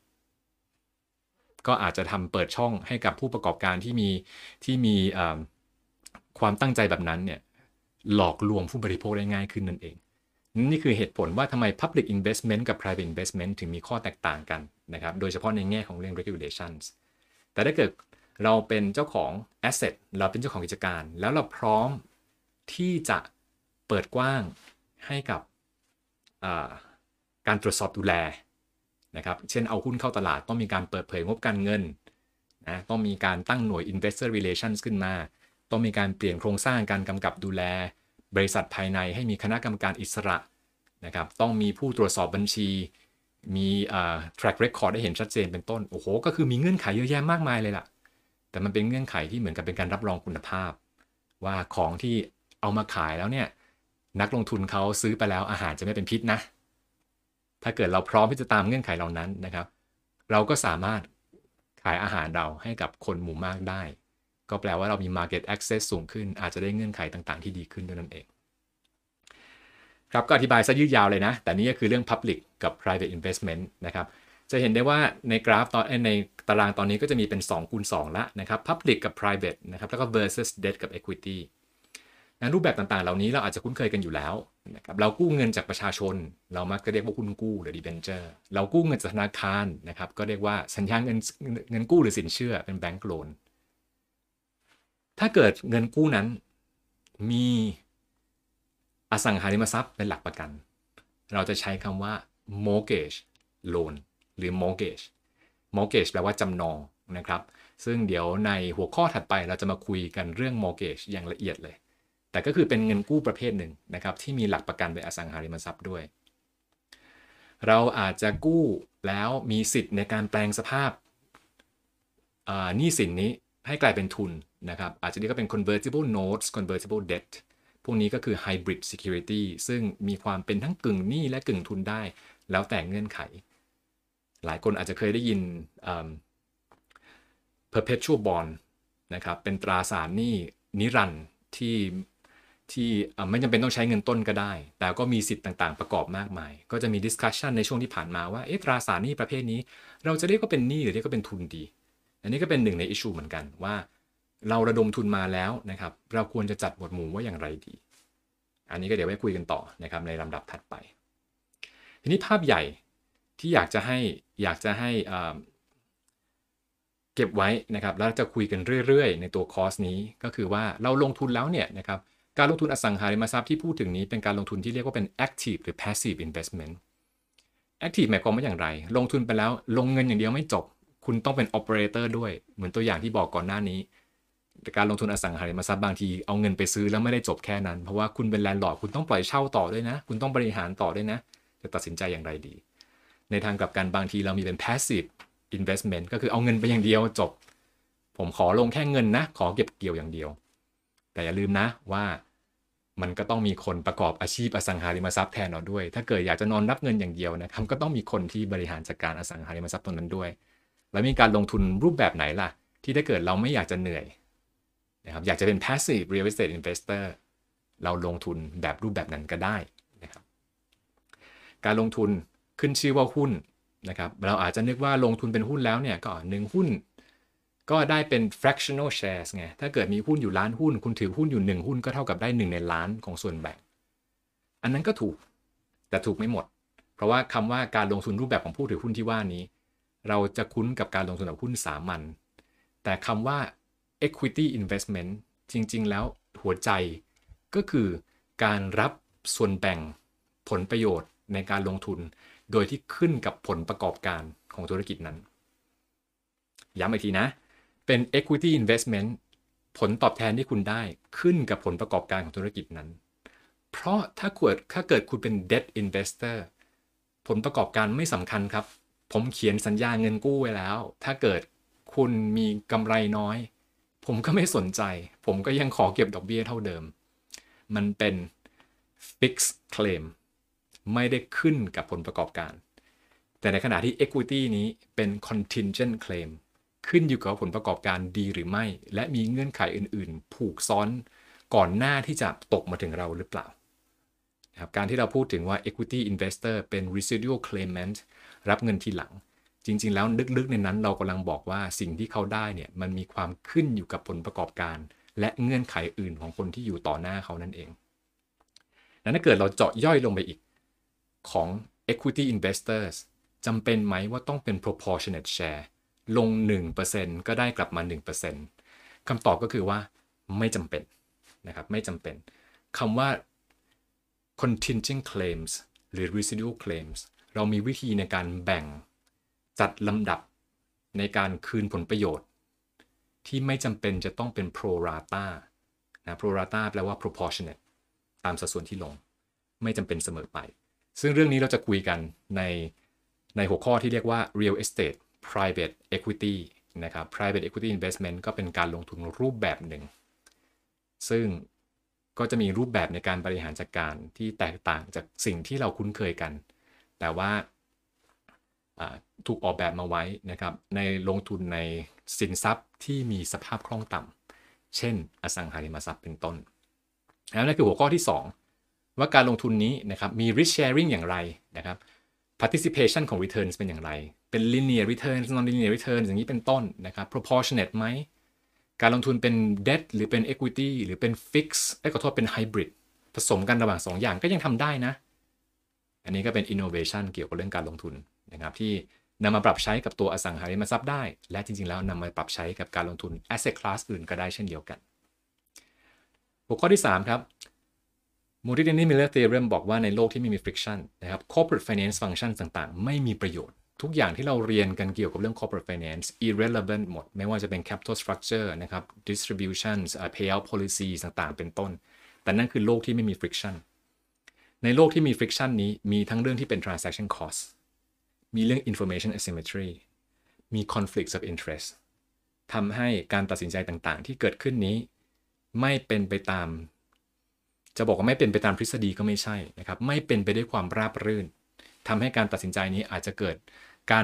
ก็อาจจะทำเปิดช่องให้กับผู้ประกอบการที่มีที่มีความตั้งใจแบบนั้นเนี่ยหลอกลวงผู้บริโภคได้ง่ายขึ้นนั่นเองนี่คือเหตุผลว่าทำไม Public Investment กับ Private Investment ถึงมีข้อแตกต่างกันนะครับโดยเฉพาะในแง่ของเรื่อง regulations แต่ถ้าเกิดเราเป็นเจ้าของ asset เราเป็นเจ้าของกิจการแล้วเราพร้อมที่จะเปิดกว้างให้กับการตรวจสอบดูแลนะครับเช่นเอาหุ้นเข้าตลาดต้องมีการเปิดเผยงบการเงินนะต้องมีการตั้งหน่วย investor relations ขึ้นมาต้องมีการเปลี่ยนโครงสร้างการกำกับดูแลบริษัทภายในให้มีคณะกรรมการอิสระนะครับต้องมีผู้ตรวจสอบบัญชีมีอ่า track record ได้เห็นชัดเจนเป็นต้นโอ้โหก็คือมีเงื่อนไขเยอะแยะมากมายเลยล่ะแต่มันเป็นเงื่อนไขที่เหมือนกับเป็นการรับรองคุณภาพว่าของที่เอามาขายแล้วเนี่ยนักลงทุนเขาซื้อไปแล้วอาหารจะไม่เป็นพิษนะถ้าเกิดเราพร้อมที่จะตามเงื่อนไขเหล่านั้นนะครับเราก็สามารถขายอาหารเราให้กับคนหมู่มากได้ก็แปลว่าเรามี market access สูงขึ้นอาจจะได้เงื่อนไขต่างๆที่ดีขึ้นด้วยนั่นเองครับก็อธิบายซะยืดยาวเลยนะแต่นี่ก็คือเรื่อง public กับ private investment นะครับจะเห็นได้ว่าในกราฟตอนในตารางตอนนี้ก็จะมีเป็นสองคูณสองละนะครับ public กับ private นะครับแล้วก็ versus debt กับ equity นะรูปแบบต่างๆเหล่านี้เราอาจจะคุ้นเคยกันอยู่แล้วนะครับเรากู้เงินจากประชาชนเรามักจะเรียกว่าหุ้นกู้หรือ debenture เรากู้เงินจากธนาคารนะครับก็เรียกว่าสัญญาเงินเงินกู้หรือสินเชื่อเป็น bank loan ถ้าเกิดเงินกู้นั้นมีอสังหาริมทรัพย์เป็นหลักประกันเราจะใช้คำว่า mortgage loan หรือ mortgage mortgage แปลว่าจำนองนะครับซึ่งเดี๋ยวในหัวข้อถัดไปเราจะมาคุยกันเรื่อง mortgage อย่างละเอียดเลยแต่ก็คือเป็นเงินกู้ประเภทหนึ่งนะครับที่มีหลักประกันเป็นอสังหาริมทรัพย์ด้วยเราอาจจะกู้แล้วมีสิทธิ์ในการแปลงสภาพหนี้สินนี้ให้กลายเป็นทุนนะครับอาจจะเรียกว่าเป็น convertible notes convertible debt พวกนี้ก็คือ hybrid security ซึ่งมีความเป็นทั้งกึ่งหนี้และกึ่งทุนได้แล้วแต่เงื่อนไขหลายคนอาจจะเคยได้ยิน perpetual bond นะครับเป็นตราสารหนี้นิรันดร์ที่ที่ไม่จำเป็นต้องใช้เงินต้นก็ได้แต่ก็มีสิทธิ์ต่างๆประกอบมากมายก็จะมี discussion ในช่วงที่ผ่านมาว่าเอ๊ะตราสารหนี้ประเภทนี้เราจะเรียกว่าเป็นหนี้หรือเรียกว่าเป็นทุนดีอันนี้ก็เป็นหนึ่งใน issue เหมือนกันว่าเราระดมทุนมาแล้วนะครับเราควรจะจัดหมวดหมู่ว่าอย่างไรดีอันนี้ก็เดี๋ยวไว้คุยกันต่อนะครับในลำดับถัดไปทีนี้ภาพใหญ่ที่อยากจะให้อยากจะให้เก็บไว้นะครับแล้วจะคุยกันเรื่อยๆในตัวคอร์สนี้ก็คือว่าเราลงทุนแล้วเนี่ยนะครับการลงทุนอสังหาริมทรัพย์ที่พูดถึงนี้เป็นการลงทุนที่เรียกว่าเป็น active หรือ passive investment active หมายความว่าอย่างไรลงทุนไปแล้วลงเงินอย่างเดียวไม่จบคุณต้องเป็น operator ด้วยเหมือนตัวอย่างที่บอกก่อนหน้านี้การลงทุนอสังหาริมทรัพย์บางทีเอาเงินไปซื้อแล้วไม่ได้จบแค่นั้นเพราะว่าคุณเป็นแลนด์ลอร์ดคุณต้องปล่อยเช่าต่อด้วยนะคุณต้องบริหารต่อด้วยนะจะตัดสินใจอย่างไรดีในทางกลับกันบางทีเรามีเป็น passive investment ก็คือเอาเงินไปอย่างเดียวจบผมขอลงแค่เงินนะขอเก็บเกี่ยวอย่างเดียวแต่อย่าลืมนะว่ามันก็ต้องมีคนประกอบอาชีพอสังหาริมทรัพย์แทนเราด้วยถ้าเกิดอยากจะนอนรับเงินอย่างเดียวนะครับก็ต้องมีคนที่บริหารจัดการอสังหาริมทรัพย์ตรงนั้นด้วยแล้วมีการลงทุนรูปแบบไหนล่ะที่ถ้าเกิดเราไม่อยากจะเหนื่อยนะครับอยากจะเป็น passive real estate investor เราลงทุนแบบรูปแบบนั้นก็ได้นะครับการลงทุนขึ้นชื่อว่าหุ้นนะครับเราอาจจะนึกว่าลงทุนเป็นหุ้นแล้วเนี่ยก็หนึ่งหุ้นก็ได้เป็น fractional shares ไงถ้าเกิดมีหุ้นอยู่ล้านหุ้นคุณถือหุ้นอยู่หนึ่งหุ้นก็เท่ากับได้หนึ่งในล้านของส่วนแบ่งอันนั้นก็ถูกแต่ถูกไม่หมดเพราะว่าคำว่าการลงทุนรูปแบบของผู้ถือหุ้นที่ว่านี้เราจะคุ้นกับการลงทุนแบบหุ้นสามัญแต่คำว่า equity investment จริงๆแล้วหัวใจก็คือการรับส่วนแบ่งผลประโยชน์ในการลงทุนโดยที่ขึ้นกับผลประกอบการของธุรกิจนั้นย้ำอีกทีนะเป็น equity investment ผลตอบแทนที่คุณได้ขึ้นกับผลประกอบการของธุรกิจนั้นเพราะถ้าเกิดถ้าเกิดคุณเป็น debt investor ผลประกอบการไม่สำคัญครับผมเขียนสัญญาเงินกู้ไว้แล้วถ้าเกิดคุณมีกำไรน้อยผมก็ไม่สนใจผมก็ยังขอเก็บดอกเบี้ยเท่าเดิมมันเป็น fixed claim ไม่ได้ขึ้นกับผลประกอบการแต่ในขณะที่ equity นี้เป็น contingent claim ขึ้นอยู่กับผลประกอบการดีหรือไม่และมีเงื่อนไขอื่นๆผูกซ้อนก่อนหน้าที่จะตกมาถึงเราหรือเปล่านะครับการที่เราพูดถึงว่า equity investor เป็น residual claimant รับเงินทีหลังจริงๆแล้วลึกๆในนั้นเรากำลังบอกว่าสิ่งที่เขาได้เนี่ยมันมีความขึ้นอยู่กับผลประกอบการและเงื่อนไขอื่นของคนที่อยู่ต่อหน้าเขานั่นเองนั้นถ้าเกิดเราเจาะย่อยลงไปอีกของ equity investors จำเป็นไหมว่าต้องเป็น proportionate share ลง หนึ่งเปอร์เซ็นต์ ก็ได้กลับมา หนึ่งเปอร์เซ็นต์ คำตอบก็คือว่าไม่จำเป็นนะครับไม่จำเป็นคำว่า contingent claims หรือ residual claims เรามีวิธีในการแบ่งจัดลำดับในการคืนผลประโยชน์ที่ไม่จำเป็นจะต้องเป็น pro rata นะ pro rata แปลว่า proportionate ตามสัดส่วนที่ลงไม่จำเป็นเสมอไปซึ่งเรื่องนี้เราจะคุยกันในในหัวข้อที่เรียกว่า real estate private equity นะครับ private equity investment ก็เป็นการลงทุนรูปแบบหนึ่งซึ่งก็จะมีรูปแบบในการบริหารจัดการที่แตกต่างจากสิ่งที่เราคุ้นเคยกันแต่ว่าถูกออกแบบมาไว้นะครับในลงทุนในสินทรัพย์ที่มีสภาพคล่องต่ำเช่นอสังหาริมทรัพย์เป็นต้นแล้วนั่นคือหัวข้อที่สองว่าการลงทุนนี้นะครับมี risk sharing อย่างไรนะครับ participation ของ returns เป็นอย่างไรเป็น linear returns non linear returns อย่างนี้เป็นต้นนะครับ proportionate ไหมการลงทุนเป็น debt หรือเป็น equity หรือเป็น fix เอ้ยขอโทษเป็น hybrid ผสมกันระหว่างสองอย่างก็ยังทำได้นะอันนี้ก็เป็น innovation เกี่ยวกับเรื่องการลงทุนนะครับที่นำมาปรับใช้กับตัวอสังหาริมทรัพย์ได้และจริงๆแล้วนำมาปรับใช้กับการลงทุน asset class อื่นก็ได้เช่นเดียวกันหัวข้อที่สามครับModigliani Miller Theorem บอกว่าในโลกที่ไม่มี friction นะครับ corporate finance function ต่างๆไม่มีประโยชน์ทุกอย่างที่เราเรียนกันเกี่ยวกับเรื่อง corporate finance irrelevant หมดไม่ว่าจะเป็น capital structure นะครับ distributions payout policy ต่างๆเป็นต้นแต่นั่นคือโลกที่ไม่มี friction ในโลกที่มี friction นี้มีทั้งเรื่องที่เป็น transaction cost มีเรื่อง information asymmetry มี conflicts of interest ทำให้การตัดสินใจต่างๆที่เกิดขึ้นนี้ไม่เป็นไปตามจะบอกว่าไม่เป็นไปตามทฤษฎีก็ไม่ใช่นะครับไม่เป็นไปด้วยความราบรื่นทำให้การตัดสินใจนี้อาจจะเกิดการ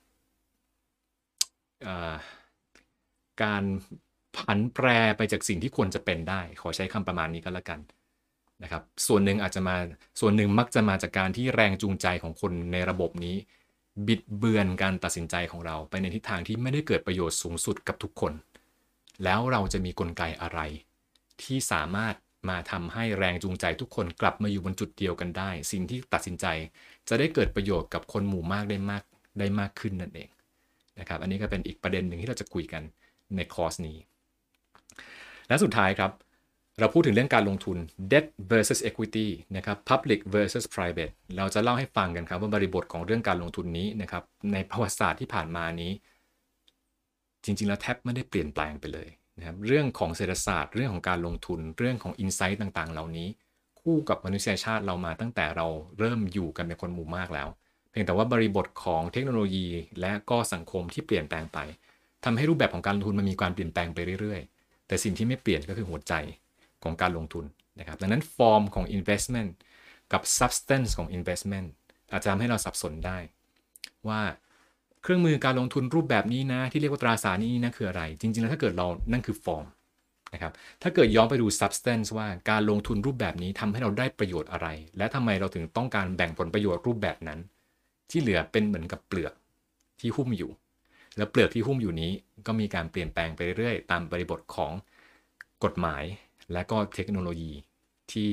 การผันแปรไปจากสิ่งที่ควรจะเป็นได้ขอใช้คำประมาณนี้ก็แล้วกันนะครับส่วนหนึ่งอาจจะมาส่วนหนึ่งมักจะมาจากการที่แรงจูงใจของคนในระบบนี้บิดเบือนการตัดสินใจของเราไปในทิศทางที่ไม่ได้เกิดประโยชน์สูงสุดกับทุกคนแล้วเราจะมีกลไกอะไรที่สามารถมาทำให้แรงจูงใจทุกคนกลับมาอยู่บนจุดเดียวกันได้สิ่งที่ตัดสินใจจะได้เกิดประโยชน์กับคนหมู่มากได้มากได้มากขึ้นนั่นเองนะครับอันนี้ก็เป็นอีกประเด็นหนึ่งที่เราจะคุยกันในคอร์สนี้และสุดท้ายครับเราพูดถึงเรื่องการลงทุน debt versus equity นะครับ public versus private เราจะเล่าให้ฟังกันครับว่าบริบทของเรื่องการลงทุนนี้นะครับในประวัติศาสตร์ที่ผ่านมานี้จริงๆแล้วแทบไม่ได้เปลี่ยนแปลงไปเลยนะครับเรื่องของเศรษฐศาสตร์เรื่องของการลงทุนเรื่องของอินไซต์ต่างๆเหล่านี้คู่กับมนุษยชาติเรามาตั้งแต่เราเริ่มอยู่กันเป็นคนหมู่มากแล้วเพียงแต่ว่าบริบทของเทคโนโลยีและก็สังคมที่เปลี่ยนแปลงไปทำให้รูปแบบของการลงทุนมันมีการเปลี่ยนแปลงไปเรื่อยๆแต่สิ่งที่ไม่เปลี่ยนก็คือหัวใจของการลงทุนนะครับดังนั้นฟอร์มของ investment กับ substance ของ investment อาจจะทำให้เราสับสนได้ว่าเครื่องมือการลงทุนรูปแบบนี้นะที่เรียกว่าตราสารนี้นะคืออะไรจริงๆแล้วถ้าเกิดเรานั่นคือฟอร์มนะครับถ้าเกิดย้อนไปดู substance ว่าการลงทุนรูปแบบนี้ทำให้เราได้ประโยชน์อะไรและทำไมเราถึงต้องการแบ่งผลประโยชน์รูปแบบนั้นที่เหลือเป็นเหมือนกับเปลือกที่หุ้มอยู่แล้วเปลือกที่หุ้มอยู่นี้ก็มีการเปลี่ยนแปลงไปเรื่อยๆตามบริบทของกฎหมายและก็เทคโนโลยีที่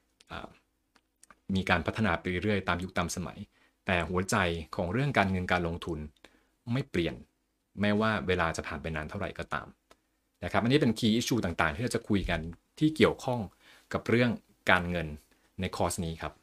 มีการพัฒนาไปเรื่อยๆตามยุคตามสมัยแต่หัวใจของเรื่องการเงินการลงทุนไม่เปลี่ยนแม้ว่าเวลาจะผ่านไปนานเท่าไหร่ก็ตามนะครับอันนี้เป็น key issue ต่างๆที่เราจะคุยกันที่เกี่ยวข้องกับเรื่องการเงินในคอร์สนี้ครับ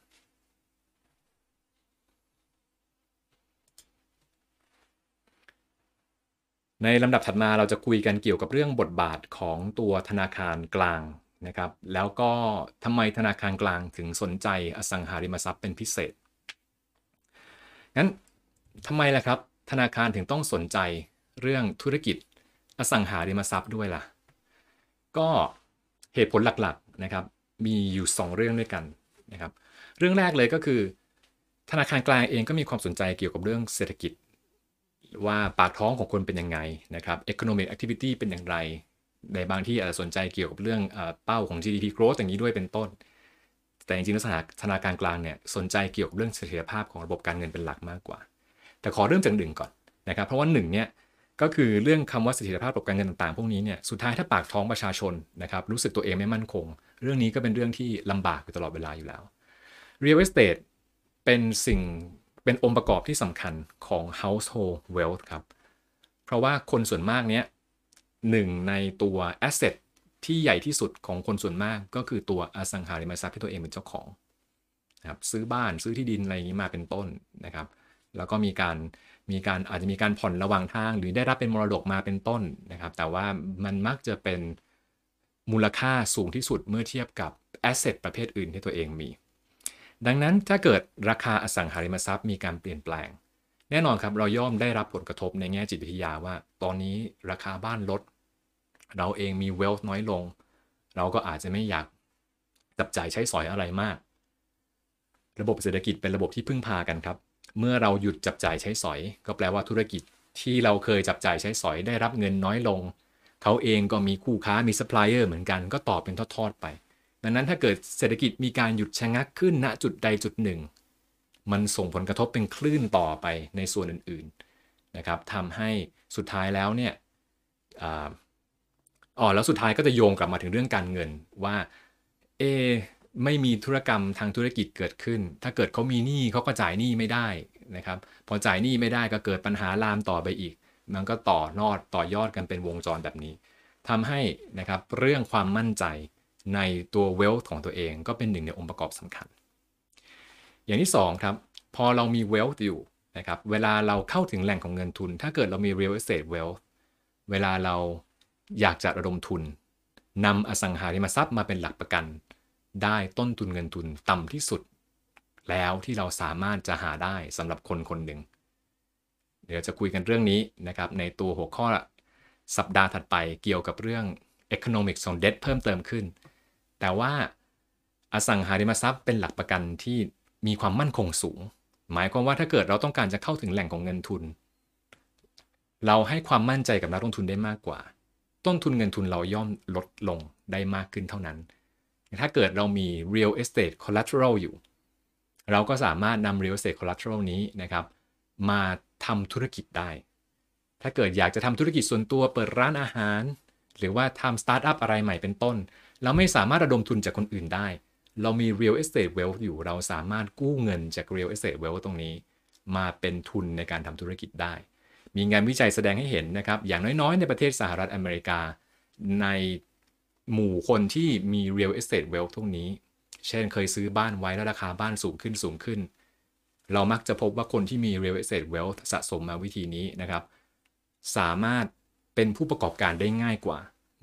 ในลำดับถัดมาเราจะคุยกันเกี่ยวกับเรื่องบทบาทของตัวธนาคารกลางนะครับแล้วก็ทำไมธนาคารกลางถึงสนใจอสังหาริมทรัพย์เป็นพิเศษงั้นทำไมล่ะครับธนาคารถึงต้องสนใจเรื่องธุรกิจอสังหาริมทรัพย์ด้วยล่ะก็เหตุผลหลักๆนะครับมีอยู่สองเรื่องด้วยกันนะครับเรื่องแรกเลยก็คือธนาคารกลางเองก็มีความสนใจเกี่ยวกับเรื่องเศรษฐกิจว่าปากท้องของคนเป็นยังไงนะครับ economic activity เป็นอย่างไรในบางที่อาจจะสนใจเกี่ยวกับเรื่องเป้าของ จี ดี พี growth อย่างนี้ด้วยเป็นต้นแต่จริงๆแล้วธนาคารกลางเนี่ยสนใจเกี่ยวกับเรื่องเสถียรภาพของระบบการเงินเป็นหลักมากกว่าแต่ขอเริ่มจากหนึ่งก่อนนะครับเพราะว่าหนึ่งเนี่ยก็คือเรื่องคำว่าเสถียรภาพระบบการเงินต่างๆพวกนี้เนี่ยสุดท้ายถ้าปากท้องประชาชนนะครับรู้สึกตัวเองไม่มั่นคงเรื่องนี้ก็เป็นเรื่องที่ลำบากอยู่ตลอดเวลาอยู่แล้ว Real Estate เป็นสิ่งเป็นองค์ประกอบที่สำคัญของ household wealth ครับเพราะว่าคนส่วนมากเนี้ยหนึ่งในตัว asset ที่ใหญ่ที่สุดของคนส่วนมากก็คือตัวอสังหาริมทรัพย์ที่ตัวเองเป็นเจ้าของนะครับซื้อบ้านซื้อที่ดินอะไรอย่างนี้มาเป็นต้นนะครับแล้วก็มีการมีการอาจจะมีการผ่อนระหว่างทางหรือได้รับเป็นมรดกมาเป็นต้นนะครับแต่ว่ามันมักจะเป็นมูลค่าสูงที่สุดเมื่อเทียบกับ asset ประเภทอื่นที่ตัวเองมีดังนั้นถ้าเกิดราคาอสังหาริมทรัพย์มีการเปลี่ยนแปลงแน่นอนครับเราย่อมได้รับผลกระทบในแง่จิตวิทยาว่าตอนนี้ราคาบ้านลดเราเองมี wealth น้อยลงเราก็อาจจะไม่อยากจับจ่ายใช้สอยอะไรมากระบบเศรษฐกิจเป็นระบบที่พึ่งพากันครับเมื่อเราหยุดจับจ่ายใช้สอยก็แปลว่าธุรกิจที่เราเคยจับจ่ายใช้สอยได้รับเงินน้อยลงเขาเองก็มีคู่ค้ามีซัพพลายเออร์เหมือนกันก็ต่อเป็นทอดๆไปดังนั้นถ้าเกิดเศรษฐกิจมีการหยุดชะงักขึ้นณจุดใดจุดหนึ่งมันส่งผลกระทบเป็นคลื่นต่อไปในส่วนอื่นๆนะครับทำให้สุดท้ายแล้วเนี่ยอ๋อแล้วสุดท้ายก็จะโยงกลับมาถึงเรื่องการเงินว่าเอไม่มีธุรกรรมทางธุรกิจเกิดขึ้นถ้าเกิดเขามีหนี้เขาก็จ่ายหนี้ไม่ได้นะครับพอจ่ายหนี้ไม่ได้ก็เกิดปัญหาลามต่อไปอีกมันก็ต่อนอดต่อยอดกันเป็นวงจรแบบนี้ทำให้นะครับเรื่องความมั่นใจในตัว wealth ของตัวเองก็เป็นหนึ่งในองค์ประกอบสำคัญอย่างที่สองครับพอเรามี wealth อยู่นะครับเวลาเราเข้าถึงแหล่งของเงินทุนถ้าเกิดเรามี real estate wealth เวลาเราอยากจะระดมทุนนำอสังหาริมทรัพย์มาเป็นหลักประกันได้ต้นทุนเงินทุนต่ำที่สุดแล้วที่เราสามารถจะหาได้สำหรับคนคนหนึ่งเดี๋ยวจะคุยกันเรื่องนี้นะครับในตัวหัวข้อสัปดาห์ถัดไปเกี่ยวกับเรื่อง economics ของ debt เพิ่มเติมขึ้นแต่ว่าอสังหาริมทรัพย์เป็นหลักประกันที่มีความมั่นคงสูงหมายความว่าถ้าเกิดเราต้องการจะเข้าถึงแหล่งของเงินทุนเราให้ความมั่นใจกับนักลงทุนได้มากกว่าต้นทุนเงินทุนเราย่อมลดลงได้มากขึ้นเท่านั้นถ้าเกิดเรามี real estate collateral อยู่เราก็สามารถนำ real estate collateral นี้นะครับมาทำธุรกิจได้ถ้าเกิดอยากจะทำธุรกิจส่วนตัวเปิดร้านอาหารหรือว่าทำสตาร์ทอัพอะไรใหม่เป็นต้นเราไม่สามารถระดมทุนจากคนอื่นได้เรามี real estate wealth อยู่เราสามารถกู้เงินจาก real estate wealth ตรงนี้มาเป็นทุนในการทำธุรกิจได้มีงานวิจัยแสดงให้เห็นนะครับอย่างน้อยๆในประเทศสหรัฐอเมริกาในหมู่คนที่มี real estate wealth ตรงนี้เช่นเคยซื้อบ้านไว้แล้วราคาบ้านสูงขึ้นสูงขึ้นเรามักจะพบว่าคนที่มี real estate wealth สะสมมาวิธีนี้นะครับสามารถเป็นผู้ประกอบการได้ง่ายกว่า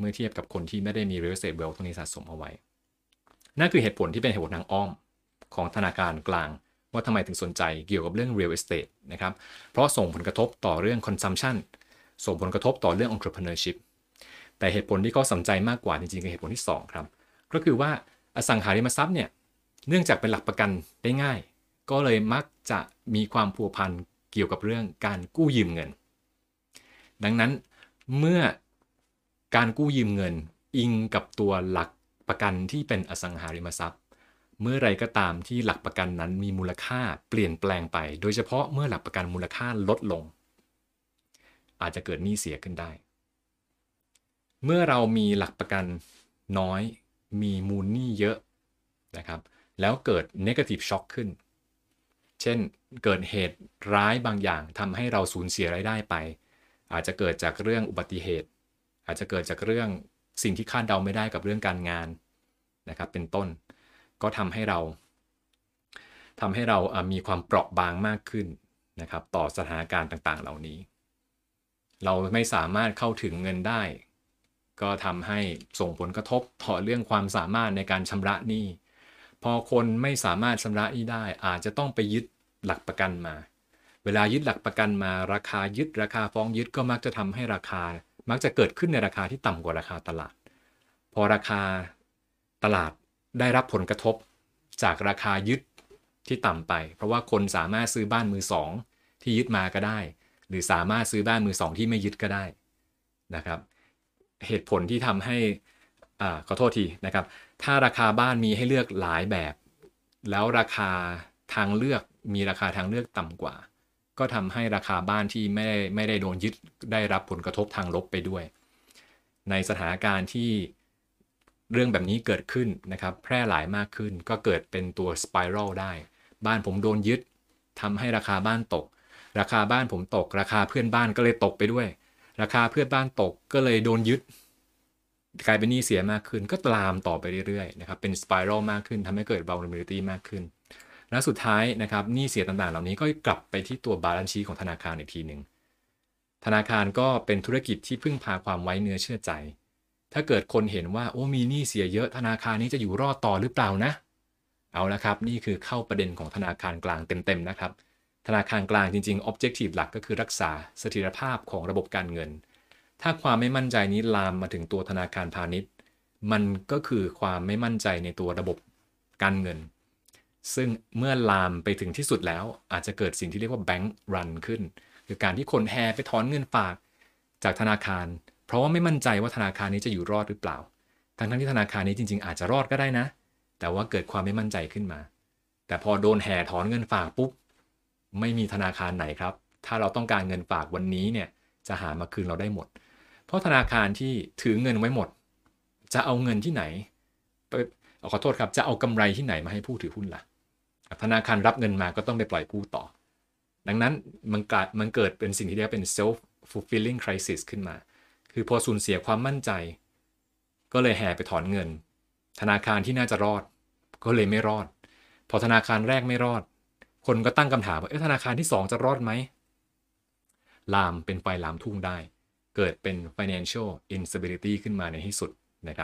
เมื่อเทียบกับคนที่ไม่ได้มี real estate wealth ตรงนี้สะสมเอาไว้นั่นคือเหตุผลที่เป็นเหตุผลทางอ้อมของธนาคารกลางว่าทำไมถึงสนใจเกี่ยวกับเรื่อง real estate นะครับเพราะส่งผลกระทบต่อเรื่อง consumption ส่งผลกระทบต่อเรื่อง entrepreneurship แต่เหตุผลที่เขาสนใจมากกว่าจริงๆคือเหตุผลที่สองครับก็คือว่าอสังหาริมทรัพย์เนี่ยเนื่องจากเป็นหลักประกันได้ง่ายก็เลยมักจะมีความพัวพันเกี่ยวกับเรื่องการกู้ยืมเงินดังนั้นเมื่อการกู้ยืมเงินอิงกับตัวหลักประกันที่เป็นอสังหาริมทรัพย์เมื่อไรก็ตามที่หลักประกันนั้นมีมูลค่าเปลี่ยนแปลงไปโดยเฉพาะเมื่อหลักประกันมูลค่าลดลงอาจจะเกิดหนี้เสียขึ้นได้เมื่อเรามีหลักประกันน้อยมีมูลหนี้เยอะนะครับแล้วเกิด negative shock ขึ้นเช่นเกิดเหตุร้ายบางอย่างทำให้เราสูญเสียรายได้ไปอาจจะเกิดจากเรื่องอุบัติเหตุอาจจะเกิดจากเรื่องสิ่งที่คาดเดาไม่ได้กับเรื่องการงานนะครับเป็นต้นก็ทำให้เราทำให้เรามีความเปราะบางมากขึ้นนะครับต่อสถานการณ์ต่างๆเหล่านี้เราไม่สามารถเข้าถึงเงินได้ก็ทำให้ส่งผลกระทบต่อเรื่องความสามารถในการชำระหนี้พอคนไม่สามารถชำระหนี้ได้อาจจะต้องไปยึดหลักประกันมาเวลายึดหลักประกันมาราคายึดราคาฟ้องยึดก็มักจะทำให้ราคามักจะเกิดขึ้นในราคาที่ต่ำกว่าราคาตลาดพอราคาตลาดได้รับผลกระทบจากราคายึดที่ต่ำไปเพราะว่าคนสามารถซื้อบ้านมือสองที่ยึดมาก็ได้หรือสามารถซื้อบ้านมือสองที่ไม่ยึดก็ได้นะครับเหตุผลที่ทำให้อ่าขอโทษทีนะครับถ้าราคาบ้านมีให้เลือกหลายแบบแล้วราคาทางเลือกมีราคาทางเลือกต่ำกว่าก็ทำให้ราคาบ้านที่ไม่ได้ไม่ได้โดนยึดได้รับผลกระทบทางลบไปด้วยในสถานการณ์ที่เรื่องแบบนี้เกิดขึ้นนะครับแพร่หลายมากขึ้นก็เกิดเป็นตัวสไปรัลได้บ้านผมโดนยึดทำให้ราคาบ้านตกราคาบ้านผมตกราคาเพื่อนบ้านก็เลยตกไปด้วยราคาเพื่อนบ้านตกก็เลยโดนยึดกลายเป็นหนี้เสียมากขึ้นก็ลามต่อไปเรื่อยๆนะครับเป็นสไปรัลมากขึ้นทำให้เกิด vulnerability มากขึ้นและสุดท้ายนะครับหนี้เสียต่างๆเหล่านี้ก็กลับไปที่ตัว balance sheet ของธนาคารอีกทีหนึ่งธนาคารก็เป็นธุรกิจที่พึ่งพาความไว้เนื้อเชื่อใจถ้าเกิดคนเห็นว่าโอ้มีหนี้เสียเยอะธนาคารนี้จะอยู่รอดต่อหรือเปล่านะเอาละครับนี่คือเข้าประเด็นของธนาคารกลางเต็มๆนะครับธนาคารกลางจริงๆ objective หลักก็คือรักษาเสถียรภาพของระบบการเงินถ้าความไม่มั่นใจนี้ลามมาถึงตัวธนาคารพาณิชย์มันก็คือความไม่มั่นใจในตัวระบบการเงินซึ่งเมื่อลามไปถึงที่สุดแล้วอาจจะเกิดสิ่งที่เรียกว่า bank run ขึ้นคือการที่คนแห่ไปถอนเงินฝากจากธนาคารเพราะว่าไม่มั่นใจว่าธนาคารนี้จะอยู่รอดหรือเปล่าทั้งๆที่ธนาคารนี้จริงๆอาจจะรอดก็ได้นะแต่ว่าเกิดความไม่มั่นใจขึ้นมาแต่พอโดนแห่ถอนเงินฝากปุ๊บไม่มีธนาคารไหนครับถ้าเราต้องการเงินฝากวันนี้เนี่ยจะหามาคืนเราได้หมดเพราะธนาคารที่ถือเงินไว้หมดจะเอาเงินที่ไหนขอโทษครับจะเอากำไรที่ไหนมาให้ผู้ถือหุ้นล่ะธนาคารรับเงินมาก็ต้องไปปล่อยกู้ต่อดังนั้นมันเกิดมันเกิดเป็นสิ่งที่เรียกเป็น self fulfilling crisis ขึ้นมาคือพอสูญเสียความมั่นใจก็เลยแห่ไปถอนเงินธนาคารที่น่าจะรอดก็เลยไม่รอดพอธนาคารแรกไม่รอดคนก็ตั้งคำถามว่าเอ๊ะธนาคารที่สองจะรอดไหมลามเป็นไฟลามทุ่งได้เกิดเป็น financial instability ขึ้นมาในที่สุดนะครับ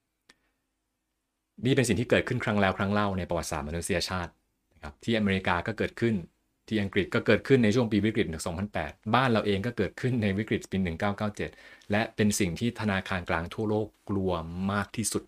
นี่เป็นสิ่งที่เกิดขึ้นครั้งแล้วครั้งเล่าในประวัติศาสตร์มนุษยชาตินะครับที่อเมริกาก็เกิดขึ้นที่อังกฤษก็เกิดขึ้นในช่วงปีวิกฤตสองพันแปดบ้านเราเองก็เกิดขึ้นในวิกฤตปีหนึ่งเก้าเก้าเจ็ดและเป็นสิ่งที่ธนาคารกลางทั่วโลกกลัวมากที่สุด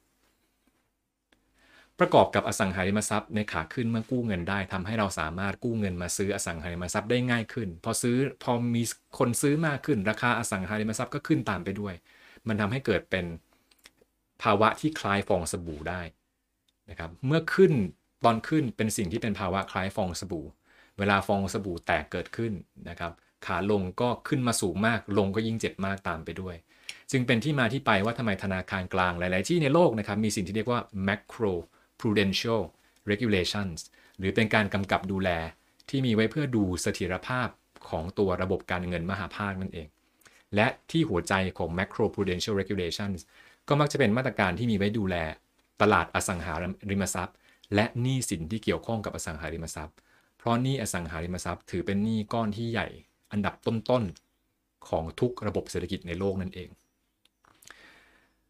ประกอบกับอสังหาริมทรัพย์ในขาขึ้นเมื่อกู้เงินได้ทำให้เราสามารถกู้เงินมาซื้ออสังหาริมทรัพย์ได้ง่ายขึ้นพอซื้อพอมีคนซื้อมากขึ้นราคาอสังหาริมทรัพย์ก็ขึ้นตามไปด้วยมันทำให้เกิดเป็นภาวะที่คล้ายฟองสบู่ได้นะครับเมื่อขึ้นตอนขึ้นเป็นสิ่งที่เป็นภาวะคล้ายฟองสบู่เวลาฟองสบู่แตกเกิดขึ้นนะครับขาลงก็ขึ้นมาสูงมากลงก็ยิ่งเจ็บมากตามไปด้วยจึงเป็นที่มาที่ไปว่าทำไมธนาคารกลางหลายๆที่ในโลกนะครับมีสิ่งที่เรียกว่า macro prudential regulations หรือเป็นการกำกับดูแลที่มีไว้เพื่อดูเสถียรภาพของตัวระบบการเงินมหาภาคนั่นเองและที่หัวใจของ macro prudential regulations ก็มักจะเป็นมาตรการที่มีไว้ดูแลตลาดอสังหาริมทรัพย์และหนี้สินที่เกี่ยวข้องกับอสังหาริมทรัพย์เพราะหนี้อสังหาริมทรัพย์ถือเป็นหนี้ก้อนที่ใหญ่อันดับต้นๆของทุกระบบเศรษฐกิจในโลกนั่นเอง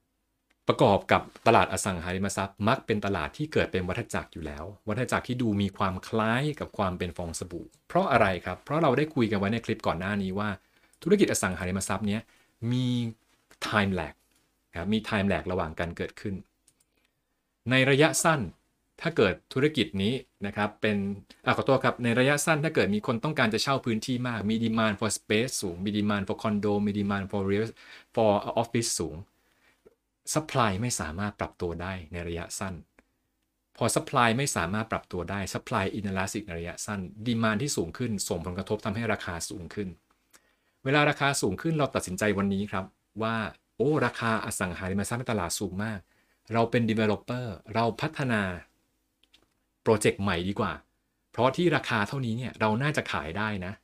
ประกอบกับตลาดอสังหาริมทรัพย์มักเป็นตลาดที่เกิดเป็นวัฏจักรอยู่แล้ววัฏจักรที่ดูมีความคล้ายกับความเป็นฟองสบู่เพราะอะไรครับเพราะเราได้คุยกันไว้ในคลิปก่อนหน้านี้ว่าธุรกิจอสังหาริมทรัพย์เนี้ยมี time lag ครับมี time lag ระหว่างการเกิดขึ้นในระยะสั้นถ้าเกิดธุรกิจนี้นะครับเป็นอ่ะขอโทษครับในระยะสั้นถ้าเกิดมีคนต้องการจะเช่าพื้นที่มากมี demand for space สูงมี demand for condo มี demand for real for office สูง supply ไม่สามารถปรับตัวได้ในระยะสั้นพอ supply ไม่สามารถปรับตัวได้ supply inelastic ในระยะสั้น demand ที่สูงขึ้นส่งผลกระทบทำให้ราคาสูงขึ้นเวลาราคาสูงขึ้นเราตัดสินใจวันนี้ครับว่าโอ้ราคาอสังหาริมทรัพย์ในตลาดสูงมากเราเป็น developer เราพัฒนาโปรเจกต์ใหม่ดีกว่าเพราะที่ราคาเท่านี้เนี่ยเราน่าจะขายได้นะ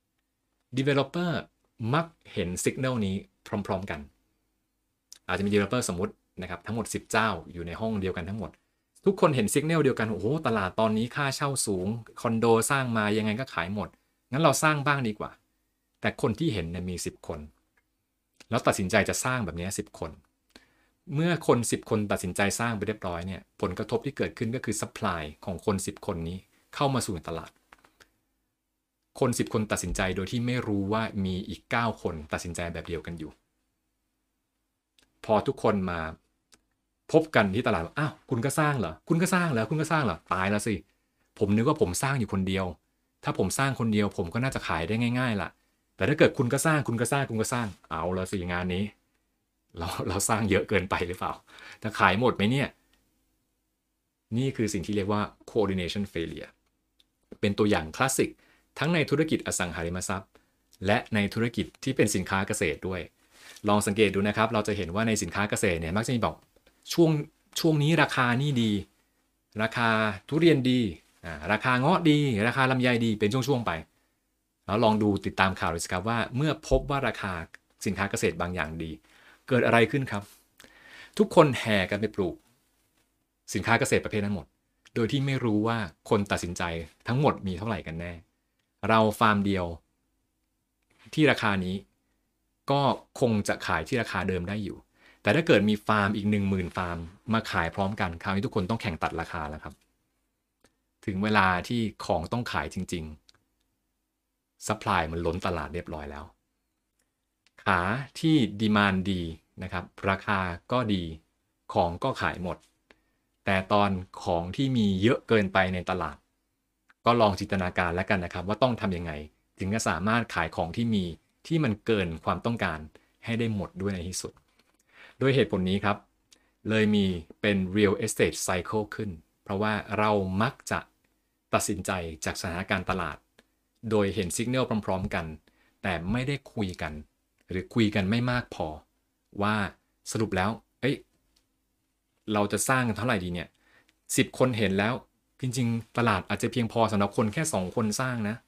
developer มักเห็น signal นี้พร้อมๆกันอาจจะมี developer สมมุตินะครับทั้งหมดสิบเจ้าอยู่ในห้องเดียวกันทั้งหมดทุกคนเห็น signal เดียวกันโอ้โหตลาดตอนนี้ค่าเช่าสูงคอนโดสร้างมายังไงก็ขายหมดงั้นเราสร้างบ้างดีกว่าแต่คนที่เห็นเนี่ยมีสิบคนแล้วตัดสินใจจะสร้างแบบนี้สิบคนเมื่อคนสิบคนตัดสินใจสร้างไปเรียบร้อยเนี่ยผลกระทบที่เกิดขึ้นก็คือ supply ของคนสิบคนนี้เข้ามาสู่ตลาดคนสิบคนตัดสินใจโดยที่ไม่รู้ว่ามีอีกเก้าคนตัดสินใจแบบเดียวกันอยู่พอทุกคนมาพบกันที่ตลาดอ้าวคุณก็สร้างเหรอคุณก็สร้างเหรอคุณก็สร้างเหรอตายแล้วสิผมนึกว่าผมสร้างอยู่คนเดียวถ้าผมสร้างคนเดียวผมก็น่าจะขายได้ง่ายๆล่ะแต่ถ้าเกิดคุณก็สร้างคุณก็สร้างคุณก็สร้างเอาละสิงานนี้เราเราสร้างเยอะเกินไปหรือเปล่าจะขายหมดไหมเนี่ยนี่คือสิ่งที่เรียกว่า coordination failure เป็นตัวอย่างคลาสสิกทั้งในธุรกิจอสังหาริมทรัพย์และในธุรกิจที่เป็นสินค้าเกษตรด้วยลองสังเกตดูนะครับเราจะเห็นว่าในสินค้าเกษตรเนี่ยมักจะมีบอกช่วงช่วงนี้ราคานี่ดีราคาทุเรียนดีอ่าราคาเงาะดีราคาลำไยดีเป็นช่วงๆไปแล้วลองดูติดตามข่าวดูสิครับว่าเมื่อพบว่าราคาสินค้าเกษตรบางอย่างดีเกิดอะไรขึ้นครับทุกคนแห่กันไปปลูกสินค้าเกษตรประเภทนั้นหมดโดยที่ไม่รู้ว่าคนตัดสินใจทั้งหมดมีเท่าไหร่กันแน่เราฟาร์มเดียวที่ราคานี้ก็คงจะขายที่ราคาเดิมได้อยู่แต่ถ้าเกิดมีฟาร์มอีก หนึ่งหมื่น ฟาร์มมาขายพร้อมกันคราวนี้ทุกคนต้องแข่งตัดราคาแล้วครับถึงเวลาที่ของต้องขายจริงๆซัพพลายมันล้นตลาดเรียบร้อยแล้วขาที่ดีมานด์ดีนะครับราคาก็ดีของก็ขายหมดแต่ตอนของที่มีเยอะเกินไปในตลาดก็ลองจินตนาการแล้วกันนะครับว่าต้องทำยังไงถึงจะสามารถขายของที่มีที่มันเกินความต้องการให้ได้หมดด้วยในที่สุดด้วยเหตุผลนี้ครับเลยมีเป็น real estate cycle ขึ้นเพราะว่าเรามักจะตัดสินใจจากสถานการณ์ตลาดโดยเห็น signal พร้อมๆกันแต่ไม่ได้คุยกันหรือคุยกันไม่มากพอว่าสรุปแล้วเอ้ยเราจะสร้างกันเท่าไหร่ดีเนี่ยสิบคนเห็นแล้วจริงๆตลาดอาจจะเพียงพอสำหรับคนแค่สองคนสร้างนะ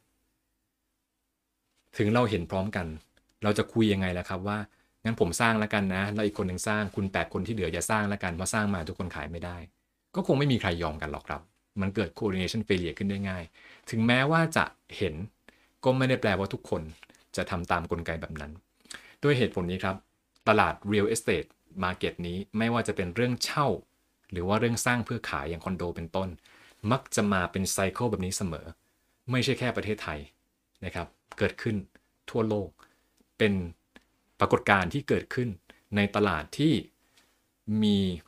ถึงเราเห็นพร้อมกันเราจะคุยยังไงล่ะครับว่างั้นผมสร้างแล้วกันนะแล้วอีกคนหนึ่งสร้างคุณแปดคนที่เหลืออย่าสร้างแล้วกันเพราะสร้างมาทุกคนขายไม่ได้ก็คงไม่มีใครยอมกันหรอกครับมันเกิด coordination failure ขึ้นได้ง่ายถึงแม้ว่าจะเห็นก็ไม่ได้แปลว่าทุกคนจะทำตามกลไกแบบนั้นด้วยเหตุผลนี้ครับตลาด real estate market นี้ไม่ว่าจะเป็นเรื่องเช่าหรือว่าเรื่องสร้างเพื่อขายอย่างคอนโดเป็นต้นมักจะมาเป็นไซเคิลแบบนี้เสมอไม่ใช่แค่ประเทศไทยนะครับเกิดขึ้นทั่วโลกเป็นปรากฏการณ์ที่เกิดขึ้นในตลาดที่มี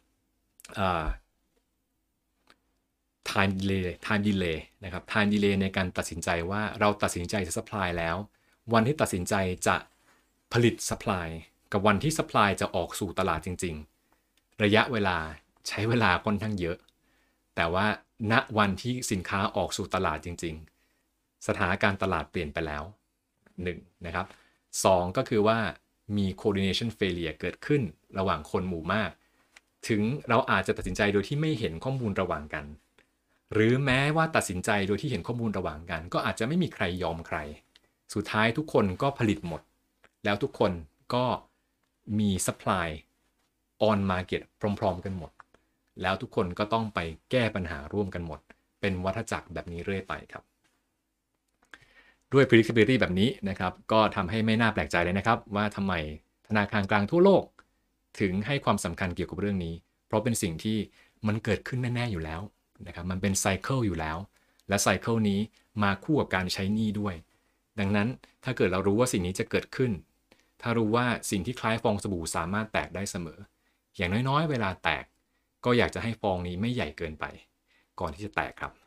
time delay time delay นะครับ time delay ในการตัดสินใจว่าเราตัดสินใจจะ supply แล้ววันที่ตัดสินใจจะผลิต supply กับวันที่ supply จะออกสู่ตลาดจริงๆระยะเวลาใช้เวลาค่อนข้างเยอะแต่ว่าณวันที่สินค้าออกสู่ตลาดจริงๆสถานการณ์ตลาดเปลี่ยนไปแล้วหนึ่งนะครับสองก็คือว่ามี coordination failure เกิดขึ้นระหว่างคนหมู่มากถึงเราอาจจะตัดสินใจโดยที่ไม่เห็นข้อมูลระหว่างกันหรือแม้ว่าตัดสินใจโดยที่เห็นข้อมูลระหว่างกันก็อาจจะไม่มีใครยอมใครสุดท้ายทุกคนก็ผลิตหมดแล้วทุกคนก็มี supply on market พร้อมๆกันหมดแล้วทุกคนก็ต้องไปแก้ปัญหาร่วมกันหมดเป็นวัฏจักรแบบนี้เรื่อยไปครับด้วย predictability แบบนี้นะครับก็ทำให้ไม่น่าแปลกใจเลยนะครับว่าทำไมธนาคารกลางทั่วโลกถึงให้ความสำคัญเกี่ยวกับเรื่องนี้เพราะเป็นสิ่งที่มันเกิดขึ้นแน่ๆอยู่แล้วนะครับมันเป็นไซเคิลอยู่แล้วและไซเคิลนี้มาคู่กับการใช้หนี้ด้วยดังนั้นถ้าเกิดเรารู้ว่าสิ่งนี้จะเกิดขึ้นถ้ารู้ว่าสิ่งที่คล้ายฟองสบู่สามารถแตกได้เสมออย่างน้อยๆเวลาแตกก็อยากจะให้ฟองนี้ไม่ใหญ่เกินไปก่อนที่จะแตกครับ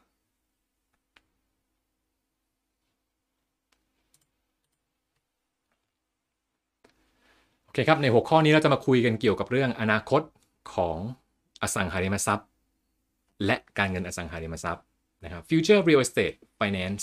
โอเคครับในหัวข้อนี้เราจะมาคุยกันเกี่ยวกับเรื่องอนาคตของอสังหาริมทรัพย์และการเงินอสังหาริมทรัพย์นะครับ Future Real Estate Finance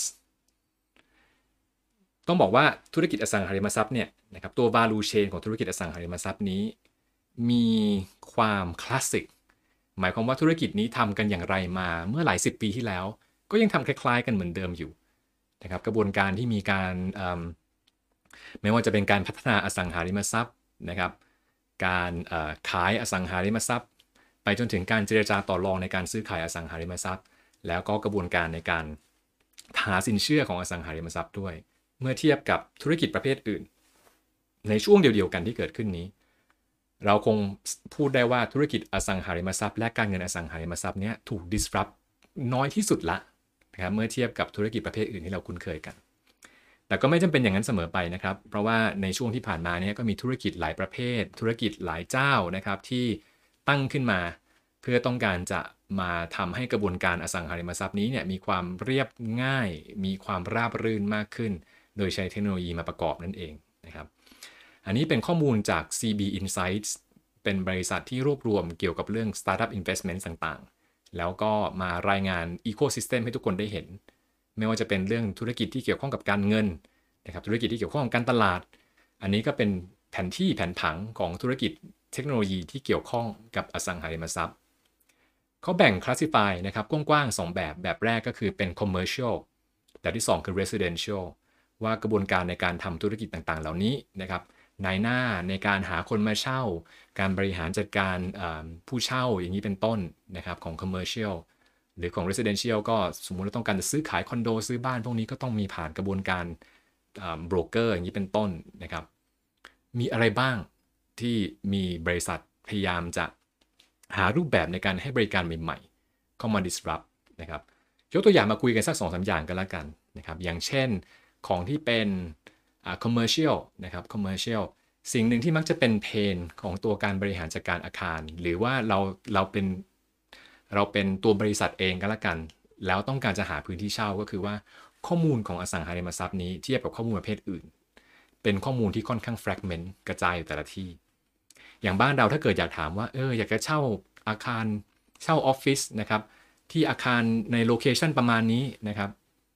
ต้องบอกว่าธุรกิจอสังหาริมทรัพย์เนี่ยนะครับตัว value chain ของธุรกิจอสังหาริมทรัพย์นี้มีความคลาสสิกหมายความว่าธุรกิจนี้ทำกันอย่างไรมาเมื่อหลายสิบปีที่แล้วก็ยังทำคล้ายๆกันเหมือนเดิมอยู่นะครับกระบวนการที่มีการไม่ว่าจะเป็นการพัฒนาอสังหาริมทรัพย์นะครับการขายอสังหาริมทรัพย์ไปจนถึงการเจรจาต่อรองในการซื้อขายอสังหาริมทรัพย์แล้วก็กระบวนการในการหาสินเชื่อของอสังหาริมทรัพย์ด้วยเมื่อเทียบกับธุรกิจประเภทอื่นในช่วงเดียวกันที่เกิดขึ้นนี้เราคงพูดได้ว่าธุรกิจอสังหาริมทรัพย์และการเงินอสังหาริมทรัพย์นี้ถูก disrupt น้อยที่สุดละนะครับเมื่อเทียบกับธุรกิจประเภทอื่นที่เราคุ้นเคยกันแต่ก็ไม่จำเป็นอย่างนั้นเสมอไปนะครับเพราะว่าในช่วงที่ผ่านมาเนี่ยก็มีธุรกิจหลายประเภทธุรกิจหลายเจ้านะครับที่ตั้งขึ้นมาเพื่อต้องการจะมาทำให้กระบวนการอสังหาริมทรัพย์นี้เนี่ยมีความเรียบง่ายมีความราบรื่นมากขึ้นโดยใช้เทคโนโลยีมาประกอบนั่นเองนะครับอันนี้เป็นข้อมูลจาก ซี บี Insights เป็นบริษัทที่รวบรวมเกี่ยวกับเรื่อง Startup Investment ต่างๆแล้วก็มารายงาน Ecosystem ให้ทุกคนได้เห็นไม่ว่าจะเป็นเรื่องธุรกิจที่เกี่ยวข้องกับการเงินนะครับธุรกิจที่เกี่ยวข้องกับการตลาดอันนี้ก็เป็นแผนที่แผนผังของธุรกิจเทคโนโลยีที่เกี่ยวข้องกับอสังหาริมทรัพย์เขาแบ่ง classify นะครับกว้างๆสองแบบแบบแรกก็คือเป็น commercial แบบที่สองคือ residential ว่ากระบวนการในการทำธุรกิจต่างๆเหล่านี้นะครับนายหน้าในการหาคนมาเช่าการบริหารจัดการผู้เช่าอย่างนี้เป็นต้นนะครับของ commercial หรือของ residential ก็สมมุติเราต้องการจะซื้อขายคอนโดซื้อบ้านพวกนี้ก็ต้องมีผ่านกระบวนการโบรกเกอร์อย่างนี้เป็นต้นนะครับมีอะไรบ้างที่มีบริษัทพยายามจะหารูปแบบในการให้บริการใหม่ๆเข้ามา disrupt นะครับยกตัวอย่างมาคุยกันสัก สองถึงสาม อย่างกันแล้วกันนะครับอย่างเช่นของที่เป็นcommercial นะครับ commercial สิ่งหนึ่งที่มักจะเป็นเพนของตัวการบริหารจัดการอาคารหรือว่าเราเราเป็นเราเป็นตัวบริษัทเองก็แล้วกันแล้วต้องการจะหาพื้นที่เช่าก็คือว่าข้อมูลของอสังหาริมทรัพย์นี้เทียบกับข้อมูลประเภทอื่นเป็นข้อมูลที่ค่อนข้าง fragment กระจายอยู่แต่ละที่อย่างบ้านเราถ้าเกิดอยากถามว่าเอออยากจะเช่าอาคารเช่าออฟฟิศนะครับที่อาคารในโลเคชันประมาณนี้นะครับ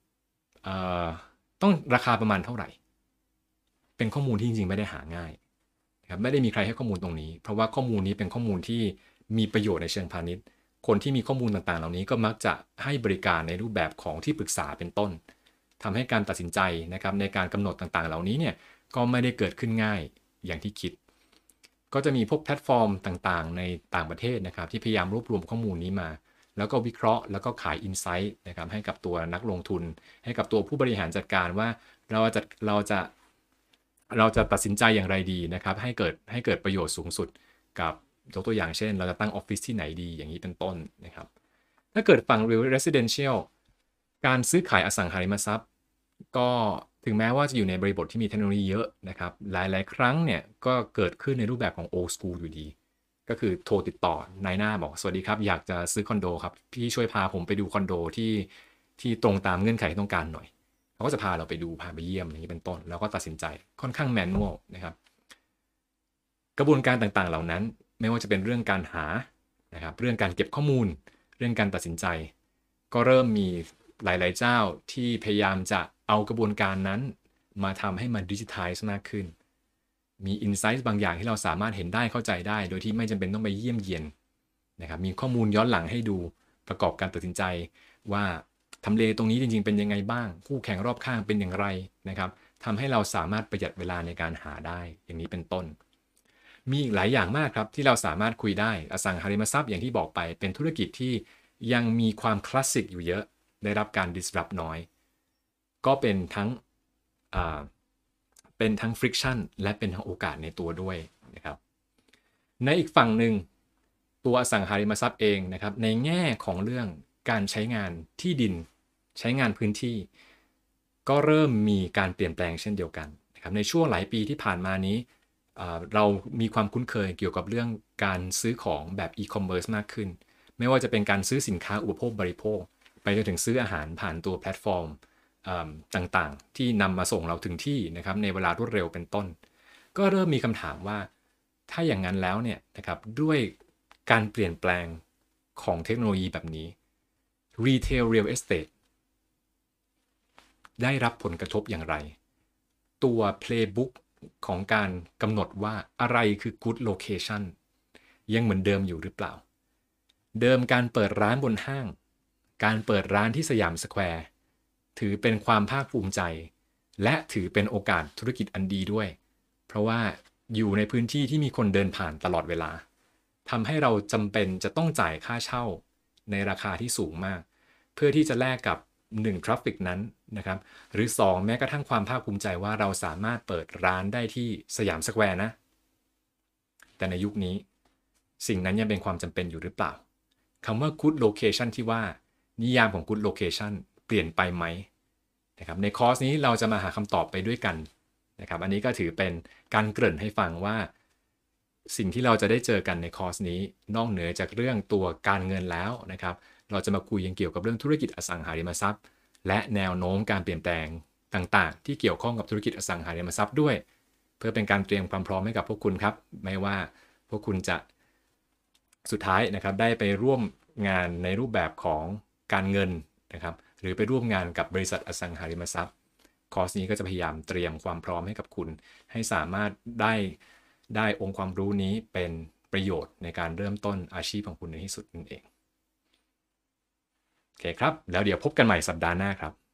ต้องราคาประมาณเท่าไหร่เป็นข้อมูลที่จริงๆไม่ได้หาง่ายนะครับไม่ได้มีใครให้ข้อมูลตรงนี้เพราะว่าข้อมูลนี้เป็นข้อมูลที่มีประโยชน์ในเชิงพาณิชย์คนที่มีข้อมูลต่างๆเหล่านี้ก็มักจะให้บริการในรูปแบบของที่ปรึกษาเป็นต้นทำให้การตัดสินใจนะครับในการกำหนดต่างๆเหล่านี้เนี่ยก็ไม่ได้เกิดขึ้นง่ายอย่างที่คิดก็จะมีพวกแพลตฟอร์มต่างๆในต่างประเทศนะครับที่พยายามรวบรวมข้อมูลนี้มาแล้วก็วิเคราะห์แล้วก็ขายอินไซต์นะครับให้กับตัวนักลงทุนให้กับตัวผู้บริหารจัดการว่าเราจะเราจะเราจะตัดสินใจอย่างไรดีนะครับให้เกิดให้เกิดประโยชน์สูงสุดกับยกตัวอย่างเช่นเราจะตั้งออฟฟิศที่ไหนดีอย่างนี้เป็นต้นนะครับถ้าเกิดฝั่ง residential การซื้อขายอสังหาริมทรัพย์ก็ถึงแม้ว่าจะอยู่ในบริบทที่มีเทคโนโลยีเยอะนะครับหลายๆครั้งเนี่ยก็เกิดขึ้นในรูปแบบของ old school อยู่ดีก็คือโทรติดต่อนายหน้าบอกสวัสดีครับอยากจะซื้อคอนโดครับพี่ช่วยพาผมไปดูคอนโดที่ที่ตรงตามเงื่อนไขที่ต้องการหน่อยเขาก็จะพาเราไปดูพาไปเยี่ยมอย่างนี้เป็นต้นแล้วก็ตัดสินใจค่อนข้างแมนนวลนะครับกระบวนการต่างๆเหล่านั้นไม่ว่าจะเป็นเรื่องการหานะครับเรื่องการเก็บข้อมูลเรื่องการตัดสินใจก็เริ่มมีหลายๆเจ้าที่พยายามจะเอากระบวนการนั้นมาทำให้มันดิจิทัลมากขึ้นมีอินไซต์บางอย่างที่เราสามารถเห็นได้เข้าใจได้โดยที่ไม่จำเป็นต้องไปเยี่ยมเยียนนะครับมีข้อมูลย้อนหลังให้ดูประกอบการตัดสินใจว่าทำเลตรงนี้จริงๆเป็นยังไงบ้างคู่แข่งรอบข้างเป็นอย่างไรนะครับทำให้เราสามารถประหยัดเวลาในการหาได้อย่างนี้เป็นต้นมีอีกหลายอย่างมากครับที่เราสามารถคุยได้อสังหาริมทรัพย์อย่างที่บอกไปเป็นธุรกิจที่ยังมีความคลาสสิกอยู่เยอะได้รับการ disrupt น้อยก็เป็นทั้งเป็นทั้ง friction และเป็นทั้งโอกาสในตัวด้วยนะครับในอีกฝั่งหนึ่งตัวอสังหาริมทรัพย์เองนะครับในแง่ของเรื่องการใช้งานที่ดินใช้งานพื้นที่ก็เริ่มมีการเปลี่ยนแปลงเช่นเดียวกันนะครับในช่วงหลายปีที่ผ่านมานี้เรามีความคุ้นเคยเกี่ยวกับเรื่องการซื้อของแบบอีคอมเมิร์ซมากขึ้นไม่ว่าจะเป็นการซื้อสินค้าอุปโภคบริโภคไปจนถึงซื้ออาหารผ่านตัวแพลตฟอร์มต่างๆที่นำมาส่งเราถึงที่นะครับในเวลารวดเร็วเป็นต้นก็เริ่มมีคำถามว่าถ้าอย่างนั้นแล้วเนี่ยนะครับด้วยการเปลี่ยนแปลงของเทคโนโลยีแบบนี้ Retail Real Estate ได้รับผลกระทบอย่างไรตัว Playbook ของการกำหนดว่าอะไรคือ Good Location ยังเหมือนเดิมอยู่หรือเปล่าเดิมการเปิดร้านบนห้างการเปิดร้านที่สยามสแควร์ถือเป็นความภาคภูมิใจและถือเป็นโอกาสธุรกิจอันดีด้วยเพราะว่าอยู่ในพื้นที่ที่มีคนเดินผ่านตลอดเวลาทำให้เราจำเป็นจะต้องจ่ายค่าเช่าในราคาที่สูงมากเพื่อที่จะแลกกับหนึ่งทราฟฟิกนั้นนะครับหรือสองแม้กระทั่งความภาคภูมิใจว่าเราสามารถเปิดร้านได้ที่สยามสแควร์นะแต่ในยุคนี้สิ่งนั้นยังเป็นความจำเป็นอยู่หรือเปล่าคำว่า good location ที่ว่านิยามของ good location เปลี่ยนไปไหมนะครับในคอร์สนี้เราจะมาหาคำตอบไปด้วยกันนะครับอันนี้ก็ถือเป็นการเกริ่นให้ฟังว่าสิ่งที่เราจะได้เจอกันในคอร์สนี้นอกเหนือจากเรื่องตัวการเงินแล้วนะครับเราจะมาคุยยังเกี่ยวกับเรื่องธุรกิจอสังหาริมทรัพย์และแนวโน้มการเปลี่ยนแปลงต่างๆที่เกี่ยวข้องกับธุรกิจอสังหาริมทรัพย์ด้วยเพื่อเป็นการเตรียมความพร้อมให้กับพวกคุณครับไม่ว่าพวกคุณจะสุดท้ายนะครับได้ไปร่วมงานในรูปแบบของการเงินนะครับหรือไปร่วมงานกับบริษัทอสังหาริมทรัพย์คอร์สนี้ก็จะพยายามเตรียมความพร้อมให้กับคุณให้สามารถได้ได้องค์ความรู้นี้เป็นประโยชน์ในการเริ่มต้นอาชีพของคุณในที่สุดนั่นเองโอเคครับแล้วเดี๋ยวพบกันใหม่สัปดาห์หน้าครับ